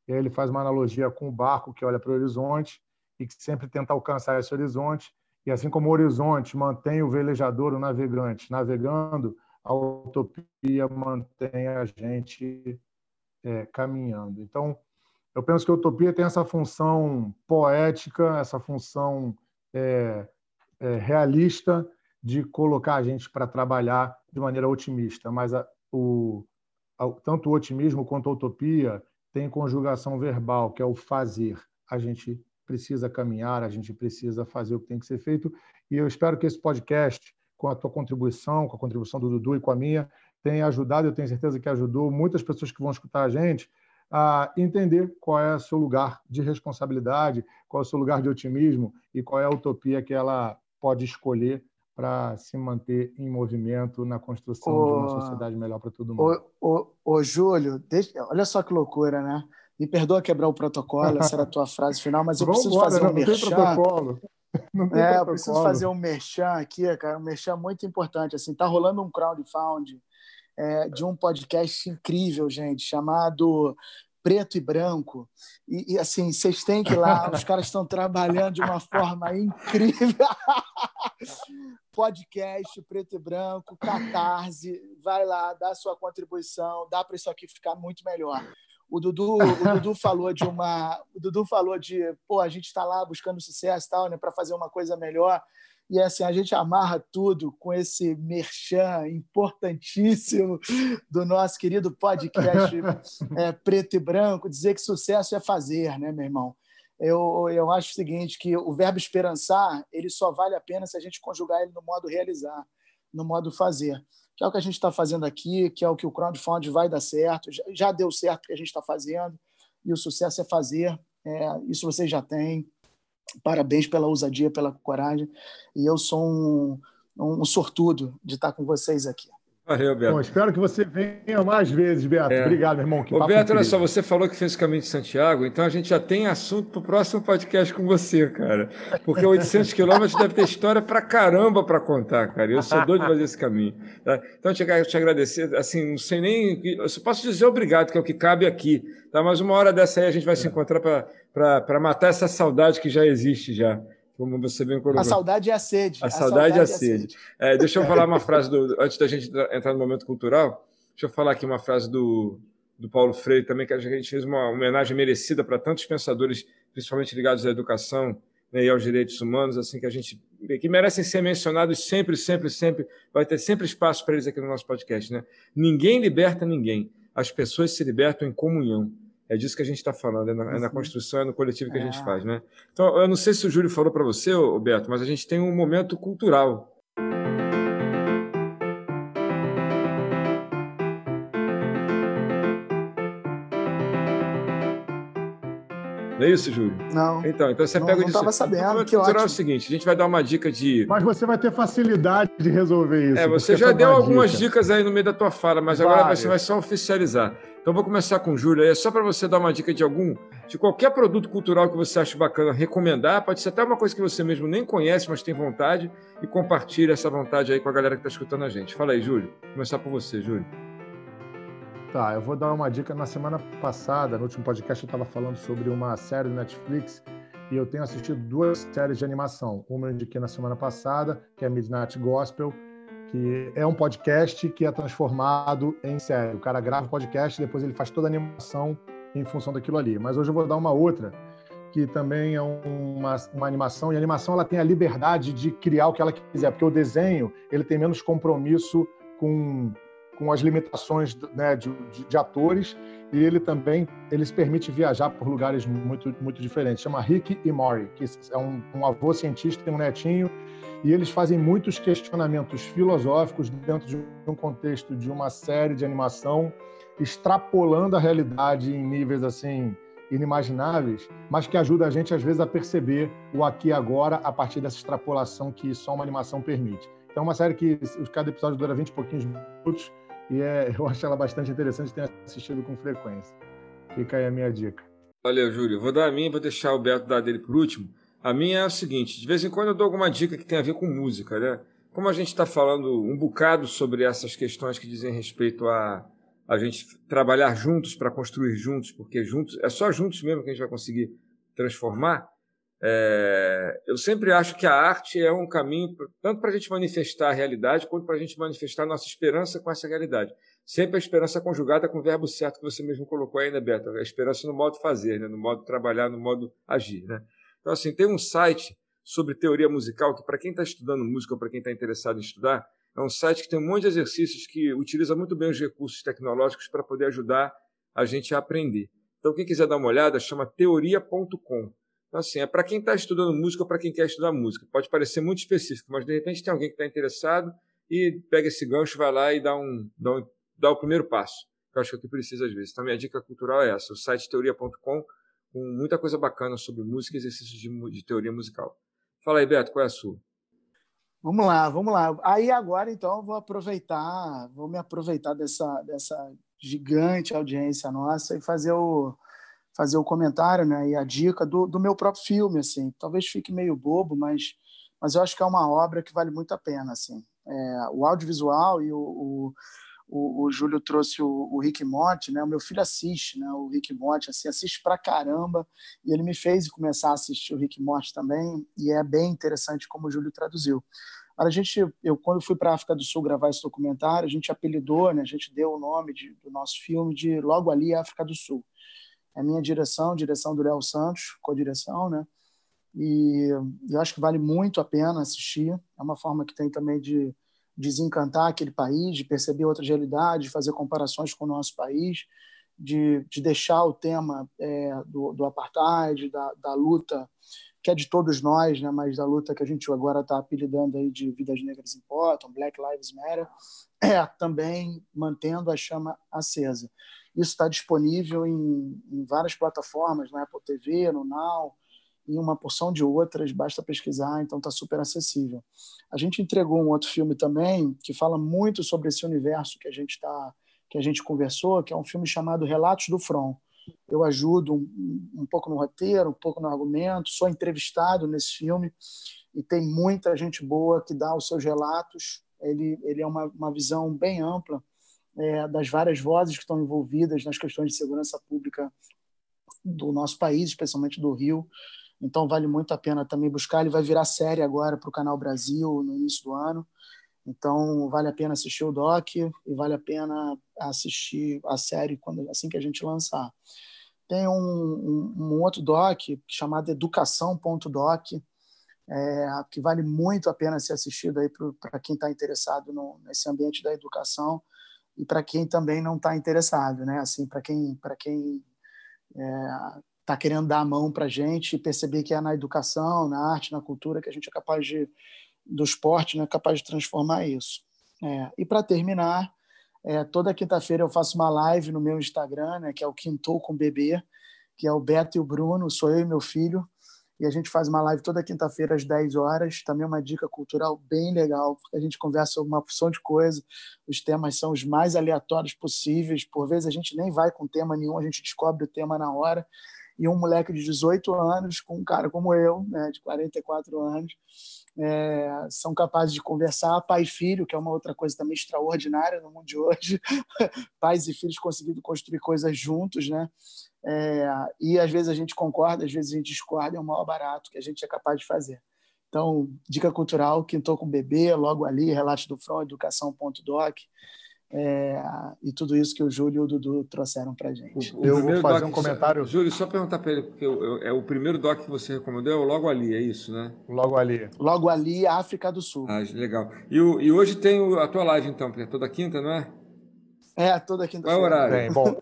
e aí ele faz uma analogia com o barco que olha para o horizonte e que sempre tenta alcançar esse horizonte. E assim como o horizonte mantém o velejador, o navegante, navegando, a utopia mantém a gente é, caminhando. Então, eu penso que a utopia tem essa função poética, essa função é, é, realista de colocar a gente para trabalhar de maneira otimista. Mas a, o, a, tanto o otimismo quanto a utopia tem conjugação verbal, que é o fazer. A gente precisa caminhar, a gente precisa fazer o que tem que ser feito. E eu espero que esse podcast, com a tua contribuição, com a contribuição do Dudu e com a minha, tenha ajudado, eu tenho certeza que ajudou muitas pessoas que vão escutar a gente a entender qual é o seu lugar de responsabilidade, qual é o seu lugar de otimismo e qual é a utopia que ela pode escolher para se manter em movimento na construção ô, de uma sociedade melhor para todo mundo. Ô, ô, ô Júlio, deixa, olha só que loucura, né? Me perdoa quebrar o protocolo, essa era a tua frase final, mas eu Vamos preciso embora, fazer um não, não tem merchan. protocolo. Não tem É, protocolo. eu preciso fazer um merchan aqui, cara, um merchan muito importante. Assim, tá rolando um crowdfunding é, de um podcast incrível, gente, chamado Preto e Branco. E, e assim, vocês têm que ir lá, os caras estão trabalhando de uma forma incrível. Podcast Preto e Branco, Catarse, vai lá, dá a sua contribuição, dá para isso aqui ficar muito melhor. O Dudu, o Dudu falou de uma, o Dudu falou de, pô, a gente está lá buscando sucesso, tal, né, para fazer uma coisa melhor. E assim, a gente amarra tudo com esse merchan importantíssimo do nosso querido podcast é, Preto e Branco, dizer que sucesso é fazer, né, meu irmão? Eu, eu acho o seguinte, que o verbo esperançar, ele só vale a pena se a gente conjugar ele no modo realizar, no modo fazer. Que é o que a gente está fazendo aqui, que é o que o crowdfunding vai dar certo, já, já deu certo o que a gente está fazendo, e o sucesso é fazer, é, isso vocês já têm. Parabéns pela ousadia, pela coragem, e eu sou um, um sortudo de estar com vocês aqui. Valeu, Beto. Bom, espero que você venha mais vezes, Beto. É. Obrigado, meu irmão. Que Ô, papo Beto, olha incrível. só, você falou que fez o caminho de Santiago, então a gente já tem assunto para o próximo podcast com você, cara. Porque oitocentos quilômetros deve ter história pra caramba para contar, cara. Eu sou doido de fazer esse caminho. Tá? Então, eu te, eu te agradecer, assim, não sei nem... Eu só posso dizer obrigado, que é o que cabe aqui. Tá? Mas uma hora dessa aí a gente vai é. se encontrar para matar essa saudade que já existe já. Como você bem colocou. A saudade e a sede. A, a saudade e a sede. sede. É, deixa eu falar uma frase, do, antes da gente entrar no momento cultural, deixa eu falar aqui uma frase do, do Paulo Freire também, que a gente fez uma homenagem merecida para tantos pensadores, principalmente ligados à educação, né, e aos direitos humanos, assim, que a gente que merecem ser mencionados sempre, sempre, sempre. Vai ter sempre espaço para eles aqui no nosso podcast. Né? Ninguém liberta ninguém. As pessoas se libertam em comunhão. É disso que a gente está falando, é na, é na construção, é no coletivo que a gente faz, né? Então, eu não sei se o Júlio falou para você, Beto, mas a gente tem um momento cultural. Não é isso, Júlio? Não. Então, então você não, pega não estava sabendo. O momento cultural ótimo. É o seguinte, a gente vai dar uma dica de... Mas você vai ter facilidade de resolver isso. É, você já deu algumas dica. dicas aí no meio da tua fala, mas Várias. agora você vai só oficializar. Então, vou começar com o Júlio aí, é só para você dar uma dica de algum, de qualquer produto cultural que você acha bacana recomendar, pode ser até uma coisa que você mesmo nem conhece, mas tem vontade, e compartilha essa vontade aí com a galera que está escutando a gente. Fala aí, Júlio. Vou começar por você, Júlio. Tá, eu vou dar uma dica. Na semana passada, no último podcast, eu estava falando sobre uma série do Netflix e eu tenho assistido duas séries de animação. Uma eu indiquei na semana passada, que é Midnight Gospel, que é um podcast que é transformado em série. O cara grava o podcast e depois ele faz toda a animação em função daquilo ali. Mas hoje eu vou dar uma outra, que também é uma, uma animação, e a animação ela tem a liberdade de criar o que ela quiser, porque o desenho ele tem menos compromisso com... com as limitações, né, de, de, de atores, e ele também ele se permite viajar por lugares muito, muito diferentes. Chama Rick e Morty, que é um, um avô cientista e um netinho, e eles fazem muitos questionamentos filosóficos dentro de um contexto de uma série de animação, extrapolando a realidade em níveis assim inimagináveis, mas que ajuda a gente, às vezes, a perceber o aqui e agora a partir dessa extrapolação que só uma animação permite. Então, é uma série que cada episódio dura vinte e pouquinhos minutos, e é, eu acho ela bastante interessante, tenho assistido com frequência. Fica aí a minha dica. Valeu, Júlio. Vou dar a minha e vou deixar o Beto dar dele por último. A minha é o seguinte, de vez em quando eu dou alguma dica que tem a ver com música, né? Como a gente está falando um bocado sobre essas questões que dizem respeito a, a gente trabalhar juntos para construir juntos, porque juntos é só juntos mesmo que a gente vai conseguir transformar. É, eu sempre acho que a arte é um caminho tanto para a gente manifestar a realidade quanto para a gente manifestar a nossa esperança com essa realidade. Sempre a esperança conjugada com o verbo certo que você mesmo colocou aí, né, Beto? A esperança no modo fazer, né? No modo trabalhar, no modo agir, né? Então, assim, tem um site sobre teoria musical que, para quem está estudando música ou para quem está interessado em estudar, é um site que tem um monte de exercícios que utiliza muito bem os recursos tecnológicos para poder ajudar a gente a aprender. Então, quem quiser dar uma olhada, chama teoria ponto com. Então, assim, é para quem está estudando música ou para quem quer estudar música. Pode parecer muito específico, mas, de repente, tem alguém que está interessado e pega esse gancho, vai lá e dá, um, dá, um, dá o primeiro passo. Eu acho que é o que precisa às vezes. Então, minha dica cultural é essa, o site teoria ponto com, com muita coisa bacana sobre música e exercícios de, de teoria musical. Fala aí, Beto, qual é a sua? Vamos lá, vamos lá. Aí agora, então, eu vou aproveitar, vou me aproveitar dessa, dessa gigante audiência nossa e fazer o, fazer o comentário, né, e a dica do, do meu próprio filme, assim. Talvez fique meio bobo, mas, mas eu acho que é uma obra que vale muito a pena, assim. É, o audiovisual e o, o O, o Júlio trouxe o, o Rick e Morty, né? O meu filho assiste, né? O Rick e Morty, assim, assiste pra caramba, e ele me fez começar a assistir o Rick e Morty também, e é bem interessante como o Júlio traduziu. A gente, eu quando fui para a África do Sul gravar esse documentário, a gente apelidou, né? A gente deu o nome de, do nosso filme de Logo Ali, África do Sul. É a minha direção, direção do Léo Santos, co-direção, né? E eu acho que vale muito a pena assistir. É uma forma que tem também de desencantar aquele país, de perceber outras realidades, de fazer comparações com o nosso país, de, de deixar o tema é, do, do apartheid, da, da luta que é de todos nós, né, mas da luta que a gente agora está apelidando aí de Vidas Negras Importam, Black Lives Matter, é, também mantendo a chama acesa. Isso está disponível em, em várias plataformas, na Apple T V, no Now, em uma porção de outras, basta pesquisar, então está super acessível. A gente entregou um outro filme também que fala muito sobre esse universo que a gente tá, que a gente conversou, que é um filme chamado Relatos do Front. Eu ajudo um, um pouco no roteiro, um pouco no argumento, sou entrevistado nesse filme e tem muita gente boa que dá os seus relatos. Ele, ele é uma, uma visão bem ampla é, das várias vozes que estão envolvidas nas questões de segurança pública do nosso país, especialmente do Rio. Então vale muito a pena também buscar. Ele vai virar série agora para o Canal Brasil no início do ano. Então vale a pena assistir o doc e vale a pena assistir a série quando, assim que a gente lançar. Tem um, um, um outro doc chamado Educação ponto doc, é, que vale muito a pena ser assistido para quem está interessado no, nesse ambiente da educação e para quem também não está interessado, né? Assim, para quem, para quem é, está querendo dar a mão para a gente e perceber que é na educação, na arte, na cultura que a gente é capaz de, do esporte, né, capaz de transformar isso. É, e para terminar, é, toda quinta-feira eu faço uma live no meu Instagram, né, que é o Quintou com Bebê, que é o Beto e o Bruno, sou eu e meu filho, e a gente faz uma live toda quinta-feira às dez horas, também uma dica cultural bem legal, porque a gente conversa sobre uma porção de coisa, os temas são os mais aleatórios possíveis, por vezes a gente nem vai com tema nenhum, a gente descobre o tema na hora, e um moleque de dezoito anos com um cara como eu, né, de quarenta e quatro anos, é, são capazes de conversar, pai e filho, que é uma outra coisa também extraordinária no mundo de hoje, pais e filhos conseguindo construir coisas juntos, né? É, e às vezes a gente concorda, às vezes a gente discorda, é o maior barato que a gente é capaz de fazer. Então, dica cultural, Quintou com Bebê, Logo Ali, Relatos do Front, Educação ponto doc, é, e tudo isso que o Júlio e o Dudu trouxeram para a gente. O, o eu vou fazer doc, um comentário... Só, Júlio, só perguntar para ele, porque eu, eu, é o primeiro doc que você recomendou, é o Logo Ali, é isso, né? Logo Ali. Logo Ali, África do Sul. Ah, legal. E, o, e hoje tem a tua live, então, porque é toda quinta, não é? É, toda quinta-feira. Qual é o horário? Bem, bom...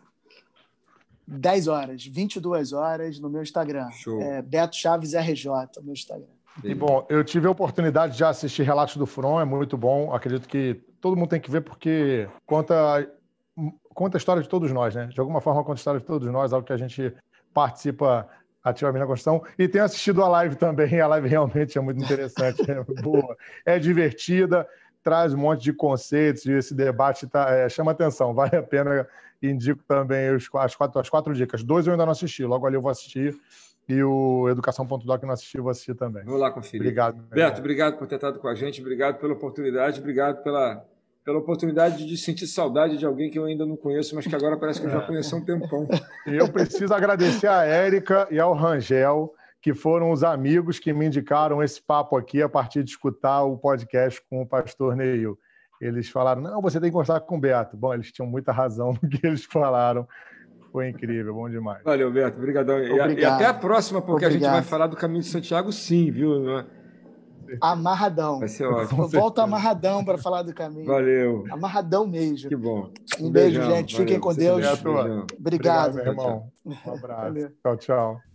dez horas, vinte e duas horas no meu Instagram. Show. É Beto Chaves R J, no meu Instagram. E bom, eu tive a oportunidade de assistir Relatos do Front, é muito bom. Acredito que todo mundo tem que ver porque conta, conta a história de todos nós, né? De alguma forma conta a história de todos nós, algo que a gente participa ativamente na construção. E tenho assistido a live também, a live realmente é muito interessante, é boa, é divertida, traz um monte de conceitos e esse debate tá, é, chama atenção, vale a pena. Indico também os, as, quatro, as quatro dicas. Dois eu ainda não assisti, logo ali eu vou assistir. E o Educação ponto doc eu não assisti, eu vou assistir também. Vou lá conferir. Obrigado. Beto, obrigado por ter estado com a gente, obrigado pela oportunidade, obrigado pela, pela oportunidade de sentir saudade de alguém que eu ainda não conheço, mas que agora parece que eu já conheço há um tempão. E eu preciso agradecer a Érica e ao Rangel, que foram os amigos que me indicaram esse papo aqui a partir de escutar o podcast com o pastor Neil. Eles falaram, não, você tem que conversar com o Beto. Bom, eles tinham muita razão no que eles falaram. Foi incrível, bom demais. Valeu, Beto. Obrigadão. E, e até a próxima, porque Obrigado. A gente vai falar do Caminho de Santiago sim, viu? Amarradão. Vai ser ótimo. Eu volto amarradão para falar do caminho. Valeu. Amarradão mesmo. Que bom. Um, um beijo, beijão. Gente. Fiquem Valeu. Com Deus. Obrigado. Obrigado, meu irmão. Um abraço. Valeu. Tchau, tchau.